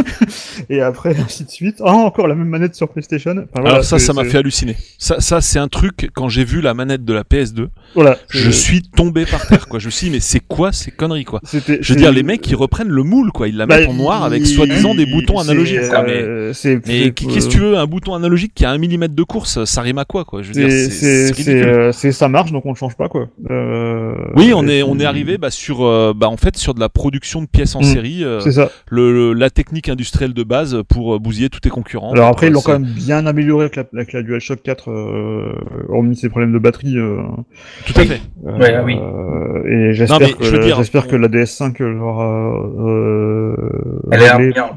Et après, ainsi de suite. Ah, encore la même manette sur PlayStation. Enfin, voilà, Alors ça, c'est- ça m'a c'est- fait halluciner. Ça, ça c'est un truc, quand j'ai vu la manette de la P S deux, Voilà. je c'est- suis tombé par terre, quoi. Je me suis dit, mais c'est quoi ces conneries, quoi? C'était, Je veux c'est- dire, les mecs, ils reprennent le moule, quoi. Ils la Bah, mettent en noir avec il- soi-disant des il- boutons c'est, analogiques, quoi. Mais, euh, c'est- mais c'est- qu'est-ce que tu veux? Un bouton analogique qui a un millimètre de course, ça rime à quoi, quoi? Je veux dire, C'est, c'est c'est, c'est c'est, ridicule. euh, c'est- ça marche, donc on le change pas, quoi. Euh, Oui, on et est, puis- on est arrivé, bah, sur, euh, bah, en fait, sur de la production de pièces en Mm. série, euh, C'est ça. le, le- la technique industrielle de base pour euh, bousiller tous tes concurrents. Alors Donc, après, ils euh, l'ont c'est- quand même bien amélioré avec la, avec la DualShock quatre, euh, hormis ses problèmes de batterie. Euh, Tout à fait. euh, Ouais, oui. euh, et j'espère Non, mais que, je veux dire, j'espère on- que la D S cinq l'aura, euh, Elle a l'air réglé. bien.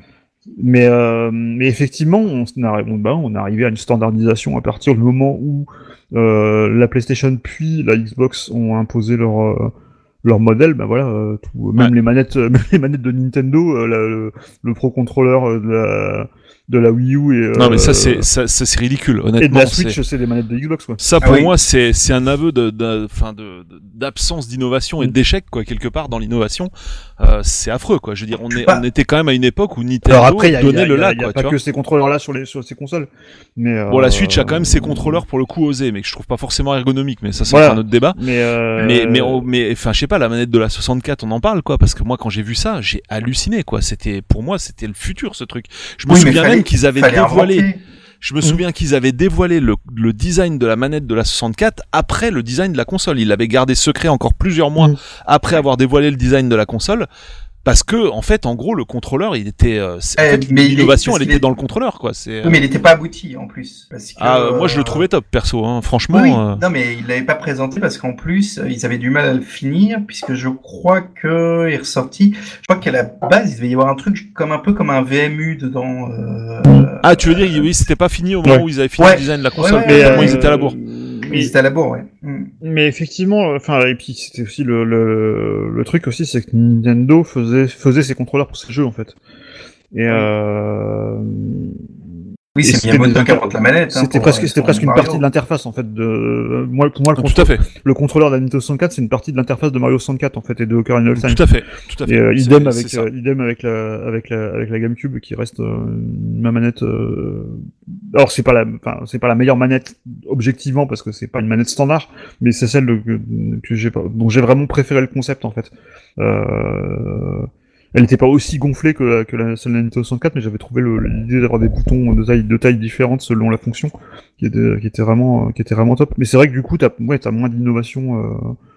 Mais, euh, mais effectivement, on, s- on, a- on, bah, on est arrivé à une standardisation à partir du moment où euh, la PlayStation puis la Xbox ont imposé leur euh, leur modèle. Bah voilà, euh, tout, même Ouais. les manettes, même les manettes de Nintendo, euh, la- le, le Pro Controller euh, de la de la Wii U et Non, mais ça, euh, c'est, ça, ça, c'est ridicule, et de honnêtement. la c'est- Switch, c'est des manettes de Xbox, quoi. Ça, Ah pour oui. moi, c'est, c'est un aveu de, de, enfin, de, de- d'absence d'innovation et Mm. d'échec, quoi, quelque part, dans l'innovation. Euh, c'est affreux, quoi. Je veux dire, on est, pas- on était quand même à une époque où Nintendo Alors après, il y a, il y donnait a, le il y a- là, il y a quoi, pas tu vois. que ces contrôleurs-là sur les sur ces consoles, mais Bon, euh, la Switch a quand même ses contrôleurs pour le coup osés, mais que je trouve pas forcément ergonomiques, mais ça, c'est Voilà. encore un autre débat. Mais euh, Mais, mais, oh, mais, enfin, je sais pas, la manette de la soixante-quatre, on en parle, quoi, parce que moi, quand j'ai vu ça, j'ai halluciné, quoi. C'était, pour moi, c'était le futur, ce truc. Je me Oui, mais souviens fallait- même qu'ils avaient fallait dévoilé, inventer. je me souviens qu'ils avaient dévoilé le, le design de la manette de la soixante-quatre après le design de la console. Ils l'avaient gardé secret encore plusieurs mois Mm. après avoir dévoilé le design de la console. Parce que, en fait, en gros, le contrôleur, il était, euh, c'est- en Eh, fait, mais il est- l'innovation, parce elle qu'il était est- dans le contrôleur, quoi. C'est, Oui, mais il n'était pas abouti en plus. Parce que, ah, euh, moi, je le euh, trouvais top, perso, hein. Franchement, Oui, oui. euh, Non, mais ils l'avaient pas présenté parce qu'en plus, euh, ils avaient du mal à le finir, puisque je crois que est ressorti. Je crois qu'à la base, il devait y avoir un truc comme un peu comme un V M U dedans. Euh, ah, tu veux dire, oui, c'était pas fini au moment Ouais. où ils avaient fini Ouais. le design de la console, Ouais, ouais, mais ouais, tellement ouais, ils étaient à la bourre. Ils étaient à la bourre, ouais. Mm. Mais effectivement, enfin, et puis c'était aussi le, le, le truc aussi, c'est que Nintendo faisait, faisait ses contrôleurs pour ses jeux, en fait. Et euh, Oui, Et c'est c'était Miyamoto des qui invente la manette. hein, c'était pour, presque, euh, c'était pour presque une Mario. partie de l'interface, en fait, de, moi, pour moi, le, Ah, tout contrôle- à fait, le contrôleur de la Nintendo soixante-quatre, c'est une partie de l'interface de Mario soixante-quatre, en fait, et de Ocarina of Time. tout à fait, tout à fait. Et euh, C'est- idem c'est avec ça. euh, idem avec la avec la avec la GameCube qui reste euh, ma manette. Euh... Alors c'est pas la enfin c'est pas la meilleure manette objectivement parce que c'est pas une manette standard, mais c'est celle de, que, que j'ai pas dont j'ai vraiment préféré le concept en fait. Euh... elle n'était pas aussi gonflée que la, que la celle de la Nintendo soixante-quatre, mais j'avais trouvé le, l'idée d'avoir des boutons de taille, de taille différentes selon la fonction, qui était, qui était vraiment, qui était vraiment top. Mais c'est vrai que du coup, t'as, ouais, t'as moins d'innovation, euh,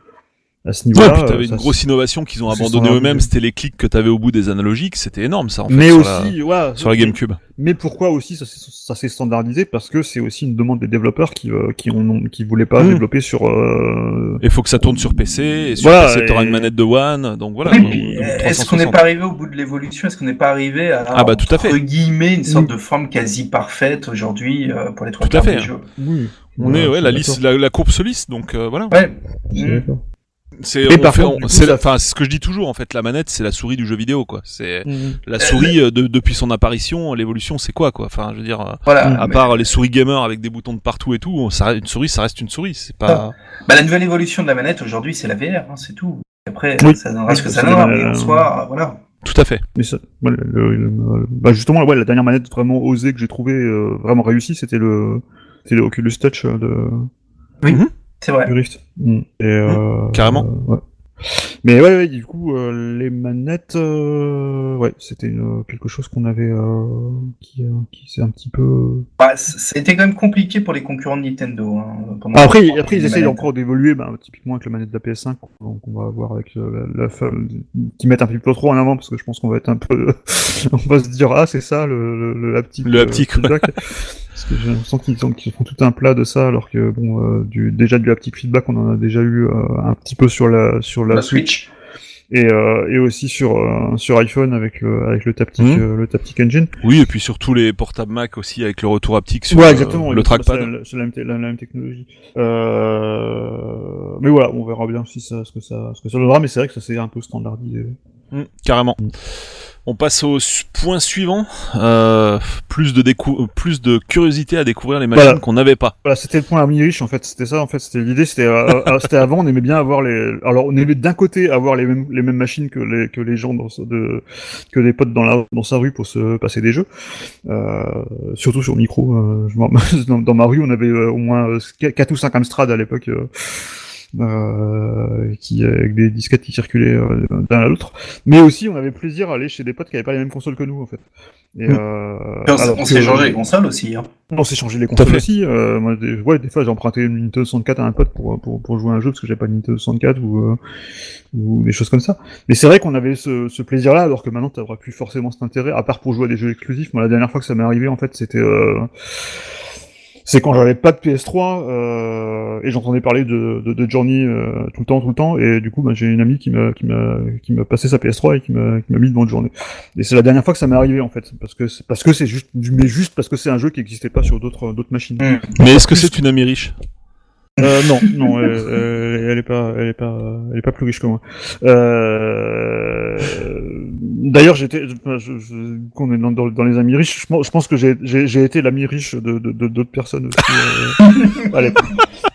à ce niveau-là. Ouais, puis t'avais euh, une grosse innovation qu'ils ont c'est abandonné sans eux-mêmes, abus. c'était les clics que t'avais au bout des analogiques, c'était énorme ça en fait. mais sur aussi, la, ouais, sur la GameCube. Mais pourquoi aussi ça, s'est- ça s'est standardisé? Parce que c'est aussi une demande des développeurs qui, euh, qui, ont, qui voulaient pas Mmh. développer sur. Euh... Il faut que ça tourne sur P C, et sur Voilà, P C t'auras et- une manette de One, donc voilà. Oui, quoi, puis, ou- ou est-ce qu'on n'est trois cent soixante. pas arrivé au bout de l'évolution? Est-ce qu'on n'est pas arrivé à, Ah bah, tout à fait. entre guillemets, une sorte Oui. de forme quasi parfaite aujourd'hui euh, pour les trois Tout à quarts fait, des hein. jeux? Oui. On Ouais, est, ouais, je la suis liste, d'accord. la, la courbe se lisse, donc euh, voilà. Ouais. Je suis Mm. d'accord. C'est, Et on par fait, contre, on- du coup, c'est, ça- enfin, c'est ce que je dis toujours en fait. La manette, c'est la souris du jeu vidéo, quoi. C'est Mhm. la souris euh, de, depuis son apparition, l'évolution, c'est quoi, quoi. Enfin, je veux dire, euh, Voilà. à mais- part les souris gamer avec des boutons de partout et tout, ça, reste- une souris, ça reste une souris. C'est pas. Bah, la nouvelle évolution de la manette aujourd'hui, c'est la V R, hein, c'est tout. Après, Oui. ça donnera ce que ça C'est donnera, la- mais en soi, voilà. Tout à fait. Mais ça, ouais, le, le- le- bah justement, ouais, la dernière manette vraiment osée que j'ai trouvée euh, vraiment réussie, c'était le, c'était le Oculus Touch euh, de Oui, Mhm. c'est vrai. du Rift. Mm. Et, euh, carrément. euh, ouais. Mais ouais, ouais, du coup, euh, les manettes, euh, ouais, c'était une- quelque chose qu'on avait, euh, qui, euh, qui s'est un petit peu. Bah, c- ça a été quand même compliqué pour les concurrents de Nintendo. Hein, pendant Ah, après, les après, ils manettes. essayent encore d'évoluer, bah, typiquement avec la manette de la P S cinq, qu'on qu'on va avoir avec euh, la, la, fa- qui mettent un petit peu trop en avant, parce que je pense qu'on va être un peu, on va se dire, ah, c'est ça, le, le, le haptic. Le haptic, euh, feedback. Parce que j'ai l'impression qu'ils ont- qu'ils font tout un plat de ça, alors que, bon, euh, du, déjà du haptic feedback, on en a déjà eu euh, un petit peu sur la, sur la, La Switch. Switch. Et, euh, et aussi sur, euh, sur iPhone avec le, avec le Taptic, Mhm. euh, le Taptic Engine. Oui, et puis surtout les portables Mac aussi avec le retour haptique sur Ouais, euh, exactement. le c'est- trackpad. C'est la, c'est la même, te- la- la même technologie. Euh... Mais voilà, on verra bien si ça, ce que ça, ce que ça donnera, mais c'est vrai que ça s'est un peu standardisé. Mm, carrément. Mm. On passe au su- point suivant. Euh, plus de décou- plus de curiosité à découvrir les machines Voilà. qu'on n'avait pas. Voilà, c'était le point ami riche en fait, c'était ça en fait, c'était l'idée, c'était euh, euh, c'était avant, on aimait bien avoir les, alors on aimait d'un côté avoir les mêmes les mêmes machines que les que les gens dans ce- de que les potes dans la dans sa rue pour se passer des jeux, euh, surtout sur micro. Euh, je m'en- dans, dans ma rue, on avait euh, au moins euh, quatre ou cinq Amstrad à l'époque. Euh, euh, qui avec des disquettes qui circulaient euh, d'un à l'autre, mais aussi on avait plaisir à aller chez des potes qui avaient pas les mêmes consoles que nous en fait. Et, Mm. euh, Puis on s- alors on que- s'est changé les consoles aussi. Hein. on s'est changé les Tout à consoles fait. aussi. Euh, moi, des, ouais, des fois, j'ai emprunté une Nintendo soixante-quatre à un pote pour, pour, pour jouer à un jeu parce que j'avais pas de Nintendo soixante-quatre ou, euh, ou des choses comme ça. Mais c'est vrai qu'on avait ce, ce plaisir-là, alors que maintenant, t'auras plus forcément cet intérêt, à part pour jouer à des jeux exclusifs. Moi, la dernière fois que ça m'est arrivé, en fait, c'était, euh, c'est quand j'avais pas de P S trois, euh, et j'entendais parler de, de, de Journey euh, tout le temps, tout le temps, et du coup, bah, j'ai une amie qui m'a, qui m'a, qui m'a passé sa P S trois et qui m'a, qui m'a mis devant Journey. Et c'est la dernière fois que ça m'est arrivé, en fait, parce que, c'est- parce que c'est juste, mais juste parce que c'est un jeu qui existait pas sur d'autres, d'autres machines. Mm. Mais est-ce que c'est une amie riche? Euh, non, non, elle, elle, elle est pas, elle est pas, elle est pas plus riche que moi. Euh... D'ailleurs, j'étais, je, je, je- qu'on est dans, dans, dans les amis riches, je pense, je pense que j'ai, j'ai, j'ai été l'ami riche de, de, de- d'autres personnes aussi. Euh, à l'époque.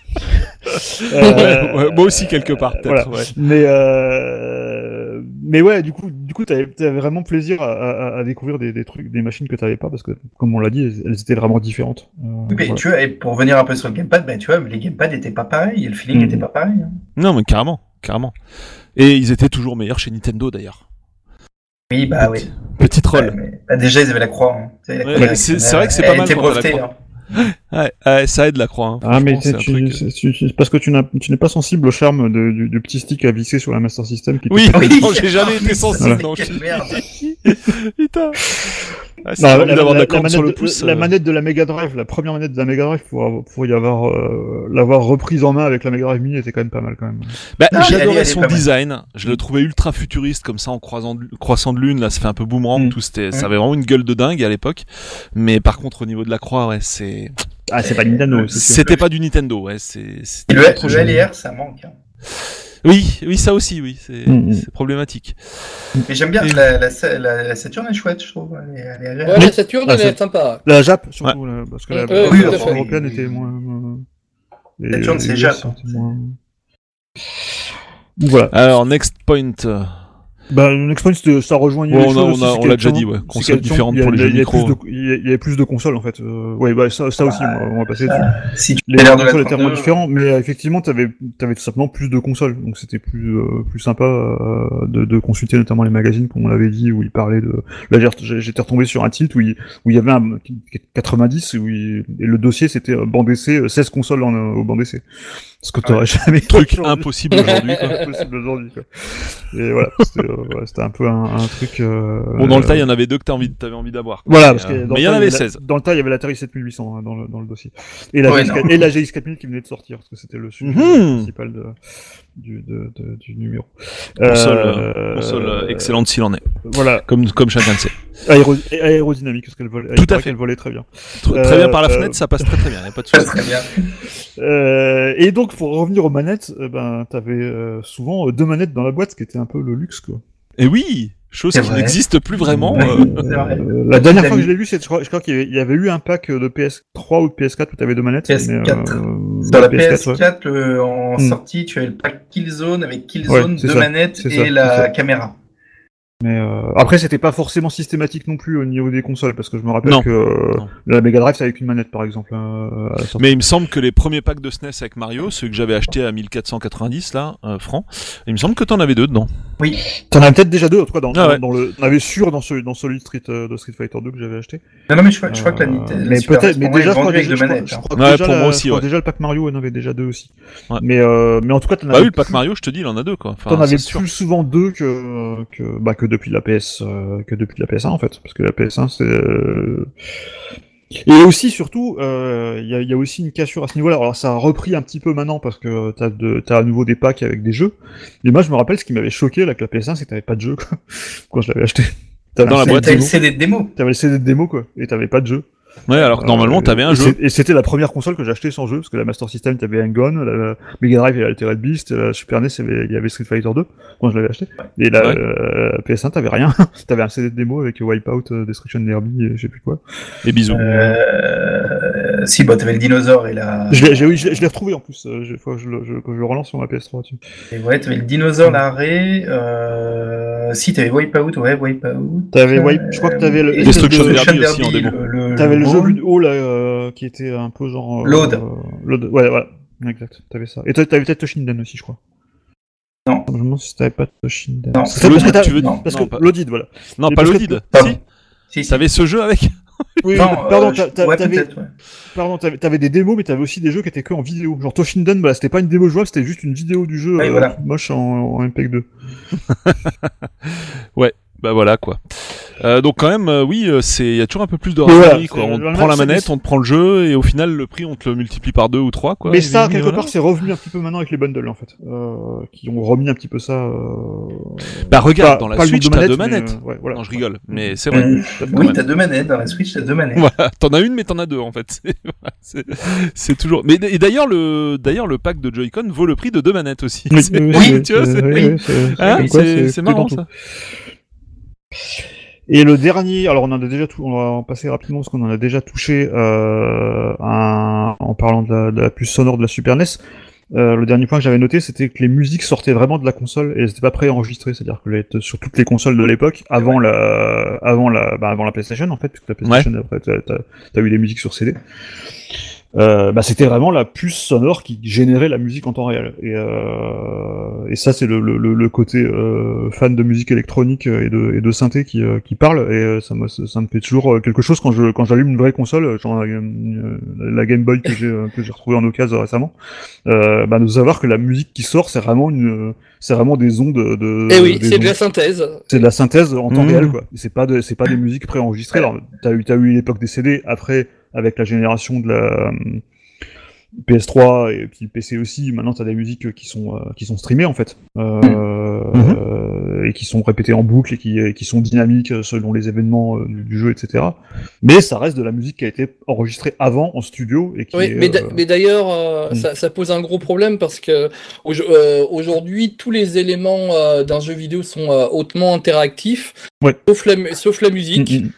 Euh, Ouais, ouais, moi aussi quelque part peut-être. voilà. Ouais. Mais euh... mais ouais, du coup, du coup, t'avais, t'avais vraiment plaisir à, à, à découvrir des, des trucs, des machines que t'avais pas, parce que, comme on l'a dit, elles, elles étaient vraiment différentes. Euh, Oui, mais voilà. tu vois, et pour revenir un peu sur le gamepad, ben, tu vois, les gamepads n'étaient pas pareils, et le feeling Mm. n'était pas pareil. Hein. Non, mais carrément, carrément. Et ils étaient toujours meilleurs chez Nintendo d'ailleurs. Oui, bah oui. Petit troll. Ouais, mais, bah, déjà, ils avaient la croix. Hein. Tu sais, la Ouais, croix mais c'est- directionnelle, c'est vrai que c'est elle pas mal était quand t'as la brevetée, croix. hein. Ouais, ouais, ça aide la croix. Hein. Ah, mais Franchement, tu, c'est un truc- c'est- c'est- c'est parce que tu n'as, tu n'es pas sensible au charme de- du, du petit stick à visser sur la Master System qui te- Oui, Oui. non, j'ai jamais été sensible. Voilà. Non, je- Quelle merde. Putain. Ah, c'est Non, envie la, d'avoir de la- la corne la sur le manette de- pouce. la euh. manette de la Mega Drive, la première manette de la Mega Drive, pour, avoir- pour y avoir, euh, l'avoir reprise en main avec la Mega Drive Mini était quand même pas mal quand même. Bah, Non, elle est- elle j'adorais est son pas mal. design. Je le trouvais ultra futuriste comme ça en croisant de, croissant de lune. Là, ça fait un peu boomerang. Mm. Tout c'était, ça Mm. avait vraiment une gueule de dingue à l'époque. Mais par contre, au niveau de la croix, ouais, c'est, Ah, c'est pas Nintendo, c'est sûr. c'était pas du Nintendo. Ouais, c'est. Et c'était le, pas trop le joli. L R, ça manque. Hein. Oui, oui, ça aussi, oui, c'est, Mm, mm. c'est problématique. Mais j'aime bien, Et- la, la, la, la Saturn est chouette, je trouve. Elle est, elle est agréable. Ouais, la Saturn, Ah, elle c'est- est sympa. La Jap, surtout, là, parce que la, Ouais, la oui, version tout à fait. européenne était moins, moins- et- Saturn, c'est et Jap, c'était hein. moins- Voilà. Alors, next point. Bah, Next Point, ça rejoignait Ouais, les on a, choses. on a, aussi, on l'a déjà dit, qu'effectivement, ouais. c'est Console qu'effectivement, différente il y a- pour les il y jeux a- il y a plus micro. de- Il y a- il y avait plus de consoles, en fait. Euh, ouais, bah, ça, ça aussi, on va passer dessus. Si tu Les fais l'ère de la consoles étaient vraiment trente-deux, différentes, mais euh, effectivement, t'avais, t'avais tout simplement plus de consoles, donc c'était plus, euh, plus sympa euh, de, de consulter notamment les magazines, comme on l'avait dit, où ils parlaient de. Là, j'ai- j'étais retombé sur un titre où il, où il y avait un quatre-vingt-dix, où il- et le dossier c'était euh, bande essai, seize consoles en, au bande essai. Ce que t'aurais jamais Truc aujourd'hui. impossible aujourd'hui, quoi. Impossible aujourd'hui, quoi. Et voilà, c'était, euh, voilà, c'était un peu un, un truc. Euh, Bon, dans le tas, il y euh, en avait deux que t'as envie, t'avais envie d'avoir. Voilà, Mais, parce que euh, dans mais il le y en tas, avait la- seize. Dans le tas, il y avait l'Atari sept mille huit cents hein, dans, le, dans le dossier. Et la, Ouais, G X, non. et la G X quatre mille qui venait de sortir, parce que c'était le sujet Mhm. principal de, du, de, de- du numéro. Console, Euh, console euh, excellente s'il en est. Voilà, Comme, comme chacun le sait. Aéro, aérodynamique, parce qu'elle volait, Tout à il paraît fait. qu'elle volait très bien. Tr- Très Euh, bien par la euh, fenêtre, ça passe très très bien, y a pas de Très souci. très bien. Euh, et donc, pour revenir aux manettes, euh, ben, t'avais euh, souvent euh, deux manettes dans la boîte, ce qui était un peu le luxe, quoi. Et oui, chose C'est qui vrai. n'existe plus vraiment. Ouais. euh, C'est vrai. Euh, la dernière T'as fois que mis- je l'ai vu, c'est, je crois, je crois qu'il y avait, il y avait eu un pack de P S trois ou de P S quatre où t'avais deux manettes. P S quatre. euh, Sur la P P S S quatre, ouais. quatre, le- en Hmm. sortie, tu avais le pack Killzone avec Killzone, Ouais, c'est deux ça, manettes c'est et ça, c'est la ça. caméra. Mais euh, après, c'était pas forcément systématique non plus au niveau des consoles, parce que je me rappelle Non. que euh, Non. la Mega Drive, c'est avec une manette, par exemple. euh, à la sortie. Mais il me semble que les premiers packs de S N E S avec Mario, ceux que j'avais achetés à mille quatre cent quatre-vingt-dix là, euh, francs, il me semble que t'en avais deux dedans. T'en avais peut-être déjà deux, en tout cas, dans, Ah dans, ouais. dans le, t'en avais sûr dans celui, dans celui de Street, euh, de Street Fighter deux que j'avais acheté. Non, non, mais je crois, je crois que la Euh, Nintendo. mais peut-être, mais déjà, je crois, avec déjà, deux je crois- manettes. je hein. crois que Ouais, déjà pour moi la- aussi, je crois ouais. déjà le pack Mario en avait déjà deux aussi. Ouais. Mais, euh, mais en tout cas, t'en Bah avais oui, le pack plus- Mario, je te dis, il en a deux quoi. Enfin, T'en avais c'est sûr. plus souvent deux que, que, bah, que depuis la P S, euh, que depuis la P S un, en fait. Parce que la P S un, c'est, euh... Et aussi, surtout, il euh, y, a, y a aussi une cassure à ce niveau-là. Alors, ça a repris un petit peu maintenant parce que t'as, de, t'as à nouveau des packs avec des jeux. Mais moi, je me rappelle, ce qui m'avait choqué, là, avec la P S un, c'est que t'avais pas de jeu, quoi. Quand je l'avais acheté. T'avais Dans un la C D boîte, T'as de le démo. C D de démo. T'avais le C D de démo, quoi. Et t'avais pas de jeu. Ouais, alors que normalement, Euh, t'avais un et jeu. c'est- Et c'était la première console que j'ai achetée sans jeu, parce que la Master System, t'avais Hang-On, la, la Mega Drive, il y avait Altered Beast, la Super N E S, il y avait- il y avait Street Fighter deux, quand je l'avais acheté. Et la Ouais. euh, P S un, t'avais rien. T'avais un C D de démo avec Wipeout, euh, Destruction Derby, et je sais plus quoi. Et bisous. Euh... Si, bah, t'avais le dinosaure et la. Je l'ai, j'ai- oui, je l'ai je l'ai retrouvé en plus, euh, j'ai- faut que je, le- je, que je le relance sur ma P S trois, tu Et ouais, t'avais le dinosaure, l'arrêt. Euh... Si, t'avais Wipeout, ouais, Wipeout. T'avais Wipe, je crois que t'avais le, Et Destruction Destruction Derby aussi en démo. Le, le, t'avais le jeu Ball. vidéo, là, euh, qui était un peu genre... euh, Load. euh, Load, ouais, voilà. Exact, t'avais ça. Et toi, t'avais peut-être Toshinden aussi, je crois. Non. Je me demande si t'avais pas Toshinden. Non, C'est ça, parce que Loaded, t'as- tu veux- parce non, que pas- Loaded, voilà. Non, mais pas parce que- Loaded. Pardon. Si, Si, si. t'avais ce jeu avec. Oui, Non, oui, pardon, euh, t'a- je- t'a- ouais, t'avais, peut-être, ouais. pardon, t'avais, t'avais des démos, mais t'avais aussi des jeux qui étaient que en vidéo. Genre Toshinden, voilà, c'était pas une démo jouable, c'était juste une vidéo du jeu Oui, euh, voilà. moche en, en M P E G deux. Bah voilà quoi. Euh, donc quand même, euh, oui, euh, c'est, il y a toujours un peu plus de Mais voilà, raffinerie quoi. c'est- On le- prend la c'est- manette, on te prend le jeu et au final le prix on te le multiplie par deux ou trois quoi. mais Et ça, oui, quelque voilà. part, c'est revenu un petit peu maintenant avec les bundles, en fait. Euh, qui ont remis un petit peu ça. Euh... Bah regarde, pas- dans la pas le Switch nombre de t'as deux mais, manettes. euh, ouais, voilà. Non, je rigole, mais c'est vrai. Euh, Tout à fait. Oui, t'as deux manettes. Dans la Switch, t'as deux manettes. Voilà, t'en as une mais t'en as deux en fait. C'est, voilà, c'est, c'est toujours. Mais et d'ailleurs le, d'ailleurs le pack de Joy-Con vaut le prix de deux manettes aussi. Oui, C'est- oui, oui, c'est- tu vois, c'est- c'est- oui, oui. oui, c'est- Hein, comme quoi, c'est, c'est plus marrant dans tout. ça. Et le dernier, alors on en a déjà tout, on va en passer rapidement parce qu'on en a déjà touché euh, un, en parlant de la, de la puce sonore de la Super N E S. Euh, le dernier point que j'avais noté, c'était que les musiques sortaient vraiment de la console et elles n'étaient pas préenregistrées, c'est-à-dire que les- sur toutes les consoles de l'époque, avant la, avant la, bah, avant la PlayStation en fait, puisque la PlayStation après t'as, t'as, t'as eu les musiques sur C D. Euh, bah c'était vraiment la puce sonore qui générait la musique en temps réel. Et, euh, et ça c'est le, le, le côté euh, fan de musique électronique et de, et de synthé qui, euh, qui parle. Et euh, ça me, ça me fait toujours quelque chose quand je quand j'allume une vraie console, genre la, la Game Boy que j'ai que j'ai retrouvée en occasion récemment. Euh, bah de savoir que la musique qui sort c'est vraiment une c'est vraiment des ondes de. Eh oui, des c'est de la ondes. synthèse. C'est de la synthèse en temps Mmh. réel, quoi. C'est pas de, c'est pas des musiques préenregistrées. Alors, t'as eu, t'as eu l'époque des C D, après, avec la génération de la euh, P S trois et puis P C aussi, maintenant t'as des musiques qui sont, euh, qui sont streamées, en fait. Euh, Mmh. euh, et qui sont répétées en boucle et qui, et qui sont dynamiques selon les événements euh, du, du jeu, et cetera. Mais ça reste de la musique qui a été enregistrée avant en studio et qui Oui, est, mais, d'a- euh, mais d'ailleurs, euh, Mm. ça, ça pose un gros problème parce que au- euh, aujourd'hui, tous les éléments euh, d'un jeu vidéo sont euh, hautement interactifs, Ouais. sauf, la, mu- sauf la musique. mm, mm, mm.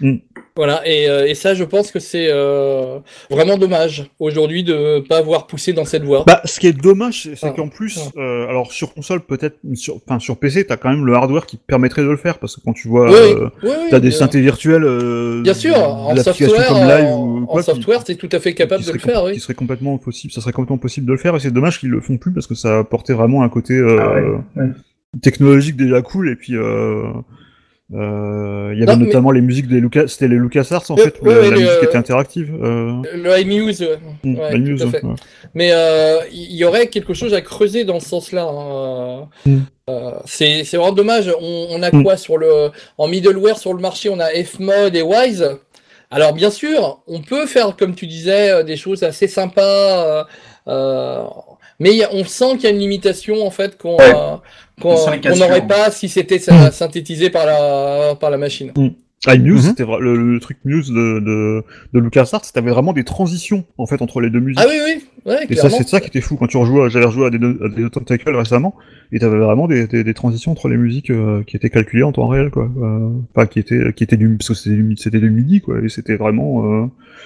Voilà, et, euh, et ça, je pense que c'est euh, vraiment dommage aujourd'hui de pas avoir poussé dans cette voie. Bah, ce qui est dommage, c'est Ah, qu'en plus, ah. euh, alors sur console peut-être, sur, enfin sur P C, t'as quand même le hardware qui te permettrait de le faire, parce que quand tu vois, Oui, euh, oui, oui, t'as des bien- synthés virtuels, euh, Bien sûr, en de l'application software, comme Live en, ou en quoi, qui- software, c'est tout à fait capable qui de le serait faire, com- oui. qui serait complètement possible, ça serait complètement possible de le faire, et c'est dommage qu'ils le font plus parce que ça apportait vraiment un côté euh, Ah ouais, ouais. technologique déjà cool, et puis euh, euh, il y avait Non, mais- notamment les musiques des Lucas, c'était les LucasArts en Euh, fait, où ouais, la, ouais, la le- musique était interactive. Euh... Le iMuse, ouais, hmm, ouais, la tout news, à fait. ouais. Mais euh, il y aurait quelque chose à creuser dans ce sens-là. hein. Mm. Euh, c'est c'est vraiment dommage. On, on a Mm. quoi sur le en middleware sur le marché? On a Fmod et Wise. Alors bien sûr, on peut faire comme tu disais euh, des choses assez sympas, euh, euh, mais il y a- on sent qu'il y a une limitation en fait qu'on Ouais. euh, qu'on On sent les qu'on cassures. n'aurait pas si c'était ça- synthétisé par la par la machine. Ah, Muse, Mhm. c'était vra- le, le truc Muse de, de, de LucasArts, t'avais vraiment des transitions en fait entre les deux musiques. Ah oui oui, ouais, Et ça, clairement. c'est ça qui était fou. Quand tu rejouais, à- j'avais rejoué à des, à des Tentacle récemment, et t'avais vraiment des, des, des transitions entre les musiques euh, qui étaient calculées en temps réel, quoi. Euh, Enfin, qui étaient, qui étaient du, parce que c'était du, c'était du MIDI, quoi. Et c'était vraiment, euh,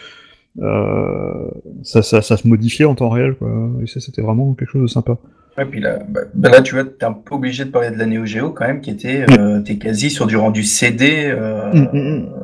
euh, ça, ça, ça se modifiait en temps réel, quoi. Et ça, c'était vraiment quelque chose de sympa. Ouais, puis là, bah, bah là, tu vois, t'es un peu obligé de parler de la Neo Geo quand même, qui était, euh, t'es quasi sur du rendu C D euh, Mm, mm, mm.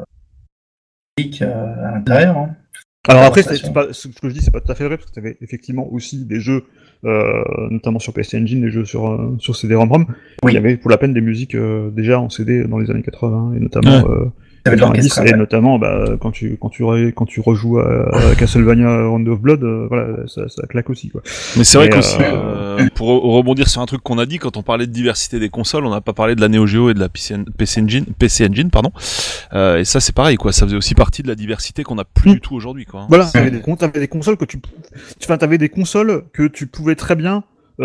euh, à l'intérieur. Hein. Alors Pas après, c'est l'impression. c'est pas, ce que je dis, c'est pas tout à fait vrai, parce que t'avais effectivement aussi des jeux, euh, notamment sur P C Engine, des jeux sur, euh, sur C D-ROM, Oui. il y avait pour la peine des musiques euh, déjà en C D dans les années quatre-vingts, et notamment Ouais. euh, T'avais de quatre-vingt-dix, l'orchestre. et Ouais. notamment bah, quand, tu, quand, tu re- quand tu rejoues à, à Castlevania Round of Blood, euh, voilà, ça, ça claque aussi, quoi. Mais c'est vrai Mais, qu'aussi, euh, euh, pour re- rebondir sur un truc qu'on a dit quand on parlait de diversité des consoles, on n'a pas parlé de la Neo Geo et de la P C, P C Engine, P C Engine, pardon. Euh, et ça, c'est pareil, quoi. Ça faisait aussi partie de la diversité qu'on n'a plus Mm. du tout aujourd'hui, quoi. hein. Voilà, t'avais des, con- t'avais des consoles que tu, enfin, t'avais des consoles que tu pouvais très bien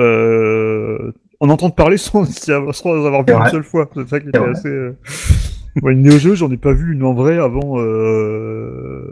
euh, en entendre parler sans, sans avoir vu C'est une vrai. seule fois. C'est ça qui C'est était vrai. assez. Euh... Ouais, une Neo Geo, j'en ai pas vu une en vrai avant euh...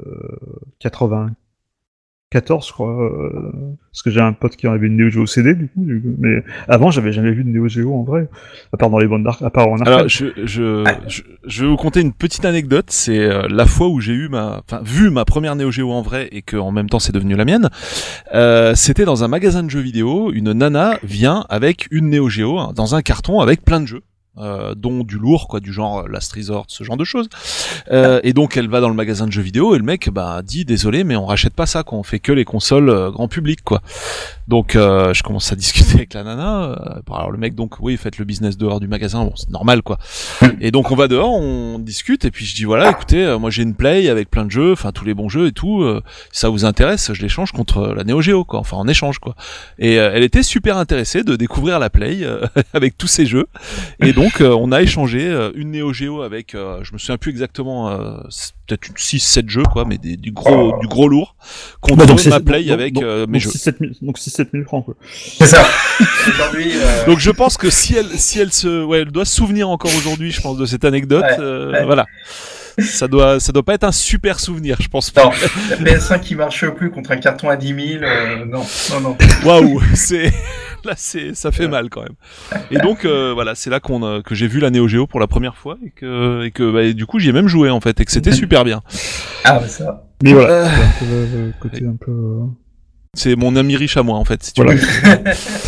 quatre-vingt-quatorze, je crois. Euh... Parce que j'ai un pote qui en avait une Neo Geo C D, du coup. Du coup. Mais avant, j'avais jamais vu de Neo Geo en vrai, à part dans les bandes d'arcade, à part en arcade. Alors, je, je, je, je vais vous conter une petite anecdote. C'est euh, la fois où j'ai eu ma, enfin, vu ma première Neo Geo en vrai et que en même temps c'est devenu la mienne. Euh, c'était dans un magasin de jeux vidéo. Une nana vient avec une Neo Geo hein, dans un carton avec plein de jeux. Euh, dont du lourd, quoi, du genre Last Resort, ce genre de choses. Euh, et donc elle va dans le magasin de jeux vidéo et le mec bah dit désolé mais on rachète pas ça, quoi, on fait que les consoles euh, grand public, quoi. Donc euh, je commence à discuter avec la nana. Euh, alors le mec donc oui faites le business dehors du magasin, bon c'est normal, quoi. Et donc on va dehors, on discute et puis je dis voilà écoutez euh, moi j'ai une Play avec plein de jeux, enfin tous les bons jeux et tout. Euh, si ça vous intéresse je l'échange contre la Neo Geo, quoi. Enfin en échange, quoi. Et euh, elle était super intéressée de découvrir la Play euh, avec tous ces jeux. Et donc Donc euh, on a échangé euh, une Neo Geo avec, euh, je me souviens plus exactement, euh, peut-être six sept jeux, quoi, mais des, du gros du gros lourd contre Bah, donc, ma c'est- Play donc- avec donc- euh, mes donc jeux. six sept mille donc six sept mille francs, quoi. C'est ça. Aujourd'hui, euh, Donc je pense que si elle si elle se ouais elle doit se souvenir encore aujourd'hui, je pense, de cette anecdote. Ouais, euh, ouais. Voilà. Ça doit ça doit pas être un super souvenir, je pense pas. non, la P S cinq qui marche plus contre un carton à dix mille, euh, non, non, non. Waouh, c'est là c'est ça fait mal quand même. Et donc euh, voilà, c'est là qu'on a, que j'ai vu la Neo Geo pour la première fois et que et que bah, du coup j'y ai même joué en fait et que c'était super bien. Ah, bah ça. Mais voilà, Euh, c'est un peu le côté un peu. euh, C'est mon ami riche à moi en fait, si tu Voilà. veux.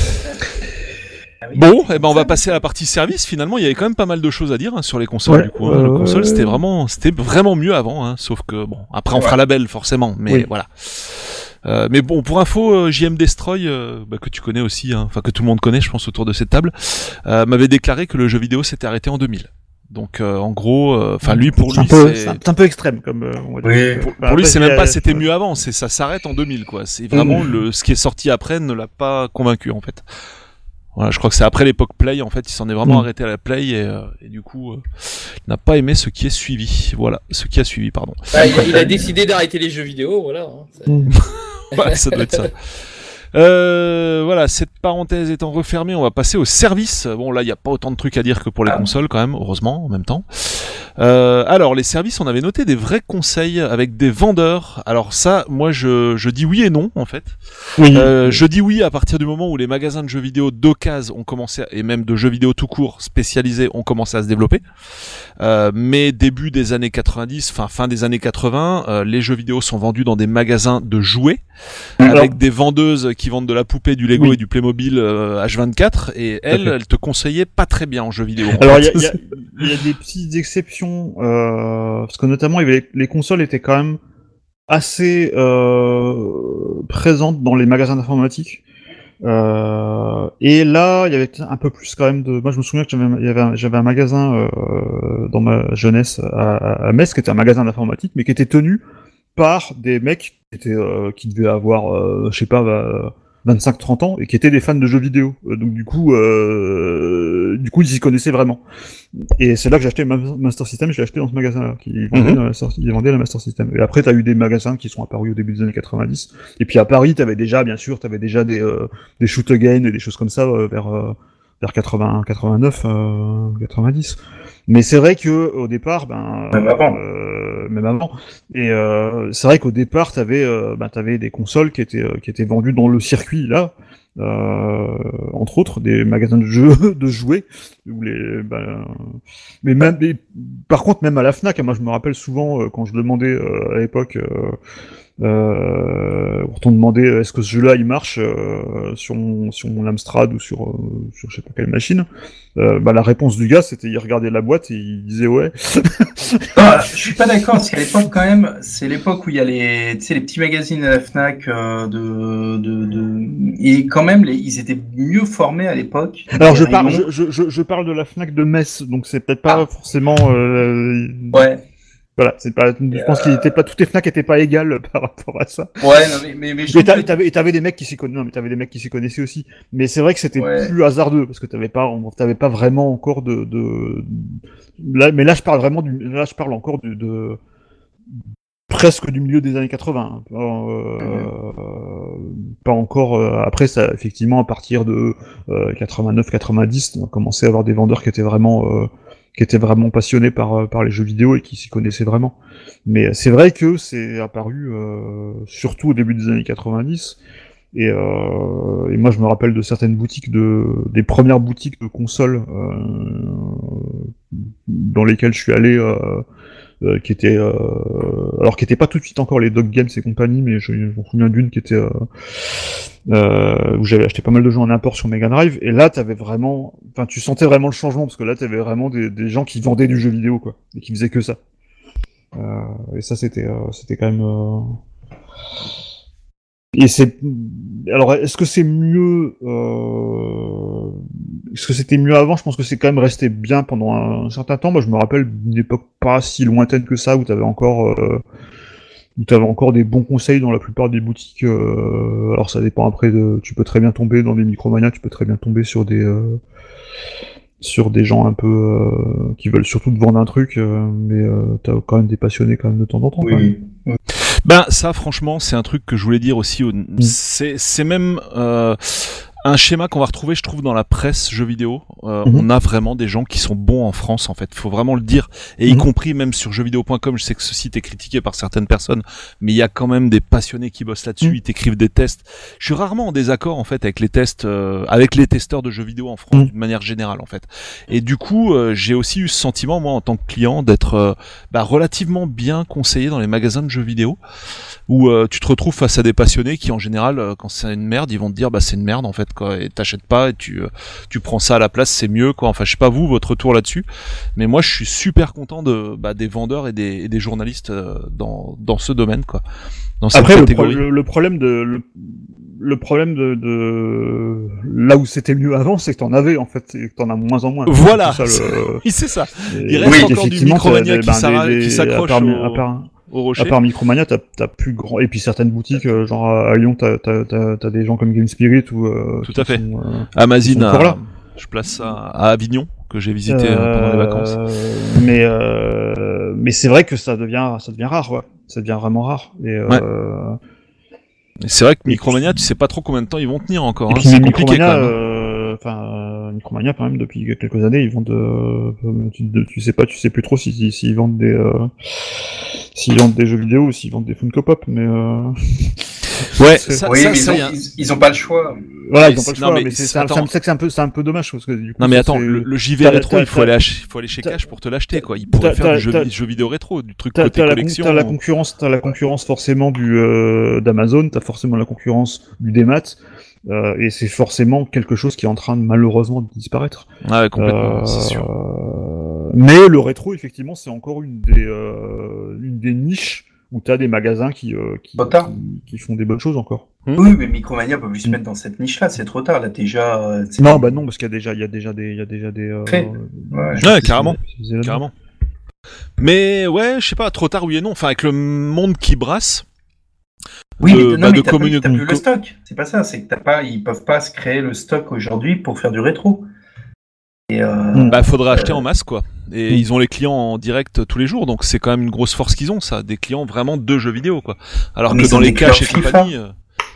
Ah oui. Bon, eh ben on va passer à la partie service. Finalement, il y avait quand même pas mal de choses à dire hein, sur les consoles. Ouais, du coup, hein. euh, Le console, ouais. c'était vraiment, c'était vraiment mieux avant. Hein, sauf que bon, après on Ouais. fera la belle forcément, mais Oui. voilà. Euh, mais bon, pour info, euh, J M Destroy, euh, bah, que tu connais aussi, hein, enfin que tout le monde connaît, je pense autour de cette table, euh, m'avait déclaré que le jeu vidéo s'était arrêté en deux mille. Donc euh, en gros, enfin lui pour c'est un lui, peu, c'est c'est un, c'est un peu extrême comme. euh, on va dire. Oui. pour, Bah, pour lui, après, c'est il y même a- pas c'était mieux avant, c'est ça s'arrête en deux mille, quoi. C'est vraiment Mmh. le ce qui est sorti après ne l'a pas convaincu en fait. Voilà, je crois que c'est après l'époque Play, en fait, il s'en est vraiment Mm. arrêté à la Play et, euh, et du coup, euh, il n'a pas aimé ce qui est suivi. Voilà, ce qui a suivi, pardon. Bah, il, il a décidé d'arrêter les jeux vidéo, voilà. hein. C'est- Mm. Ouais, ça doit être ça. Euh, voilà, cette parenthèse étant refermée, on va passer au service. Bon, là, il n'y a pas autant de trucs à dire que pour les Ah. consoles, quand même, heureusement, en même temps. Euh, alors, les services, on avait noté des vrais conseils avec des vendeurs. Alors ça, moi, je, je dis oui et non, en fait. Oui. Euh, je dis oui à partir du moment où les magasins de jeux vidéo d'occasion ont commencé, à- et même de jeux vidéo tout court spécialisés, ont commencé à se développer. Euh, mais début des années quatre-vingt-dix, fin fin des années quatre-vingts, euh, les jeux vidéo sont vendus dans des magasins de jouets Alors- avec des vendeuses qui vendent de la poupée, du Lego Oui. et du Playmobil euh, H vingt-quatre, et elles, fait. elles te conseillaient pas très bien en jeux vidéo. en Alors, il fait. y a, il y, a, il y a des petites exceptions, euh, parce que notamment, il y avait, les consoles étaient quand même assez euh, présentes dans les magasins d'informatique. Euh, et là, il y avait un peu plus quand même de. Moi, je me souviens que j'avais, il y avait un, j'avais un magasin euh, dans ma jeunesse à, à Metz, qui était un magasin d'informatique, mais qui était tenu par des mecs qui étaient, euh, qui devaient avoir, euh, je sais pas, bah, vingt-cinq trente ans et qui étaient des fans de jeux vidéo. Euh, Donc du coup, euh, du coup, ils s'y connaissaient vraiment. Et c'est là que j'ai acheté ma Master System. Je l'ai acheté dans ce magasin-là, qui vendait, Mhm. la Master, ils vendaient la Master System. Et après, t'as eu des magasins qui sont apparus au début des années quatre-vingt-dix. Et puis à Paris, t'avais déjà, bien sûr, t'avais déjà des euh, des shoot again et des choses comme ça euh, vers euh, vers quatre-vingts, quatre-vingt-neuf, euh, quatre-vingt-dix. Mais c'est vrai que au départ, ben Même avant. euh, même avant. Et euh, c'est vrai qu'au départ, t'avais euh, ben, t'avais des consoles qui étaient euh, qui étaient vendues dans le circuit là. Euh, entre autres des magasins de jeux de jouets où les ben, mais même mais, par contre même à la Fnac, moi je me rappelle souvent euh, quand je demandais euh, à l'époque euh, euh, quand on demandait est-ce que ce jeu-là il marche euh, sur mon sur mon Amstrad ou sur euh, sur je sais pas quelle machine, euh, bah la réponse du gars c'était il regardait la boîte et il disait ouais. Ah, je suis pas d'accord, parce qu'à l'époque, quand même, c'est l'époque où il y a les, tu sais, les petits magazines à la Fnac euh, de, de, de, et quand même, les, ils étaient mieux formés à l'époque. Alors Les je parle rayons. je, je, je parle de la Fnac de Metz, donc c'est peut-être pas Ah. forcément euh, Ouais, voilà, c'est pas je pense qu'il était pas toutes les Fnac étaient pas égales par rapport à ça. ouais, non, mais, mais, mais je Et trouve t'avais, que- t'avais, et t'avais des mecs qui s'y connaissaient, non, mais t'avais des mecs qui s'y connaissaient aussi. Mais c'est vrai que c'était Ouais. plus hasardeux, parce que t'avais pas, t'avais pas vraiment encore de, de, là, mais là, je parle vraiment du, là, je parle encore de, de, presque du milieu des années quatre-vingts. Hein. Euh, Mhm. Pas encore, euh, après, ça, effectivement, à partir de, euh, quatre-vingt-neuf, quatre-vingt-dix, on a commencé à avoir des vendeurs qui étaient vraiment, euh, qui étaient vraiment passionnés par, par les jeux vidéo et qui s'y connaissaient vraiment. Mais c'est vrai que c'est apparu euh, surtout au début des années quatre-vingt-dix. Et, euh, et moi, je me rappelle de certaines boutiques, de, des premières boutiques de consoles euh, dans lesquelles je suis allé, euh, euh, qui étaient, euh, alors qui étaient pas tout de suite encore les Dog Games et compagnie, mais je, je me souviens d'une qui était euh, euh, où j'avais acheté pas mal de jeux en import sur Mega Drive. Et là, t'avais vraiment, enfin, tu sentais vraiment le changement parce que là, t'avais vraiment des, des gens qui vendaient du jeu vidéo, quoi, et qui faisaient que ça. Euh, et ça, c'était, euh, c'était quand même. Euh... Et c'est. Alors, est-ce que c'est mieux euh... Est-ce que c'était mieux avant? Je pense que c'est quand même resté bien pendant un certain temps. Moi, je me rappelle d'une époque pas si lointaine que ça où t'avais encore. Euh... où t'avais encore des bons conseils dans la plupart des boutiques. Euh... Alors, ça dépend après de. Tu peux très bien tomber dans des Micromania, tu peux très bien tomber sur des. Euh... sur des gens un peu euh, qui veulent surtout te vendre un truc, euh, mais euh, t'as quand même des passionnés quand même de temps en temps. Quand même. oui. Ben ça franchement c'est un truc que je voulais dire aussi. Au... C'est c'est même euh, un schéma qu'on va retrouver, je trouve, dans la presse jeux vidéo. Euh, Mhm. On a vraiment des gens qui sont bons en France, en fait. Faut vraiment le dire. Et y Mhm. compris même sur jeux vidéo point com, je sais que ce site est critiqué par certaines personnes, mais il y a quand même des passionnés qui bossent là-dessus. Mhm. Ils t'écrivent des tests. Je suis rarement en désaccord, en fait, avec les tests, euh, avec les testeurs de jeux vidéo en France, Mhm. d'une manière générale, en fait. Et du coup, euh, j'ai aussi eu ce sentiment, moi, en tant que client, d'être euh, bah, relativement bien conseillé dans les magasins de jeux vidéo, où euh, tu te retrouves face à des passionnés qui, en général, euh, quand c'est une merde, ils vont te dire bah c'est une merde en fait, quoi, et t'achètes pas et tu euh, tu prends ça à la place, c'est mieux, quoi. Enfin, je sais pas vous, votre retour là-dessus, mais moi je suis super content de bah, des vendeurs et des, et des journalistes euh, dans dans ce domaine, quoi. Dans cette Après, le, pro- catégorie. le, le problème de le, le problème de, de là où c'était mieux avant, c'est que t'en avais en fait, et que t'en as moins en moins. Voilà. C'est ça, le... Oui, c'est ça. et- Il reste oui, encore du effectivement, Micromania t'as- qui ben, s'arra- des- qui des- s'accroche à part, au- à part, Au Rocher. à part Micromania, t'as t'as plus grand. Et puis certaines boutiques, euh, genre à Lyon, t'as t'as t'as t'as des gens comme Game Spirit ou euh, Tout qui à fait. sont, euh, Amazon, ils sont encore à- là. je place ça à Avignon, que j'ai visité euh, pendant les vacances. Euh, mais euh, mais c'est vrai que ça devient ça devient rare, ouais. Ça devient vraiment rare. Et euh, Et c'est vrai que Micromania, tu sais pas trop combien de temps ils vont tenir encore. Et Hein. puis C'est mais compliqué Micromania, quand même. euh, enfin, euh, Micromania quand même depuis quelques années, ils vendent, euh, tu, de- tu sais pas, tu sais plus trop si, si, s'ils vendent des, euh, s'ils vendent des jeux vidéo ou s'ils vendent des Funko Pop, mais euh... Ouais, c'est- ça, oui, ça, mais ça, ils, y ont, a- ils, ils ont pas le choix. voilà, mais ils ont pas le c'est- choix, non, mais, mais c'est, c'est- c'est, un- attends. c'est, un- c'est que c'est un peu, c'est un peu dommage parce que du coup. Non mais ça, attends, c'est- le, le J V t'as- rétro, t'as- il faut t'as- aller, ach- il faut aller chez t'as- Cash pour te l'acheter quoi. Il pourrait t'as- faire t'as- du jeu, t'as- jeu vidéo rétro, du truc T'as, côté t'as la, con- collection. t'as la concurrence, t'as la concurrence forcément du euh, d'Amazon, t'as forcément la concurrence du démat, euh, et c'est forcément quelque chose qui est en train de malheureusement de disparaître. Ah ouais, complètement, Euh, c'est sûr. Mais le rétro, effectivement, c'est encore une des euh, une des niches où t'as des magasins qui euh, qui, Botard. qui qui font des bonnes choses encore. Oui, mais Micromania peut plus se mettre dans cette niche-là, c'est trop tard, là, déjà. euh, c'est- Non, bah non, parce qu'il y a déjà il y a déjà des il y a déjà des. Euh, Fait. Ouais. des choses Ouais, qui carrément. sont spécialisées là-dedans. Carrément. Mais ouais, je sais pas, trop tard oui et non. Enfin, avec le monde qui brasse. Oui, de- mais, bah, non, mais de t'as, pas- communi- t'as plus co- le stock. C'est pas ça, c'est que t'as pas, ils peuvent pas se créer le stock aujourd'hui pour faire du rétro. Et euh, Bah, faudrait acheter en masse quoi. Et Mm. ils ont les clients en direct tous les jours, donc c'est quand même une grosse force qu'ils ont, ça, des clients vraiment de jeux vidéo quoi. Alors Mais que ils dans ont les des caches et clients FIFA. compagnie. euh,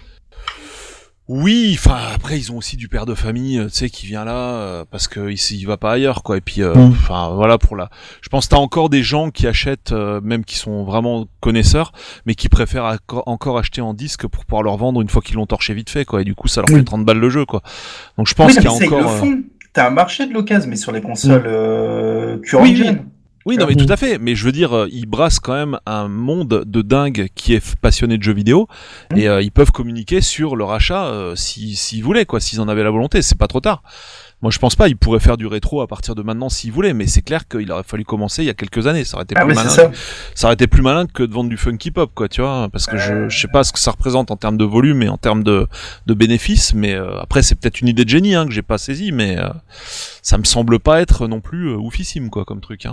Oui, enfin après ils ont aussi du père de famille, euh, tu sais, qui vient là euh, parce que il, il va pas ailleurs quoi. Et puis, euh, Mm. enfin voilà pour la. Je pense que t'as encore des gens qui achètent, euh, même qui sont vraiment connaisseurs, mais qui préfèrent acco- encore acheter en disque pour pouvoir leur vendre une fois qu'ils l'ont torché vite fait quoi. Et du coup ça leur Oui. fait trente balles le jeu quoi. Donc je pense oui, qu'il y non, a mais ça, ils encore. le euh, font. T'as un marché de l'occasion, mais sur les consoles euh, current Oui, oui. gen. Oui, non, mais Mm. tout à fait. Mais je veux dire, euh, ils brassent quand même un monde de dingue qui est f- passionné de jeux vidéo, Mm. et euh, ils peuvent communiquer sur leur achat euh, si s'ils voulaient, quoi, s'ils en avaient la volonté. C'est pas trop tard. Moi, je pense pas. Ils pourraient faire du rétro à partir de maintenant s'ils voulaient, mais c'est clair qu'il aurait fallu commencer il y a quelques années. Ça aurait été Ah plus oui, c'est malin. ça. Ça aurait été plus malin que de vendre du funky pop, quoi, tu vois, parce que je, je sais pas ce que ça représente en termes de volume et en termes de, de bénéfices, mais euh, après c'est peut-être une idée de génie hein, que j'ai pas saisie, mais euh, ça me semble pas être non plus euh, oufissime, quoi, comme truc. Hein.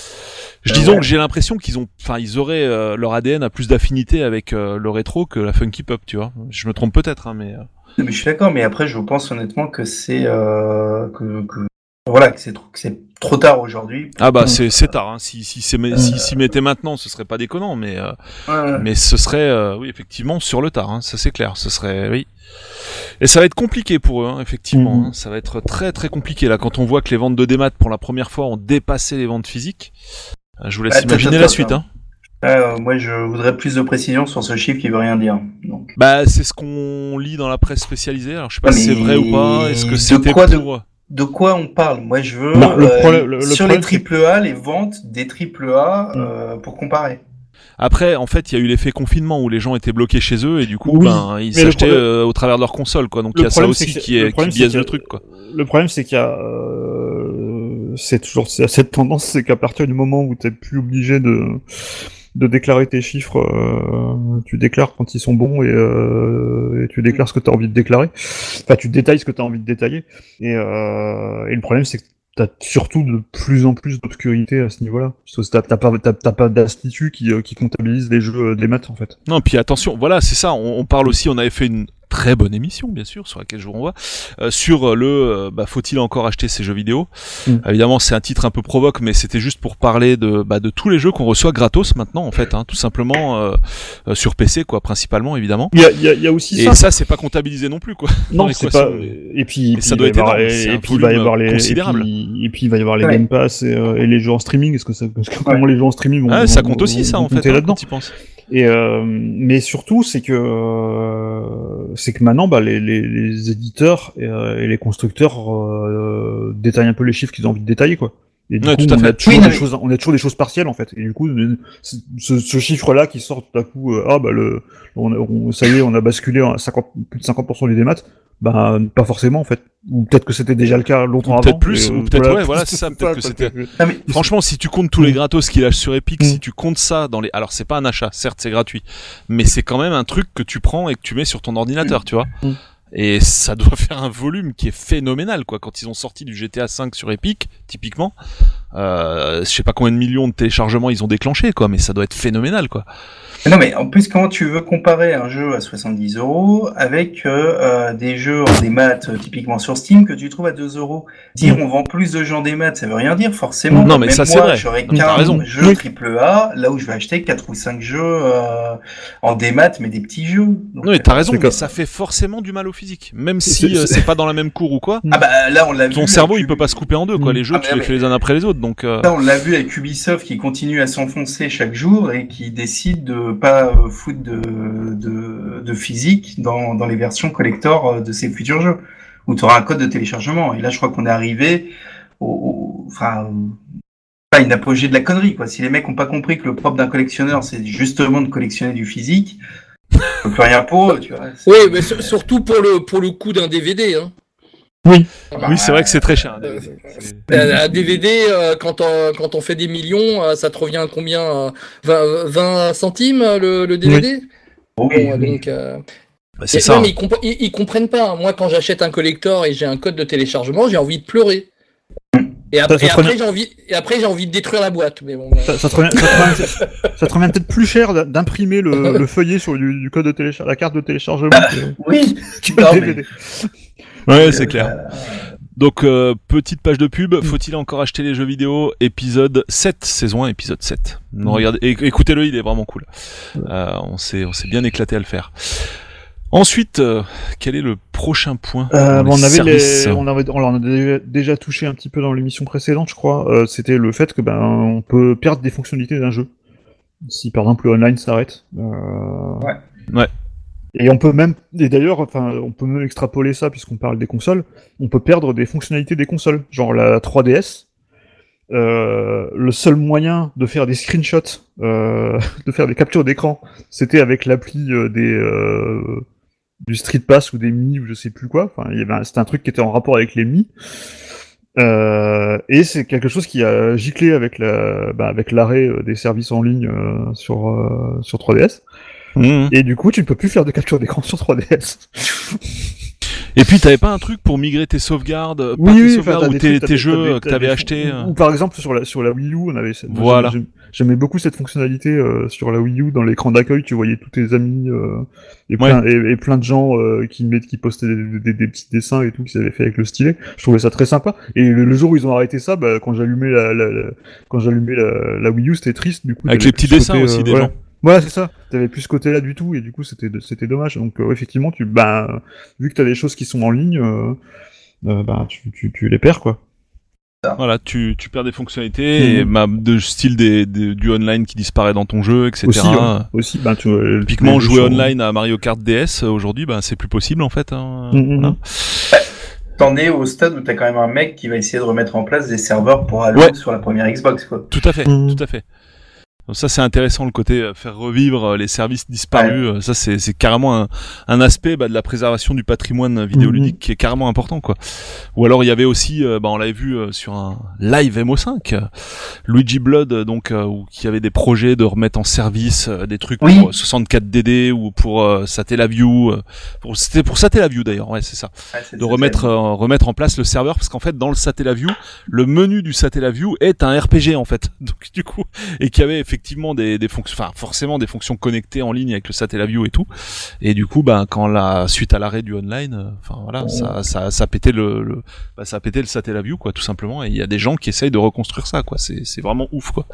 Je Euh, disons ouais. que j'ai l'impression qu'ils ont, enfin, ils auraient euh, leur A D N a plus d'affinité avec euh, le rétro que la funky pop, tu vois. Je me trompe peut-être, hein, mais. euh, Non, mais je suis d'accord, mais après, je pense honnêtement que c'est euh, que, que voilà que c'est trop, que c'est trop tard aujourd'hui. Ah bah Mm. c'est c'est tard. Hein. Si si c'est si s'y mettait maintenant, ce serait pas déconnant, mais. Euh... Ouais. Mais ce serait, euh, oui, effectivement, sur le tard, hein, ça c'est clair, ce serait, oui. Et ça va être compliqué pour eux, hein, effectivement, Mhm. hein, ça va être très très compliqué, là, quand on voit que les ventes de démat, pour la première fois, ont dépassé les ventes physiques. Euh, Je vous laisse Attends, imaginer attends, la attends. suite, hein. Euh, moi, je voudrais plus de précision sur ce chiffre qui veut rien dire. Donc. Bah, c'est ce qu'on lit dans la presse spécialisée, alors je sais pas Ah, si c'est mais vrai ou pas, est-ce que de c'était quoi, de- pour... De quoi on parle? Moi, je veux Non, le euh, problème- le- le sur problème, les triple A, les ventes des triple A euh, pour comparer. Après, en fait, il y a eu l'effet confinement où les gens étaient bloqués chez eux et du coup, Oui, ben, ils mais le s'achetaient problème- euh, au travers de leur console, quoi. Donc il Le y a ça problème, aussi c'est que- qui, le est, qui problème, c'est biaise qu'il y a- le truc, quoi. Le problème, c'est qu'il y a, euh, c'est toujours c'est cette tendance, c'est qu'à partir du moment où t'es plus obligé de de déclarer tes chiffres, euh, tu déclares quand ils sont bons et, euh, et tu déclares ce que tu as envie de déclarer. Enfin, tu détailles ce que tu as envie de détailler. Et, euh, et le problème, c'est que t'as surtout de plus en plus d'obscurité à ce niveau-là. Parce que t'as, t'as pas, t'as, t'as pas d'institut qui, euh, qui comptabilise les jeux euh, des maths, en fait. Non, puis attention, voilà, c'est ça. On, on parle aussi, on avait fait une très bonne émission, bien sûr, sur laquelle je vous renvoie, euh, sur le euh, bah, faut-il encore acheter ces jeux vidéo. Mm. Évidemment, c'est un titre un peu provoque, mais c'était juste pour parler de bah, de tous les jeux qu'on reçoit gratos maintenant, en fait, hein, tout simplement euh, euh, sur P C, quoi, principalement, évidemment. Il y a, il y a, il y a aussi Et ça. ça, c'est pas comptabilisé non plus, quoi. dans Non, c'est l'équation. pas. Et puis, et puis ça il doit va y être avoir énorme, les- c'est un et puis il va y volume avoir les, et considérable. puis, et puis il va y avoir les Ouais. Game Pass et, euh, et les jeux en streaming. Est-ce que ça, parce que Ouais. comment les jeux en streaming vont, Ah, ça vont- compte aussi, vont- ça, vont en fait, compter hein, là-dedans. quand tu penses. Et euh, mais surtout, c'est que euh, c'est que maintenant, bah, les, les, les éditeurs et, euh, et les constructeurs euh, détaillent un peu les chiffres qu'ils ont envie de détailler, quoi. Et du Ouais, coup, tout à on fait. a toujours Oui, des mais- choses, on a toujours des choses partielles en fait. Et du coup, ce, ce chiffre-là qui sort tout à coup, euh, ah bah le, on, on- ça y est, on a basculé à cinquante, plus de cinquante pour cent du démat. Bah pas forcément en fait. Ou peut-être que c'était déjà le cas longtemps Ou avant. peut-être plus, et, ou euh, peut-être, ouais, voilà, c'est ça, peut-être que c'était- Non, mais Franchement, si tu comptes tous les Mm. gratos qu'il lâche sur Epic, Mm. si tu comptes ça dans les, alors c'est pas un achat, certes c'est gratuit, mais c'est quand même un truc que tu prends et que tu mets sur ton ordinateur, tu vois. Mm. Et ça doit faire un volume qui est phénoménal, quoi. Quand ils ont sorti du G T A cinq sur Epic, typiquement, Euh, je sais pas combien de millions de téléchargements ils ont déclenché, quoi, mais ça doit être phénoménal, quoi. Non, mais en plus, comment tu veux comparer un jeu à soixante-dix euros avec euh, euh, des jeux en démat euh, typiquement sur Steam que tu trouves à deux euros? Dire on vend plus de jeux en démat, ça veut rien dire forcément. Non, mais Même ça, c'est moi, vrai. j'aurais Non, t'as raison. qu'un jeu Oui. triple A, là où je vais acheter quatre ou cinq jeux euh, en démat, mais des petits jeux. Donc, Non, mais t'as raison, c'est mais comme- ça fait forcément du mal au physique. Même C'est- si c'est- euh, c'est pas dans la même cour ou quoi, ah bah là, on l'a vu. ton cerveau avec il peut pas se couper en deux, quoi. Mm. Les jeux, Ah, tu mais- les mais- fais les uns après les autres, donc. Euh... Ça, on l'a vu avec Ubisoft qui continue à s'enfoncer chaque jour et qui décide de pas euh, foutre de, de, de physique dans, dans les versions collector euh, de ses futurs jeux, où tu auras un code de téléchargement. Et là, je crois qu'on est arrivé au, au- enfin, euh, pas une apogée de la connerie, quoi. Si les mecs ont pas compris que le propre d'un collectionneur, c'est justement de collectionner du physique, on peut plus rien pour eux, tu vois. C'est- Oui, mais sur- surtout pour le, pour le coût d'un D V D. Hein. Bah, Oui, c'est vrai que c'est très cher. Euh, C'est- Un un D V D, euh, quand, on, quand on fait des millions, euh, ça te revient à combien euh, vingt, vingt centimes euh, le, le D V D oui, Bon, oui. donc, euh, Bah, c'est et- ça. non, mais ils, compre- ils, ils comprennent pas. Moi, quand j'achète un collector et j'ai un code de téléchargement, j'ai envie de pleurer. Et après, Ça- ça et te après, revient- j'ai envie, et après, j'ai envie de détruire la boîte. Mais bon, euh, Ça, ça te revient, ça te revient- ça te revient peut-être plus cher d'a- d'imprimer le, le feuillet sur du, du code de téléchargement, la carte de téléchargement que, Oui, que non, le mais- D V D. Ouais, c'est clair. Euh, Donc, euh, petite page de pub. Faut-il encore acheter les jeux vidéo? Épisode sept, saison un, épisode sept. Non, Mm. regardez, é- écoutez-le, il est vraiment cool. Euh, on s'est, on s'est bien éclaté à le faire. Ensuite, euh, quel est le prochain point? Euh, dans bon, on les avait services les, on avait, on en a déjà, déjà touché un petit peu dans l'émission précédente, je crois. Euh, c'était le fait que ben on peut perdre des fonctionnalités d'un jeu si par exemple le online s'arrête. Euh... Ouais. Ouais. Et on peut même, et d'ailleurs, enfin, on peut même extrapoler ça puisqu'on parle des consoles. On peut perdre des fonctionnalités des consoles, genre la trois D S. Euh, le seul moyen de faire des screenshots, euh, de faire des captures d'écran, c'était avec l'appli euh, des euh, du Street Pass ou des Mi ou je sais plus quoi. Enfin, il y avait un- c'était un truc qui était en rapport avec les Mi. Euh, et c'est quelque chose qui a giclé avec la, bah, avec l'arrêt euh, des services en ligne euh, sur euh, sur trois D S. Mmh. Et du coup, tu ne peux plus faire de capture d'écran sur trois D S. Et puis, t'avais pas un truc pour migrer tes sauvegardes, pas Oui, tes oui, sauvegardes enfin, t'as ou des tes, trucs, t'as tes des- jeux t'as des- que t'as t'avais des- achetés. ou, euh, ou par exemple sur la sur la Wii U, on avait cette- Voilà. j'aimais- J'aimais beaucoup cette fonctionnalité euh, sur la Wii U dans l'écran d'accueil, tu voyais tous tes amis euh, et, plein, et, et plein de gens euh, qui mettent qui postaient des, des, des petits dessins et tout qu'ils avaient fait avec le stylet. Je trouvais ça très sympa. Et le, le jour où ils ont arrêté ça, bah, quand j'allumais la, la, la quand j'allumais la, la Wii U, c'était triste du coup. Avec t'avais les petits plus ce dessins côté, aussi euh, des voilà. gens. Voilà, c'est ça. T'avais plus ce côté-là du tout, et du coup, c'était c'était dommage. Donc, euh, effectivement, tu, ben, vu que t'as des choses qui sont en ligne, euh, euh, ben, tu, tu, tu les perds, quoi. Voilà, tu, tu perds des fonctionnalités, et, Mhm. bah, de style des, des- du online qui disparaît dans ton jeu, et cetera. Aussi, ouais. Aussi, ben, tu. euh, Typiquement, les jeux jouer sur- online à Mario Kart D S euh, aujourd'hui, ben c'est plus possible en fait. Hein. Mhm. Voilà. T'en es au stade où t'as quand même un mec qui va essayer de remettre en place des serveurs pour Halo Ouais. sur la première Xbox, quoi. Tout à fait, Mhm. tout à fait. Donc ça c'est intéressant le côté euh, faire revivre euh, les services disparus. Euh, Ça c'est c'est carrément un, un aspect bah, de la préservation du patrimoine vidéoludique Mhm. qui est carrément important quoi. Ou alors il y avait aussi, euh, bah, on l'avait vu euh, sur un live M O cinq, euh, Luigi Blood euh, donc euh, où qui avait des projets de remettre en service euh, des trucs Oui. pour euh, soixante-quatre D D ou pour euh, Satellaview. Euh, pour c'était pour Satellaview d'ailleurs, ouais c'est ça. Ouais, c'est- De c'est- remettre euh, remettre en place le serveur parce qu'en fait dans le Satellaview le menu du Satellaview est un R P G en fait donc du coup et qu'il y avait effectivement des des fonctions enfin forcément des fonctions connectées en ligne avec le Satellaview et tout et du coup ben quand la suite à l'arrêt du online euh, enfin voilà Oh. ça ça ça pétait le, le bah, ça a pété le Satellaview quoi tout simplement et il y a des gens qui essayent de reconstruire ça quoi c'est c'est vraiment ouf quoi.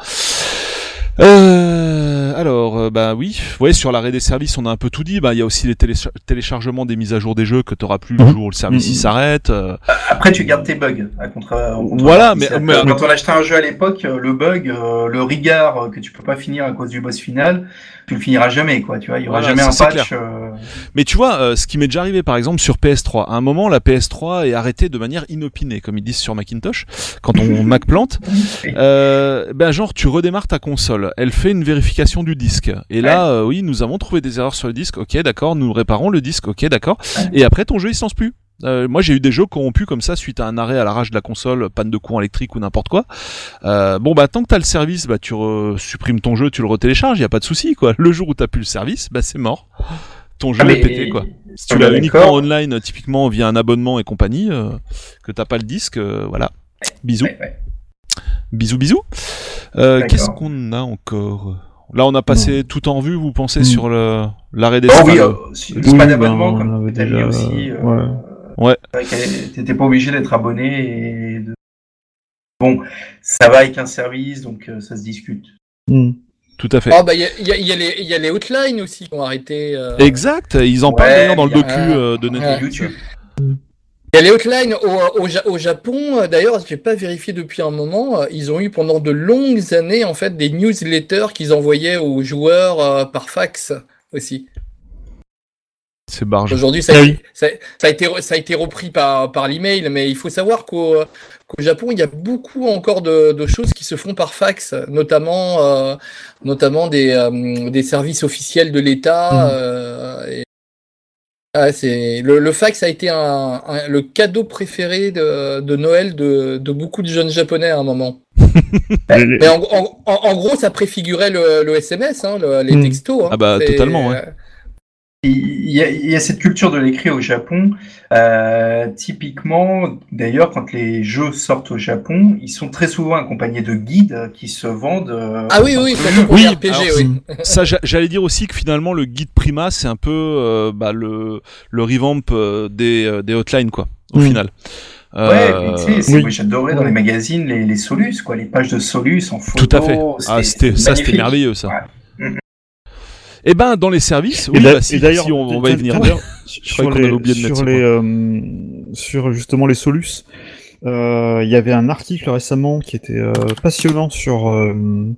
Euh, alors, euh, bah oui, ouais, sur l'arrêt des services, on a un peu tout dit. Bah, il y a aussi les télécha- téléchargements des mises à jour des jeux que t'auras plus le Mhm. jour où le service il Mhm. s'arrête. euh. Après, tu gardes tes bugs. À contra... en Voilà, contrepartie. mais- C'est-à-dire mais- que quand on achetait un jeu à l'époque, euh, le bug, euh, le rigard euh, que tu peux pas finir à cause du boss final, tu le finiras jamais, quoi. Tu vois, il y aura Voilà, jamais ça, un c'est patch. euh, Mais tu vois, euh, ce qui m'est déjà arrivé par exemple sur P S trois, à un moment la P S trois est arrêtée de manière inopinée, comme ils disent sur Macintosh, quand on Mac plante. Euh, ben genre tu redémarres ta console, elle fait une vérification du disque. Et là, euh, oui, nous avons trouvé des erreurs sur le disque, ok d'accord, nous réparons le disque, ok d'accord. Ouais. Et après ton jeu il se lance plus. Euh, moi j'ai eu des jeux corrompus comme ça suite à un arrêt à l'arrache de la console, panne de courant électrique ou n'importe quoi. Euh, bon bah tant que t'as le service, bah tu re- supprimes ton jeu, tu le retélécharges, y a pas de souci quoi. Le jour où t'as plus le service, bah c'est mort. Ton jeu Ah, mais- est pété quoi. Si tu Ah, l'as bah, uniquement d'accord. online, typiquement via un abonnement et compagnie, euh, que t'as pas le disque, euh, voilà. Bisous. ouais, ouais. Bisous bisous. Euh, D'accord. qu'est-ce qu'on a encore? Là, on a passé Non. tout en revue, vous pensez, Mm. sur le, l'arrêt des Oh oui, salles euh, si- le Oui, spa ben, d'abonnement, on comme avait t'as mis déjà- aussi. euh, ouais. Ouais. C'est vrai que t'étais pas obligé d'être abonné et de... Bon, ça va avec un service, donc euh, ça se discute. Hmm. Tout à fait. Ah, bah, il y a, il y a- il y a les, il y a les hotlines aussi qui ont arrêté. euh, Exact, ils en Ouais, parlent d'ailleurs dans le il y a- docu euh, de Ouais. Netflix. YouTube. Il y a les hotlines au, au, Ja- au Japon. euh, D'ailleurs, j'ai pas vérifié depuis un moment. euh, Ils ont eu pendant de longues années en fait des newsletters qu'ils envoyaient aux joueurs euh, par fax aussi. C'est barge. Aujourd'hui, ça, Ah a- oui. ça, ça a été re- ça a été repris par par l'email, mais il faut savoir qu'au qu'au Japon, il y a beaucoup encore de, de choses qui se font par fax, notamment euh, notamment des euh, des services officiels de l'État. Mhm. euh, et- Ah, c'est le, le fax a été un, un- le cadeau préféré de, de Noël de, de beaucoup de jeunes japonais à un moment. Les- les- Mais en, en, en- en gros, ça préfigurait le, le S M S, hein, le- les Mm. textos. Hein. Ah bah, C'est- totalement, ouais. Il y, a, il y a cette culture de l'écrit au Japon. Euh, typiquement, d'ailleurs, quand les jeux sortent au Japon, ils sont très souvent accompagnés de guides qui se vendent. euh, Ah oui, oui, surtout pour Oui, les R P G, alors, oui. Ça, j'a- j'allais dire aussi que finalement, le guide Prima, c'est un peu euh, bah, le, le revamp euh, des, euh, des hotlines, quoi, au Mm. final. Ouais, Euh, puis, tu sais, c'est- oui. moi, j'adorais dans les magazines les, les Solus, quoi, les pages de Solus en photo. Tout à fait. Ah, c'était, ça, c'était magnifique. merveilleux, ça. Ouais. Et ben, dans les services, Et oui, d'a- bah, si, et d'ailleurs, si, on, on va y tiens, venir. tiens, d'ailleurs, croyais sur qu'on les, avait oublié de mettre sur ce les, point. euh, sur justement les solus, euh, il y avait un article récemment qui était euh, passionnant sur euh,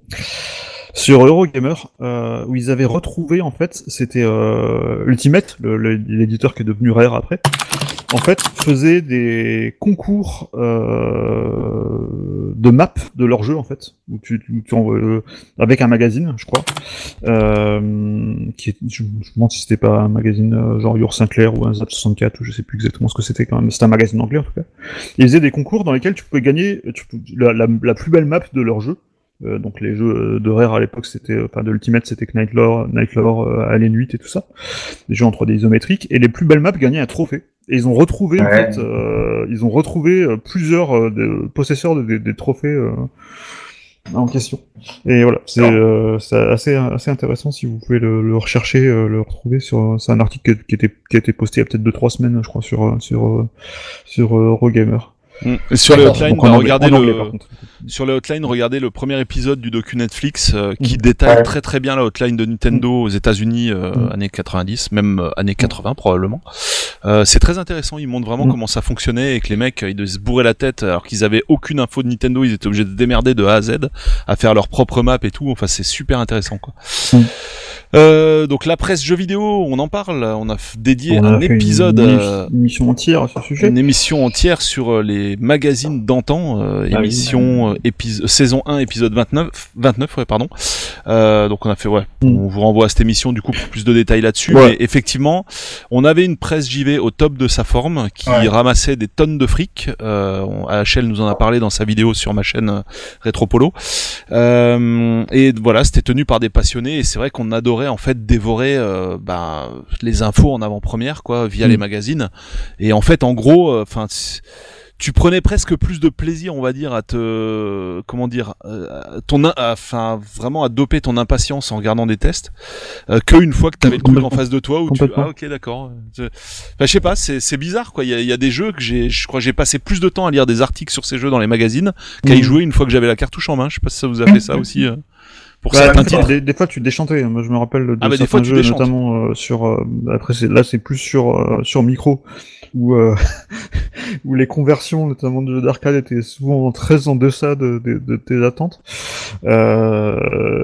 sur Eurogamer euh, où ils avaient retrouvé en fait, c'était euh, Ultimate, le- le- l'éditeur qui est devenu Rare après. En fait, faisait des concours euh, de maps de leur jeu en fait, où tu, où tu envoies, euh, avec un magazine, je crois, euh, qui est, je, je me demande si c'était pas un magazine euh, genre Your Sinclair ou un Zap soixante-quatre ou je sais plus exactement ce que c'était quand même. C'était un magazine anglais en tout cas. Ils faisaient des concours dans lesquels tu pouvais gagner tu, peux- la, la, la plus belle map de leur jeu. Euh, donc les jeux de Rare à l'époque, c'était, enfin de Ultimate, c'était Nightlore, Nightlore, euh, Alien huit et tout ça. Des jeux en trois D isométriques. Et les plus belles maps gagnaient un trophée. Et ils ont retrouvé, en Ouais. fait, euh, ils ont retrouvé euh, plusieurs euh, de- possesseurs de- des- des trophées euh, en question. Et voilà, c'est euh, c'est assez, assez intéressant si vous pouvez le, le rechercher, euh, le retrouver sur. C'est un article qui, qui était qui a été posté il y a peut-être deux trois semaines, je crois, sur euh, sur euh, sur euh, Eurogamer. Mm. Et sur les D'accord. hotlines, Donc, en bah, anglais- regardez en anglais, le, par contre. sur les hotlines, regardez le premier épisode du docu Netflix euh, qui Mm. détaille Ouais. très très bien la hotline de Nintendo aux États-Unis euh, Mm. années quatre-vingt-dix, même euh, années quatre-vingts probablement. Euh, c'est très intéressant. Ils montrent vraiment Mm. comment ça fonctionnait et que les mecs euh, ils devaient se bourrer la tête alors qu'ils avaient aucune info de Nintendo. Ils étaient obligés de se démerder de A à Z à faire leur propre map et tout. Enfin, c'est super intéressant quoi. Mm. Euh, donc la presse jeux vidéo, on en parle. On a f- dédié On a un fait épisode. une, euh, une émission entière à ce sujet. une émission entière sur euh, les magazines d'antan, euh, Ah oui. émission euh, épis- saison un épisode vingt-neuf, vingt-neuf ouais pardon. Euh, donc on a fait ouais, Mm. on vous renvoie à cette émission du coup pour plus de détails là-dessus. Ouais. Mais effectivement, on avait une presse J V au top de sa forme qui Ouais. ramassait des tonnes de fric. Euh, on- A H L nous en a parlé dans sa vidéo sur ma chaîne euh, Retropolo. Euh, et voilà, c'était tenu par des passionnés et c'est vrai qu'on adorait en fait dévorer euh, bah, les infos en avant-première quoi via Mm. les magazines. Et en fait, en gros, enfin. tu prenais presque plus de plaisir, on va dire, à te, comment dire, euh, ton, enfin, vraiment à doper ton impatience en regardant des tests, euh, que une fois que t'avais le truc en face de toi où tu, ah ok d'accord. Enfin, je sais pas, c'est, c'est bizarre quoi. Il y a, il y a des jeux que j'ai, je crois, que j'ai passé plus de temps à lire des articles sur ces jeux dans les magazines qu'à y Mmh. jouer une fois que j'avais la cartouche en main. Je sais pas si ça vous a fait ça aussi. Euh, pour Bah, certains des, titres. des, des fois tu déchantais. Moi je me rappelle de Ah bah, des certains fois, tu jeux, déchantes. notamment euh, sur. Euh, après c'est, là c'est plus sur euh, sur micro où euh, où les conversions notamment de jeux d'arcade étaient souvent très en deçà de, de, de tes attentes. Euh,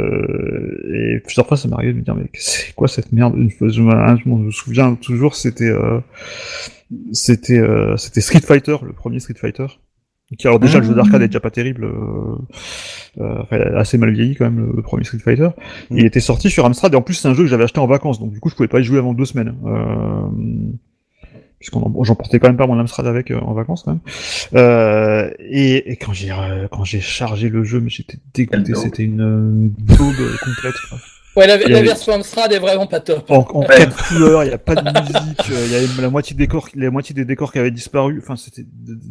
et plusieurs fois ça m'est arrivé de me dire mais c'est quoi cette merde. Une fois, je, me, je me souviens toujours c'était euh, c'était euh, c'était Street Fighter, le premier Street Fighter. Qui, alors déjà, Mmh. le jeu d'arcade est déjà pas terrible, euh, euh, enfin, il a assez mal vieilli quand même, le, le premier Street Fighter. Mmh. Il était sorti sur Amstrad, et en plus c'est un jeu que j'avais acheté en vacances, donc du coup je pouvais pas y jouer avant deux semaines. Euh, puisqu'on j'en portais quand même pas mon Amstrad avec euh, en vacances quand même. Euh, et, et quand j'ai euh, quand j'ai chargé le jeu, mais j'étais dégoûté, Quel daube. c'était une, une daube complète. Quoi. Ouais, la, Il y la avait- version Amstrad est vraiment pas top. En, en Ouais. quatre couleurs, il n'y a pas de musique, euh, il y avait la moitié des décors, la moitié des décors qui avaient disparu. Enfin, c'était.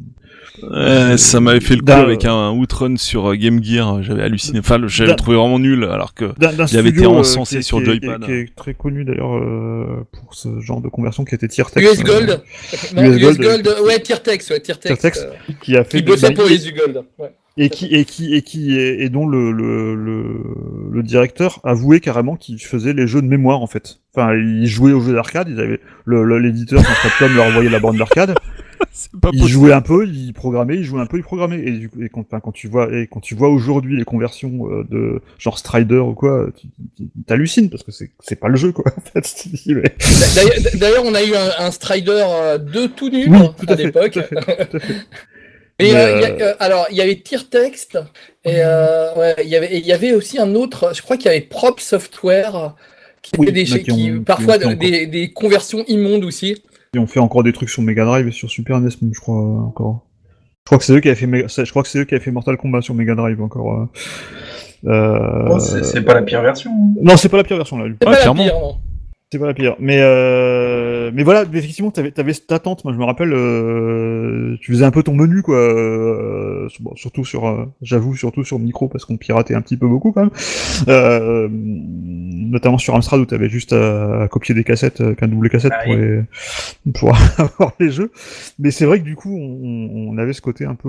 Ouais, ça m'avait fait le coup D'un- avec un Outrun sur euh, Game Gear, j'avais halluciné. Enfin, le- j'avais D'un- trouvé vraiment nul, alors que D'un, d'un il avait été studio, euh, encensé qui est- sur qui est- Joypad. Qui est, qui est très connu d'ailleurs euh, pour ce genre de conversion, qui était Tiertex. U S Gold. Non, U S U S Gold, Gold, ouais, Tiertex, ouais, Tiertex. Tiertex, euh, qui a fait. Qui des- bossait bah, pour il- les U Gold. Ouais. Et qui et qui et qui et, et dont le, le le le directeur avouait carrément qu'il faisait les jeux de mémoire en fait. Enfin, ils jouaient aux jeux d'arcade. Ils avaient le, le- l'éditeur sans Capcom leur envoyait la bande d'arcade. C'est pas Ils possible. jouaient un peu, ils programmaient, ils jouaient un peu, ils programmaient. Et, du coup, et quand, enfin, quand tu vois et quand tu vois aujourd'hui les conversions euh, de genre Strider ou quoi, tu, tu, t'hallucines parce que c'est c'est pas le jeu quoi. En fait, tu te dis, mais... D'ailleurs, d'ailleurs, on a eu un, un Strider euh, deux tout nul Oui, hein, tout à, à fait, l'époque. tout à fait, tout à fait. Et Mais, euh, il y a- euh, euh, alors, il y avait Tiertext et euh, ouais, il y avait et il y avait aussi un autre. Je crois qu'il y avait Prop Software qui Oui, fait des il y en a qui, qui ont- qui ont parfois fait encore. des, des conversions immondes aussi. Et on fait encore des trucs sur Mega Drive et sur Super N E S, même, je crois euh, encore. Je crois que c'est eux qui avaient fait, Mega- je crois que c'est eux qui avaient fait Mortal Kombat sur Mega Drive encore. Euh... Euh... Oh, c'est, c'est pas la pire version. Non, c'est pas la pire version là. C'est Ouais, pas clairement. la pire, non. C'est pas la pire. Mais euh... mais voilà, mais effectivement, t'avais, t'avais cette attente. Moi, je me rappelle, euh... tu faisais un peu ton menu, quoi. Euh... Bon, surtout sur, euh... j'avoue, surtout sur micro, parce qu'on piratait un petit peu beaucoup quand même. Euh... Notamment sur Amstrad où t'avais juste à, à copier des cassettes, euh, qu'un double cassette Ah pour, oui. les... pour avoir les jeux. Mais c'est vrai que du coup, on, on avait ce côté un peu.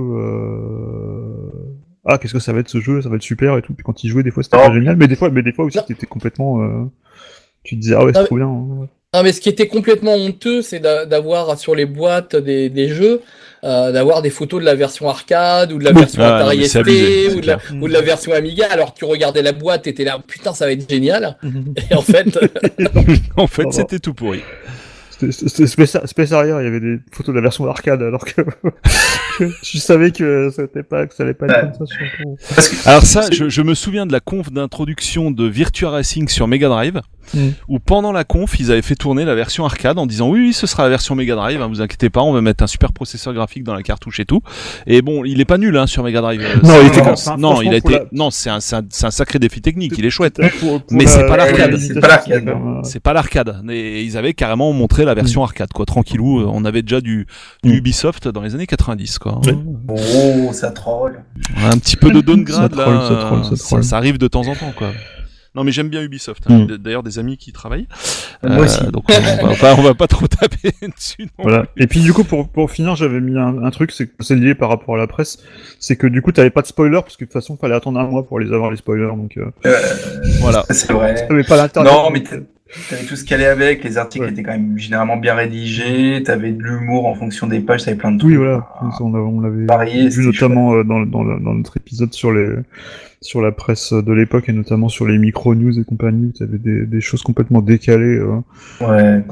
Euh... Ah, qu'est-ce que ça va être ce jeu, ça va être super et tout. Puis quand il jouait, des fois c'était Oh. pas génial, mais des fois, mais des fois aussi Non. t'étais complètement. Euh... Tu te disais ah ouais, c'est Non, mais- trop bien. hein. Non, mais ce qui était complètement honteux, c'est d'a- d'avoir sur les boîtes des, des jeux, euh, d'avoir des photos de la version arcade ou de la Oui. version Ah, non, Atari mais c'est S T abusé, c'est ou, de la, clair. ou de la version Amiga. Alors tu regardais la boîte, t'étais là, putain, ça va être génial. Mhm. Et en fait, En fait, Non, non. c'était tout pourri. C'était- C'était Space, Space Harrier, il y avait des photos de la version arcade alors que, que je savais que ça, n'était pas, que ça allait pas être Ouais. comme ça sur le Parce que Alors ça, je, je me souviens de la conf d'introduction de Virtua Racing sur Mega Drive, Mm. où pendant la conf, ils avaient fait tourner la version arcade en disant oui, oui, ce sera la version Mega Drive, hein, vous inquiétez pas, on va mettre un super processeur graphique dans la cartouche et tout. Et bon, il est pas nul hein, sur Mega Drive. euh, Non, c'est- il était non, comme ça, non, franchement, il a pour été, la- non, c'est un, c'est un, c'est un sacré défi technique, il est chouette. Pour- pour Mais la- c'est pas l'arcade. la C'est pas l'arcade, c'était quand même, euh, C'est pas l'arcade. Et ils avaient carrément montré la version arcade, quoi. Tranquillou, euh, on avait déjà du, du Mm. Ubisoft dans les années quatre-vingt-dix, quoi. Ouais. oh, ça troll. Un petit peu de downgrade, Ça troll, là. ça troll, ça euh, troll. ça arrive de temps en temps, quoi. Non, mais j'aime bien Ubisoft. hein. Mm. D- D'ailleurs, des amis qui y travaillent. Moi aussi. Donc, on va, pas, on va pas trop taper dessus. non Voilà. plus. Et puis du coup, pour, pour finir, j'avais mis un, un truc, c'est que c'est lié par rapport à la presse, c'est que du coup, t'avais pas de spoilers, parce que de toute façon, fallait attendre un mois pour les avoir, les spoilers, donc euh, Euh, Voilà. c'est vrai. t'avais pas l'internet. Non, mais t'a- t'avais tout ce qu'il allait avec. Les articles Ouais. étaient quand même généralement bien rédigés. T'avais de l'humour en fonction des pages. T'avais plein de trucs. Oui, voilà. Ah, On l'avait, on l'avait varié, vu c'était notamment euh, dans, dans, le- dans notre épisode sur les sur la presse de l'époque et notamment sur les micro news et compagnie où t'avais des, des choses complètement décalées. euh, Ouais.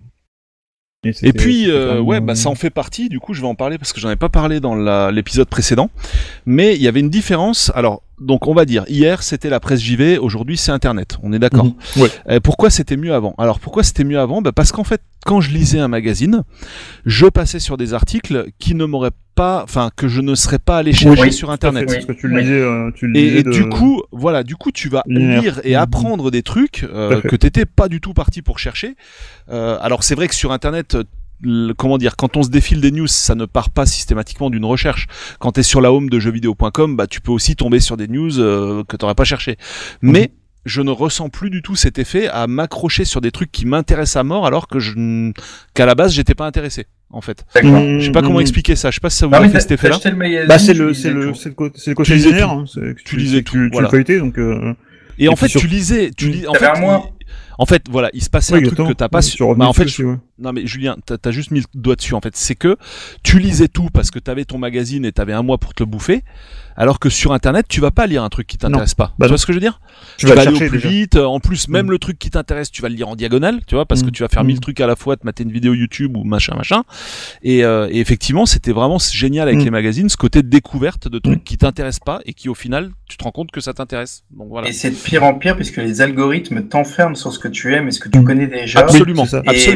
Et c'était- puis, c'était euh, vraiment- ouais, bah, ça en fait partie. Du coup, je vais en parler parce que j'en ai pas parlé dans la- l'épisode précédent. Mais il y avait une différence. Alors, donc, on va dire, hier, c'était la presse J V. Aujourd'hui, c'est Internet. On est d'accord. Mhm. Ouais. Euh, pourquoi c'était mieux avant? Alors, pourquoi c'était mieux avant? Bah, parce qu'en fait, quand je lisais un magazine, je passais sur des articles qui ne m'auraient pas, enfin, que je ne serais pas allé chercher Oui, sur Tout à fait, Internet. parce que tu le Oui. lisais, euh, tu le Et, lisais et de- du coup, voilà, du coup, tu vas Linéaire. lire et Mhm. apprendre des trucs euh, Tout à fait. que t'étais pas du tout parti pour chercher. Euh, alors c'est vrai que sur Internet, euh, le- comment dire, quand on se défile des news, ça ne part pas systématiquement d'une recherche. Quand t'es sur la home de jeux vidéo point com, bah tu peux aussi tomber sur des news euh, que t'aurais pas cherché. Mais je ne ressens plus du tout cet effet à m'accrocher sur des trucs qui m'intéressent à mort alors que je n- qu'à la base j'étais pas intéressé en fait. D'accord. Mhm. Je sais pas comment expliquer ça. Je sais pas si ça vous Non, a mais fait t'as- cet effet-là. t'achetais le magazine, Bah c'est tu le lisais c'est le tout. c'est le côté c'est le côté lisais linéaire, tout. hein, c'est que Tu lisais tu, tout, tu, voilà. le feuilletais donc euh, Et en Et fait, puis sur- tu lisais, tu lis, en T'avais fait, un mois. il- en fait, voilà, il se passait oui, un truc exactement. que t'as pas Ouais, su. tu revenais Bah, en fait, dessus, ouais. non mais Julien, t'as as juste mis le doigt dessus. En fait, c'est que tu lisais tout parce que t'avais ton magazine et t'avais un mois pour te le bouffer, alors que sur Internet, tu vas pas lire un truc qui t'intéresse pas. Bah tu non. vois ce que je veux dire? Tu vas le aller au chercher plus déjà. vite. En plus, même Mm. le truc qui t'intéresse, tu vas le lire en diagonale, tu vois, parce que Mm. tu vas faire mille Mm. trucs à la fois, te mater une vidéo YouTube ou machin, machin. Et, euh, et effectivement, c'était vraiment génial avec Mm. les magazines, ce côté de découverte de trucs Mm. qui t'intéressent pas et qui au final, tu te rends compte que ça t'intéresse. Donc voilà. Et c'est de pire en pire puisque les algorithmes t'enferment sur ce que tu aimes et ce que tu Mm. connais déjà. Absolument, c'est ça. Et absolument, même absolument.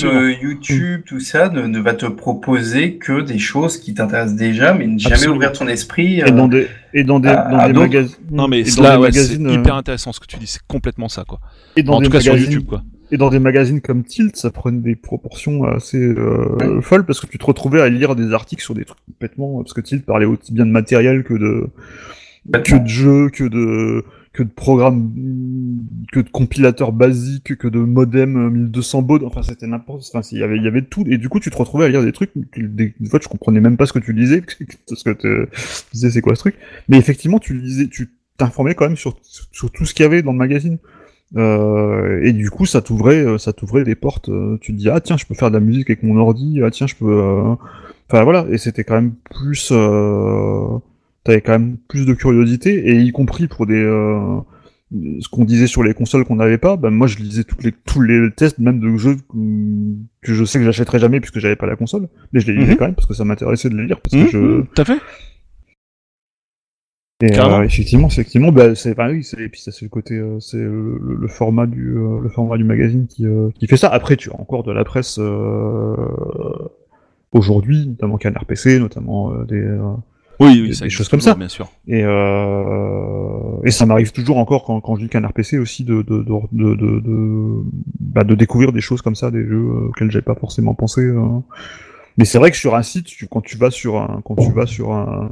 euh, YouTube, tout ça, ne, ne va te proposer que des choses qui t'intéressent déjà, mais ne jamais Absolument. ouvrir ton esprit. Et dans euh, des, et dans des, à- dans à des d'autres. magazines. Non mais et c'est dans là, des ouais, c'est magazines, euh, hyper intéressant ce que tu dis, c'est complètement ça quoi. et dans En des tout cas sur magazines- YouTube quoi. Et dans des magazines comme Tilt, ça prenait des proportions assez euh, Ouais. folles parce que tu te retrouvais à lire des articles sur des trucs complètement. Parce que Tilt parlait aussi bien de matériel que de que Complètement. de jeux, que de que de programmes, que de compilateurs basiques, que de modems mille deux cents bauds. Enfin, c'était n'importe. Enfin, il y avait il y avait tout. Et du coup, tu te retrouvais à lire des trucs. que Des, des fois, tu comprenais même pas ce que tu lisais parce que tu disais c'est quoi ce truc. Mais effectivement, tu lisais, tu t'informais quand même sur sur tout ce qu'il y avait dans le magazine. Euh, et du coup, ça t'ouvrait, euh, ça t'ouvrait des portes. euh, tu te dis ah tiens, je peux faire de la musique avec mon ordi. Ah tiens, je peux. euh, Enfin voilà. Et c'était quand même plus. Euh... T'avais quand même plus de curiosité et y compris pour des. Euh... Ce qu'on disait sur les consoles qu'on n'avait pas. Ben moi, je lisais toutes les tous les tests même de jeux que, que je sais que j'achèterais jamais puisque j'avais pas la console. Mais je les lisais Mhm. quand même parce que ça m'intéressait de les lire parce Mmh, que je. mmh, tout à fait. Et Carrément. euh, effectivement, c'est- effectivement, bah, c'est, enfin, oui, c'est, et puis ça c'est le côté, euh, c'est le, le- le format du, euh, le format du magazine qui, euh, qui fait ça. Après, tu as encore de la presse euh, aujourd'hui, notamment Canard P C, notamment euh, des, euh, Oui, oui, des- ça des existe choses comme toujours, ça. bien sûr. et euh, et ça m'arrive toujours encore quand, quand je dis Canard P C aussi de de de de, de, de, bah, de découvrir des choses comme ça, des jeux auxquels j'avais pas forcément pensé. euh. Mais c'est vrai que sur un site, tu, quand tu vas sur un, quand tu vas sur un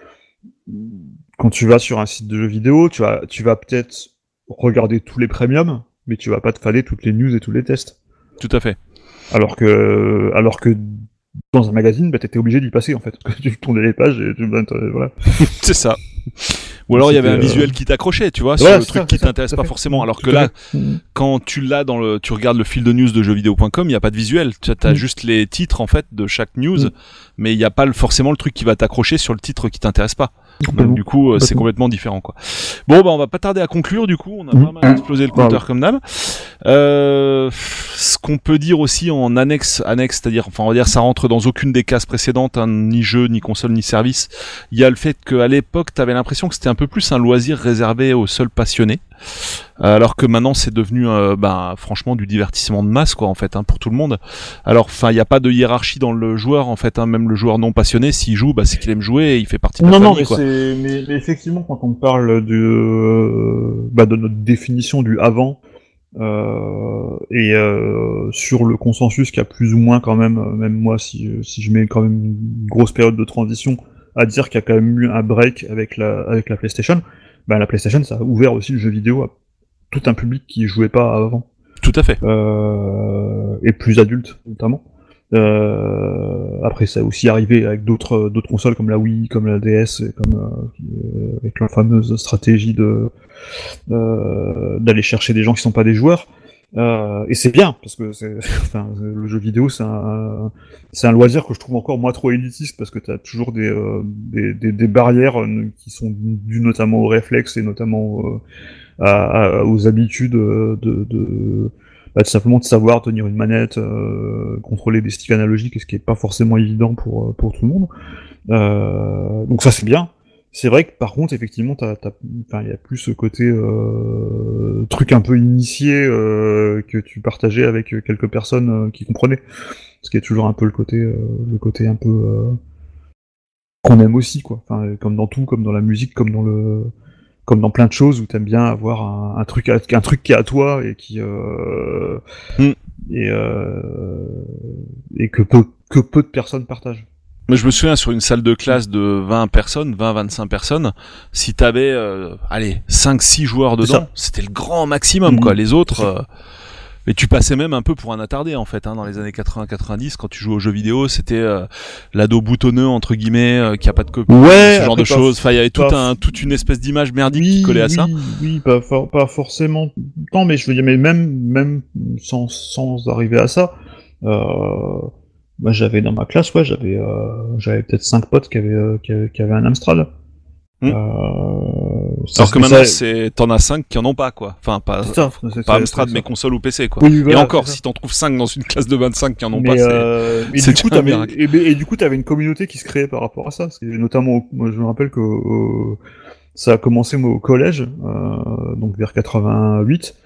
quand tu vas sur un site de jeux vidéo, tu vas, tu vas peut-être regarder tous les premiums, mais tu vas pas te fader toutes les news et tous les tests. Tout à fait. Alors que, alors que dans un magazine, bah, t'étais obligé d'y passer en fait. Parce que tu tournais les pages et tu, bah, voilà. C'est ça. Ou alors il y avait un C'était, euh, visuel qui t'accrochait, tu vois, Voilà, sur le c'est truc ça, qui c'est ça, t'intéresse tout à pas fait. forcément. Alors Tout que à là, fait. quand tu l'as dans le, tu regardes le fil de news de jeux vidéo point com, il y a pas de visuel. Tu as Mm. juste les titres en fait de chaque news, Mm. mais il y a pas le, forcément le truc qui va t'accrocher sur le titre qui t'intéresse pas. Donc, Complètement. du coup, euh, c'est Complètement. complètement différent, quoi. Bon, bah, on va pas tarder à conclure, du coup. On a Mhm. pas mal explosé le Bah, compteur oui. comme d'hab. Euh, ce qu'on peut dire aussi en annexe, annexe, c'est-à-dire, enfin, on va dire, ça rentre dans aucune des cases précédentes, hein, ni jeu, ni console, ni service. Il y a le fait qu'à l'époque, t'avais l'impression que c'était un peu plus un loisir réservé aux seuls passionnés. Alors que maintenant, c'est devenu, euh, ben, franchement, du divertissement de masse, quoi, en fait, hein, pour tout le monde. Alors, enfin, il n'y a pas de hiérarchie dans le joueur, en fait, hein, même le joueur non passionné, s'il joue, bah, c'est qu'il aime jouer et il fait partie de la Non, non, famille, mais, quoi. c'est, mais, mais effectivement, quand on parle de, euh, bah, de notre définition du avant, euh, et euh, sur le consensus qu'il y a plus ou moins quand même, euh, même moi, si, si je mets quand même une grosse période de transition, à dire qu'il y a quand même eu un break avec la, avec la PlayStation, bah, la PlayStation, ça a ouvert aussi le jeu vidéo à tout un public qui jouait pas avant. Tout à fait. Euh, et plus adulte notamment. Euh, après, ça a aussi arrivé avec d'autres d'autres consoles comme la Wii, comme la D S, et comme euh, avec la fameuse stratégie de euh, d'aller chercher des gens qui sont pas des joueurs. Euh, et c'est bien parce que c'est, enfin, le jeu vidéo, c'est un c'est un loisir que je trouve encore moi trop élitiste parce que t'as toujours des, euh, des, des des barrières euh, qui sont dues notamment aux réflexes et notamment euh, à, à, aux habitudes de, de, bah, de simplement de savoir tenir une manette, euh, contrôler des sticks analogiques, ce qui est pas forcément évident pour pour tout le monde. Euh, donc ça c'est bien. C'est vrai que par contre effectivement t'as, t'as, enfin il y a plus ce côté euh, truc un peu initié euh, que tu partageais avec quelques personnes euh, qui comprenaient. Ce qui est toujours un peu le côté euh, le côté un peu euh, qu'on aime aussi quoi. Enfin comme dans tout, comme dans la musique, comme dans le comme dans plein de choses où t'aimes bien avoir un, un truc, un truc qui est à toi et qui euh, Mm. et euh, et que peu que peu de personnes partagent. Mais je me souviens sur une salle de classe de vingt personnes, vingt vingt-cinq personnes, si t'avais, euh, allez, cinq six joueurs C'est dedans, ça. c'était le grand maximum, Mmh. quoi. Les autres, C'est ça. euh, mais tu passais même un peu pour un attardé, en fait, hein, dans les années quatre-vingts quatre-vingt-dix, quand tu jouais aux jeux vidéo, c'était euh, l'ado boutonneux, entre guillemets, euh, qui a pas de copie, Ouais, ce genre après, de pas- choses. Enfin, il y avait tout pas- un, toute une espèce d'image merdique Oui, qui collait à ça. oui, oui, pas, for- pas forcément tant, mais je veux dire, mais même, même sans, sans arriver à ça, euh, moi j'avais dans ma classe, ouais, j'avais, euh, j'avais peut-être cinq potes qui avaient, euh, qui avaient, qui avaient un Amstrad. Hmm. Euh, ça, Alors que mais maintenant, ça- c'est, t'en as cinq qui en ont pas, quoi. Enfin, pas, c'est ça, c'est- pas c'est- Amstrad, c'est mais ça. console ou P C, quoi. Oui, Et voilà, encore, c'est ça. si t'en trouves cinq dans une classe de vingt-cinq qui en ont Mais, pas, c'est... euh, et c'est du coup, déjà un t'avais, miracle. et, et du coup, t'avais une communauté qui se créait par rapport à ça. C'est notamment, au- moi, je me rappelle que euh, ça a commencé moi au collège, euh, donc vers quatre-vingt-huit.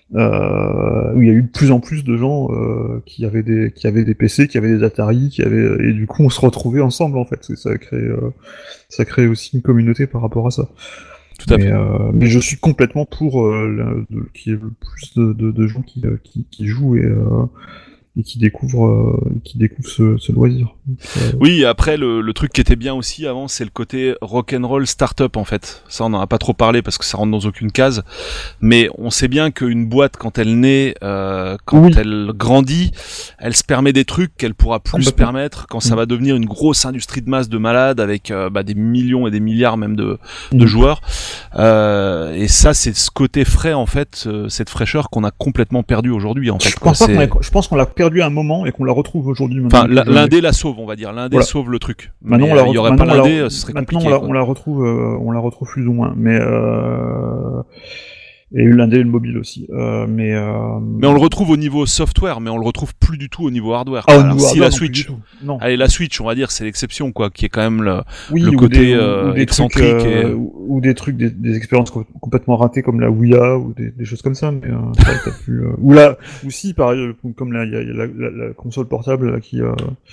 euh, où il y a eu de plus en plus de gens euh, qui avaient des qui avaient des P C, qui avaient des Atari, qui avaient et du coup on se retrouvait ensemble en fait. Ça a créé euh, ça a créé aussi une communauté par rapport à ça. Tout à mais, fait. Euh, mais je suis complètement pour euh, qu'il y ait le plus de, de, de gens qui, euh, qui, qui jouent et, euh, et qui découvrent, euh, qui découvrent ce, ce loisir. Donc, euh... Oui, après le, le truc qui était bien aussi avant, c'est le côté rock'n'roll start-up en fait. Ça, on n'en a pas trop parlé parce que ça rentre dans aucune case. Mais on sait bien qu'une boîte, quand elle naît, euh, quand oui. elle grandit, elle se permet des trucs qu'elle pourra plus se permettre quand ça va devenir une grosse industrie de masse de malades avec euh, bah, des millions et des milliards même de, de mmh. joueurs. Euh, et ça, c'est ce côté frais en fait, euh, cette fraîcheur qu'on a complètement perdu aujourd'hui en fait. Je pense, pas qu'on a, je pense qu'on l'a perdu à un moment et qu'on la retrouve aujourd'hui. Enfin, l'indé la sauve, on va dire. L'indé voilà. sauve le truc. Maintenant, mais, on la euh, il y aurait pas l'indé, ce serait maintenant, compliqué. On la, on la retrouve, euh, on la retrouve plus ou moins. Mais euh... et l'indé et le mobile aussi. Euh, mais euh... mais on le retrouve au niveau software, mais on le retrouve plus du tout au niveau hardware. Ah, Alors, niveau si hardware, la Switch, non. allez la Switch, on va dire, c'est l'exception quoi, qui est quand même le, oui, le ou côté des, euh, ou des excentrique trucs, euh, et... ou, ou des trucs, des, des expériences complètement ratées comme la Wii A ou des, des choses comme ça. Mais euh, ça, t'as plus, euh... ou là, ou si pareil, comme là, il y a, y a la, la, la console portable là, qui. Euh...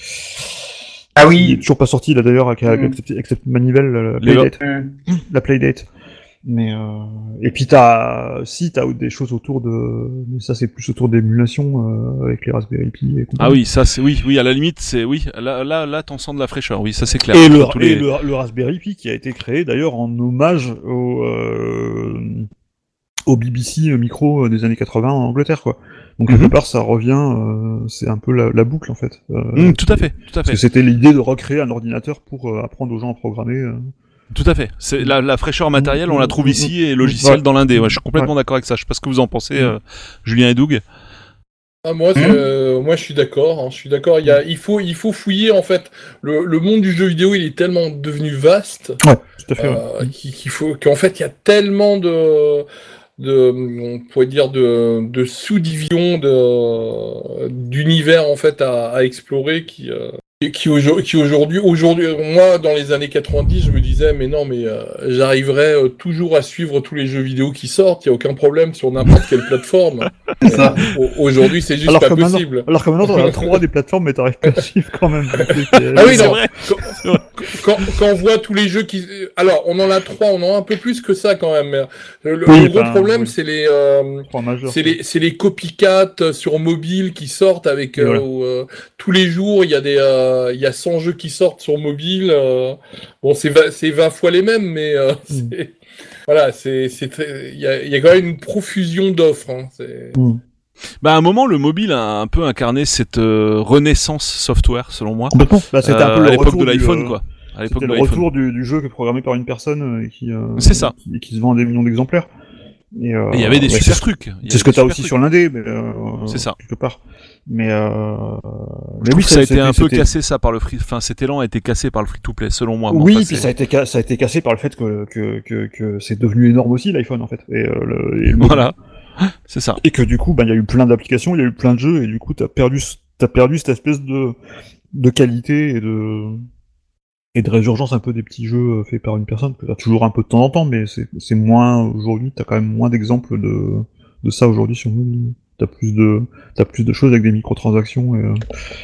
Ah oui. Qui est toujours pas sortie là d'ailleurs, avec mmh. excepté, excepté manivelle, la Playdate. Mmh. La Playdate. Mais euh... et puis t'as si t'as des choses autour de mais ça c'est plus autour d'émulation euh, avec les Raspberry Pi et ah oui ça c'est oui oui à la limite c'est oui là là là t'en sens de la fraîcheur oui ça c'est clair et, le, tous et les... le, le Raspberry Pi qui a été créé d'ailleurs en hommage au euh, au B B C micro des années quatre-vingts en Angleterre quoi donc quelque mm-hmm. part ça revient euh, c'est un peu la, la boucle en fait euh, mm, tout à fait tout à fait parce que c'était l'idée de recréer un ordinateur pour euh, apprendre aux gens à programmer euh. Tout à fait. C'est la, la fraîcheur matérielle, on la trouve ici et logicielle ouais. dans l'indé. Ouais, je suis complètement ouais. d'accord avec ça. Je sais pas ce que vous en pensez, euh, Julien et Doug. Ah, moi, euh, moi, je suis d'accord. Hein, je suis d'accord. Il y a, il faut, il faut fouiller en fait. Le, le monde du jeu vidéo, il est tellement devenu vaste. Ouais, tout à fait. Euh, ouais. qu'il faut, qu'en fait, il y a tellement de, de, on pourrait dire de, de sous-divisions de, d'univers en fait à, à explorer qui. Euh, Qui, aujourd'hui, qui aujourd'hui, aujourd'hui, moi, dans les années quatre-vingt-dix, je me disais, mais non, mais euh, j'arriverai euh, toujours à suivre tous les jeux vidéo qui sortent, il n'y a aucun problème sur n'importe quelle plateforme. C'est ça. Euh, aujourd'hui, c'est juste alors pas maintenant, possible. Alors que maintenant, on a trois des plateformes, mais t'arrives pas à suivre quand même. Ah oui, non. Quand, quand, quand on voit tous les jeux qui... Alors, on en a trois, on en a un peu plus que ça quand même. Le, le oui, gros ben, problème, oui. c'est les, euh, majeurs, c'est les, c'est les copycats sur mobile qui sortent avec euh, voilà. où, euh, tous les jours, il y a des, euh, il y a cent jeux qui sortent sur mobile. Euh, bon, c'est vingt, c'est vingt fois les mêmes, mais euh, mm. c'est, voilà, c'est, c'est très, il y a, il y a quand même une profusion d'offres. Hein, c'est... Mm. Bah à un moment le mobile a un peu incarné cette euh, renaissance software selon moi. Complètement. Bah, c'était un peu euh, le à l'époque retour de l'iPhone du, euh, quoi. À l'époque c'était de le l'iPhone. retour du, du jeu qui est programmé par une personne et qui, euh, c'est ça. Qui, qui se vend à des millions d'exemplaires. Et il euh, y avait des ouais, super c'est trucs. C'est ce que t'as aussi trucs. Sur l'indé, mais euh, c'est ça quelque part. Mais, euh... mais oui, ça a été un peu c'était... cassé ça par le free. Enfin, cet élan a été cassé par le free-to-play, selon moi. Oui, enfin, puis ça a été ca... ça a été cassé par le fait que que que, que c'est devenu énorme aussi l'iPhone en fait. Et, euh, le... Et le voilà, c'est ça. Et que du coup, ben il y a eu plein d'applications, il y a eu plein de jeux, et du coup, t'as perdu t'as perdu cette espèce de de qualité et de et de résurgence un peu des petits jeux faits par une personne que t'as toujours un peu de temps en temps, mais c'est c'est moins aujourd'hui. T'as quand même moins d'exemples de de ça aujourd'hui sur mobile. T'as plus de t'as plus de choses avec des microtransactions. Et, euh...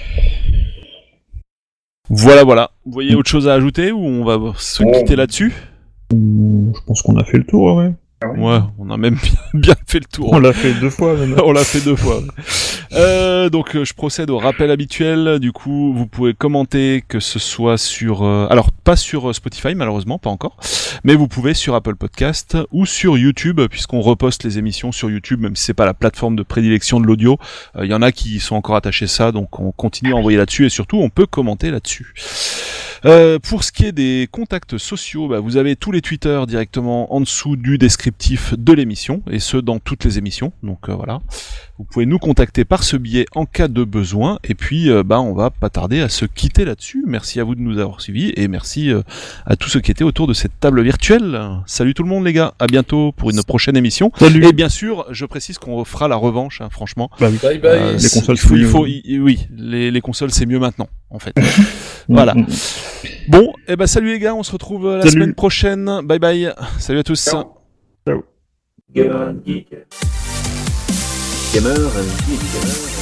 Voilà, voilà. Vous voyez autre chose à ajouter ou on va se oh. quitter là-dessus? Je pense qu'on a fait le tour, ouais. Ouais, on a même bien, bien fait le tour. On l'a fait deux fois, même. On l'a fait deux fois. Euh, donc, je procède au rappel habituel. Du coup, vous pouvez commenter, que ce soit sur... Euh, alors, pas sur Spotify, malheureusement, pas encore. Mais vous pouvez sur Apple Podcast ou sur YouTube, puisqu'on reposte les émissions sur YouTube, même si c'est pas la plateforme de prédilection de l'audio. Il euh, y en a qui sont encore attachés à ça, donc on continue à envoyer là-dessus. Et surtout, on peut commenter là-dessus. Euh, pour ce qui est des contacts sociaux, bah, vous avez tous les Twitter directement en dessous du descriptif de l'émission, et ce dans toutes les émissions, donc euh, voilà. Vous pouvez nous contacter par ce biais en cas de besoin, et puis euh, bah, on va pas tarder à se quitter là-dessus. Merci à vous de nous avoir suivis, et merci euh, à tous ceux qui étaient autour de cette table virtuelle. Salut tout le monde les gars, à bientôt pour une prochaine émission. Salut. Et bien sûr, je précise qu'on fera la revanche, hein, franchement. Bah, oui. Bye bye. Euh, les consoles, il faut, il faut, il, oui, les, les consoles c'est mieux maintenant, en fait. Voilà. Bon, et eh ben salut les gars, on se retrouve la salut. semaine prochaine. Bye bye. Salut à tous. Ciao. Ciao. Gamer and Geek.